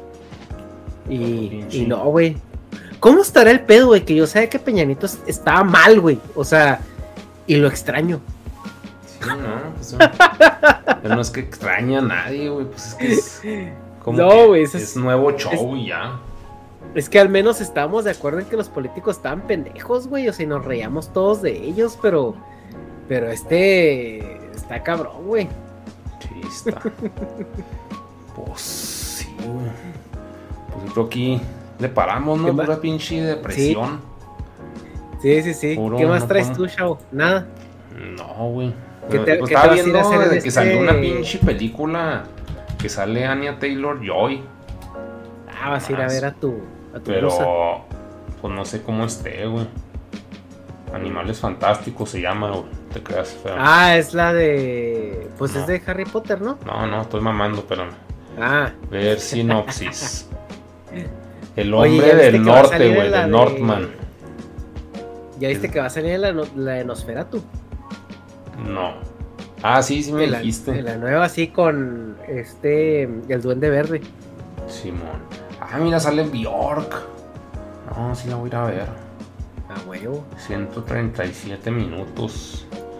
Y, y no, güey. ¿Cómo estará el pedo, güey? Que yo sabía que Peña Nieto estaba mal, güey. O sea, y lo extraño. Sí, no, pues no, no es que extraña a nadie, güey. Pues es que es como no, que güey, es, es nuevo show es, y ya. Es que al menos estábamos de acuerdo en que los políticos estaban pendejos, güey. O sea, nos reíamos todos de ellos, pero... Pero este... Está cabrón, güey. Sí, está. Pues sí, güey. Pues yo creo que aquí le paramos, ¿no? Pura pinche depresión. Sí, sí, sí. Puro, ¿qué más no traes como... tú, Shao? Nada. No, güey. ¿Qué te, pues ¿qué estaba te viendo vas a ir a hacer de este... que salió una pinche película que sale Anya Taylor-Joy. Ah, vas a ir a ver a tu, a tu Pero, rusa. Pues no sé cómo esté, güey. Animales Fantásticos se llama, güey. Te creas feo. Ah, es la de... Pues no. Es de Harry Potter, ¿no? No, no, estoy mamando, pero... Ah. Ver sinopsis. El hombre Oye, del norte, güey, del de... Northman. ¿Ya viste el... que va a salir la, la de Nosferatu? No. Ah, sí, sí me la, dijiste. La nueva, así con este... El Duende Verde. Simón. Ah, mira, sale Bjork. No, sí la voy a ir a ver. A huevo. ciento treinta y siete minutos.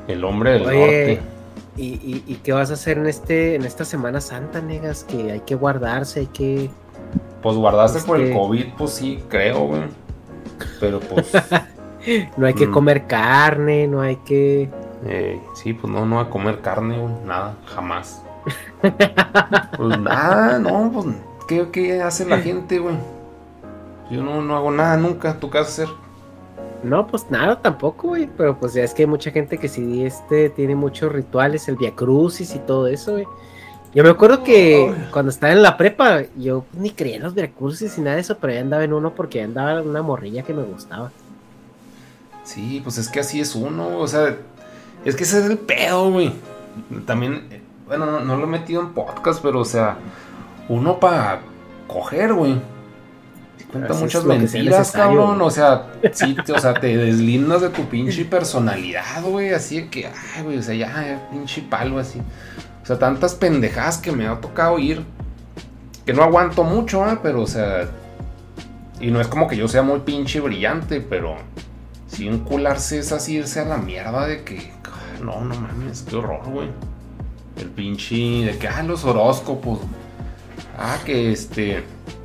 El hombre del Oye, norte. ¿y, y, ¿y qué vas a hacer en este en esta Semana Santa, negas? Que hay que guardarse, hay que... Pues guardarse este... por el COVID, pues sí, creo, güey. Pero pues... no hay que mm. comer carne, no hay que... Eh, sí, pues no, no a comer carne, güey, nada, jamás. Pues nada, no, pues, ¿qué, qué hace la gente, güey? Yo no, no hago nada nunca, ¿tú qué vas a hacer? No, pues nada tampoco, güey, pero pues ya es que hay mucha gente que sí este, tiene muchos rituales, el Via Crucis y todo eso, güey. Yo me acuerdo que oh, cuando estaba en la prepa, yo ni creía en los Via Crucis y nada de eso, pero ya andaba en uno porque ya andaba una morrilla que me gustaba. Sí, pues es que así es uno, o sea, es que ese es el pedo, güey. También, bueno, no, no lo he metido en podcast, pero o sea, uno para coger, güey. Cuenta muchas mentiras, cabrón, o sea, sí, o sea, te deslindas de tu pinche personalidad, güey, así de que, ay, güey, o sea, ya, ya, pinche palo, así. O sea, tantas pendejadas que me ha tocado ir, que no aguanto mucho, ¿eh? Pero, o sea, y no es como que yo sea muy pinche brillante, pero sí encularse es así, irse a la mierda de que, no, no mames, qué horror, güey. El pinche, de que, ah, los horóscopos, ah, que este...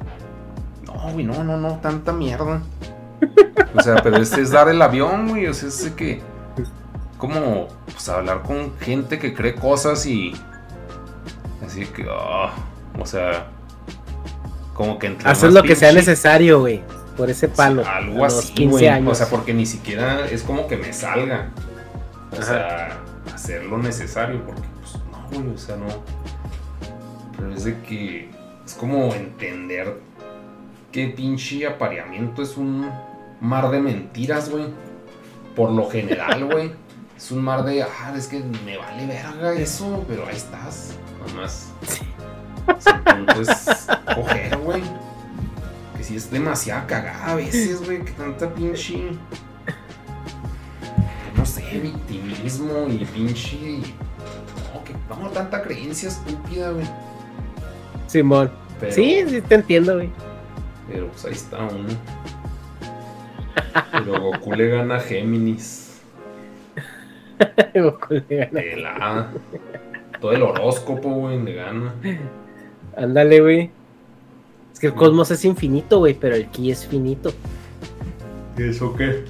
No, güey, no, no, no, tanta mierda. O sea, pero este es dar el avión, güey. O sea, es de que... Como, pues, hablar con gente que cree cosas y... Así que, oh, o sea... Como que entre haces lo pinche, que sea necesario, güey. Por ese palo. O sea, algo así, güey. O sea, porque ni siquiera es como que me salga. O Ajá. sea, hacer lo necesario. Porque, pues, no, güey, o sea, no. Pero es de que... Es como entender... Que pinche apareamiento es un mar de mentiras, güey. Por lo general, güey. Es un mar de, ah, es que me vale verga eso, pero ahí estás. Nomás. Entonces, coger, güey. Que si es demasiado cagada a veces, güey. Que tanta pinche... Que no sé, victimismo y pinche... No, que no, tanta creencia estúpida, güey. Simón. Pero... Sí, sí te entiendo, güey. Pero pues ahí está uno. Pero Goku le gana a Géminis. Goku le gana. Pelada. Todo el horóscopo, güey, le gana. Ándale, güey. Es que el cosmos es infinito, güey, pero el ki es finito. ¿Y eso qué?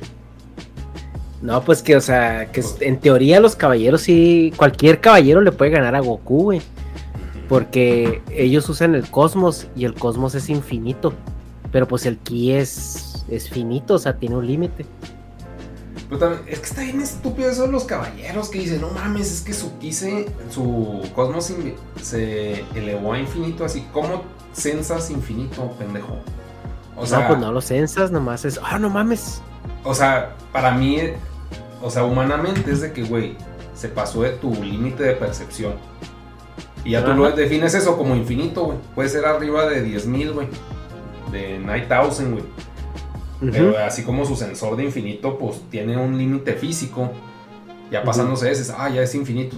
No, pues que, o sea, que en teoría los caballeros sí... Cualquier caballero le puede ganar a Goku, güey. Porque ellos usan el cosmos y el cosmos es infinito. Pero pues el ki es, es finito, o sea, tiene un límite. Pero también, es que está bien estúpido eso de los caballeros que dicen, no mames, es que su ki se, su cosmos in, se elevó a infinito, así como censas infinito, pendejo. O sea, no, pues no lo censas, nomás es, ah, no mames. O sea, para mí, o sea, humanamente es de que, güey, se pasó de tu límite de percepción. Y ya Ajá. tú lo defines eso como infinito, güey. Puede ser arriba de diez mil, güey. De nueve mil, güey. Uh-huh. Pero así como su sensor de infinito, pues tiene un límite físico. Ya pasándose uh-huh. ese, ah, ya es infinito.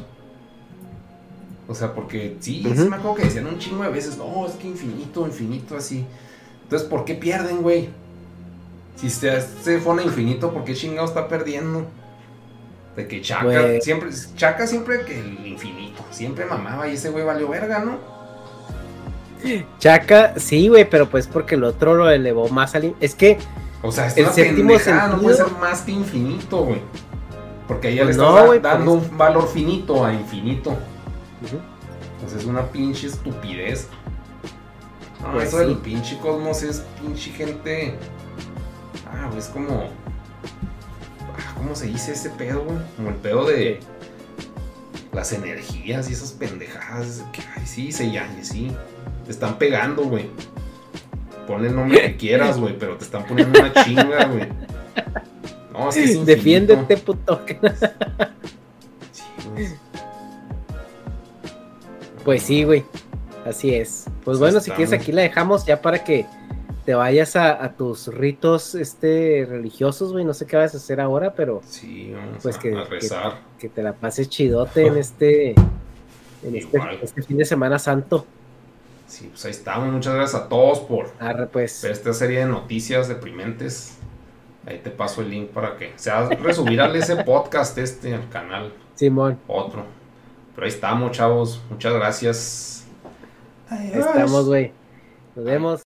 O sea, porque sí, uh-huh. sí me acuerdo que decían un chingo de veces, no, es que infinito, infinito, así. Entonces, ¿por qué pierden, güey? Si se, se pone infinito, ¿por qué chingado está perdiendo? De que Chaka, wey. siempre, Chaka siempre que el infinito, siempre mamaba y ese güey valió verga, ¿no? Chaka, sí, güey, pero pues porque el otro lo elevó más al... Es que... O sea, es el una séptimo sentido... no puede ser más que infinito, güey. Porque ahí pues le no, está wey, dando un valor finito a infinito. Uh-huh. Entonces es una pinche estupidez. No, pues eso sí. Del pinche cosmos es pinche gente... Ah, güey, es como... ¿Cómo se dice ese pedo, güey? Como el pedo de las energías y esas pendejadas. Que, ay, sí, se llame, sí. Te están pegando, güey. Pon el nombre que quieras, güey, pero te están poniendo una chinga, güey. No, es que es infinito. Defiéndete, puto. Sí, güey. Pues sí, güey. Así es. Pues bueno, si quieres aquí la dejamos ya para que te vayas a, a tus ritos este religiosos, güey, no sé qué vas a hacer ahora, pero sí, vamos pues a, que, a rezar. Que, que te la pases chidote en este en este, este fin de Semana Santo. Sí, pues ahí estamos, muchas gracias a todos por Arre, pues. esta serie de noticias deprimentes. Ahí te paso el link para que sea resubir al ese podcast este al canal. Simón. Otro. Pero ahí estamos, chavos. Muchas gracias. Ahí estamos, güey. Nos vemos.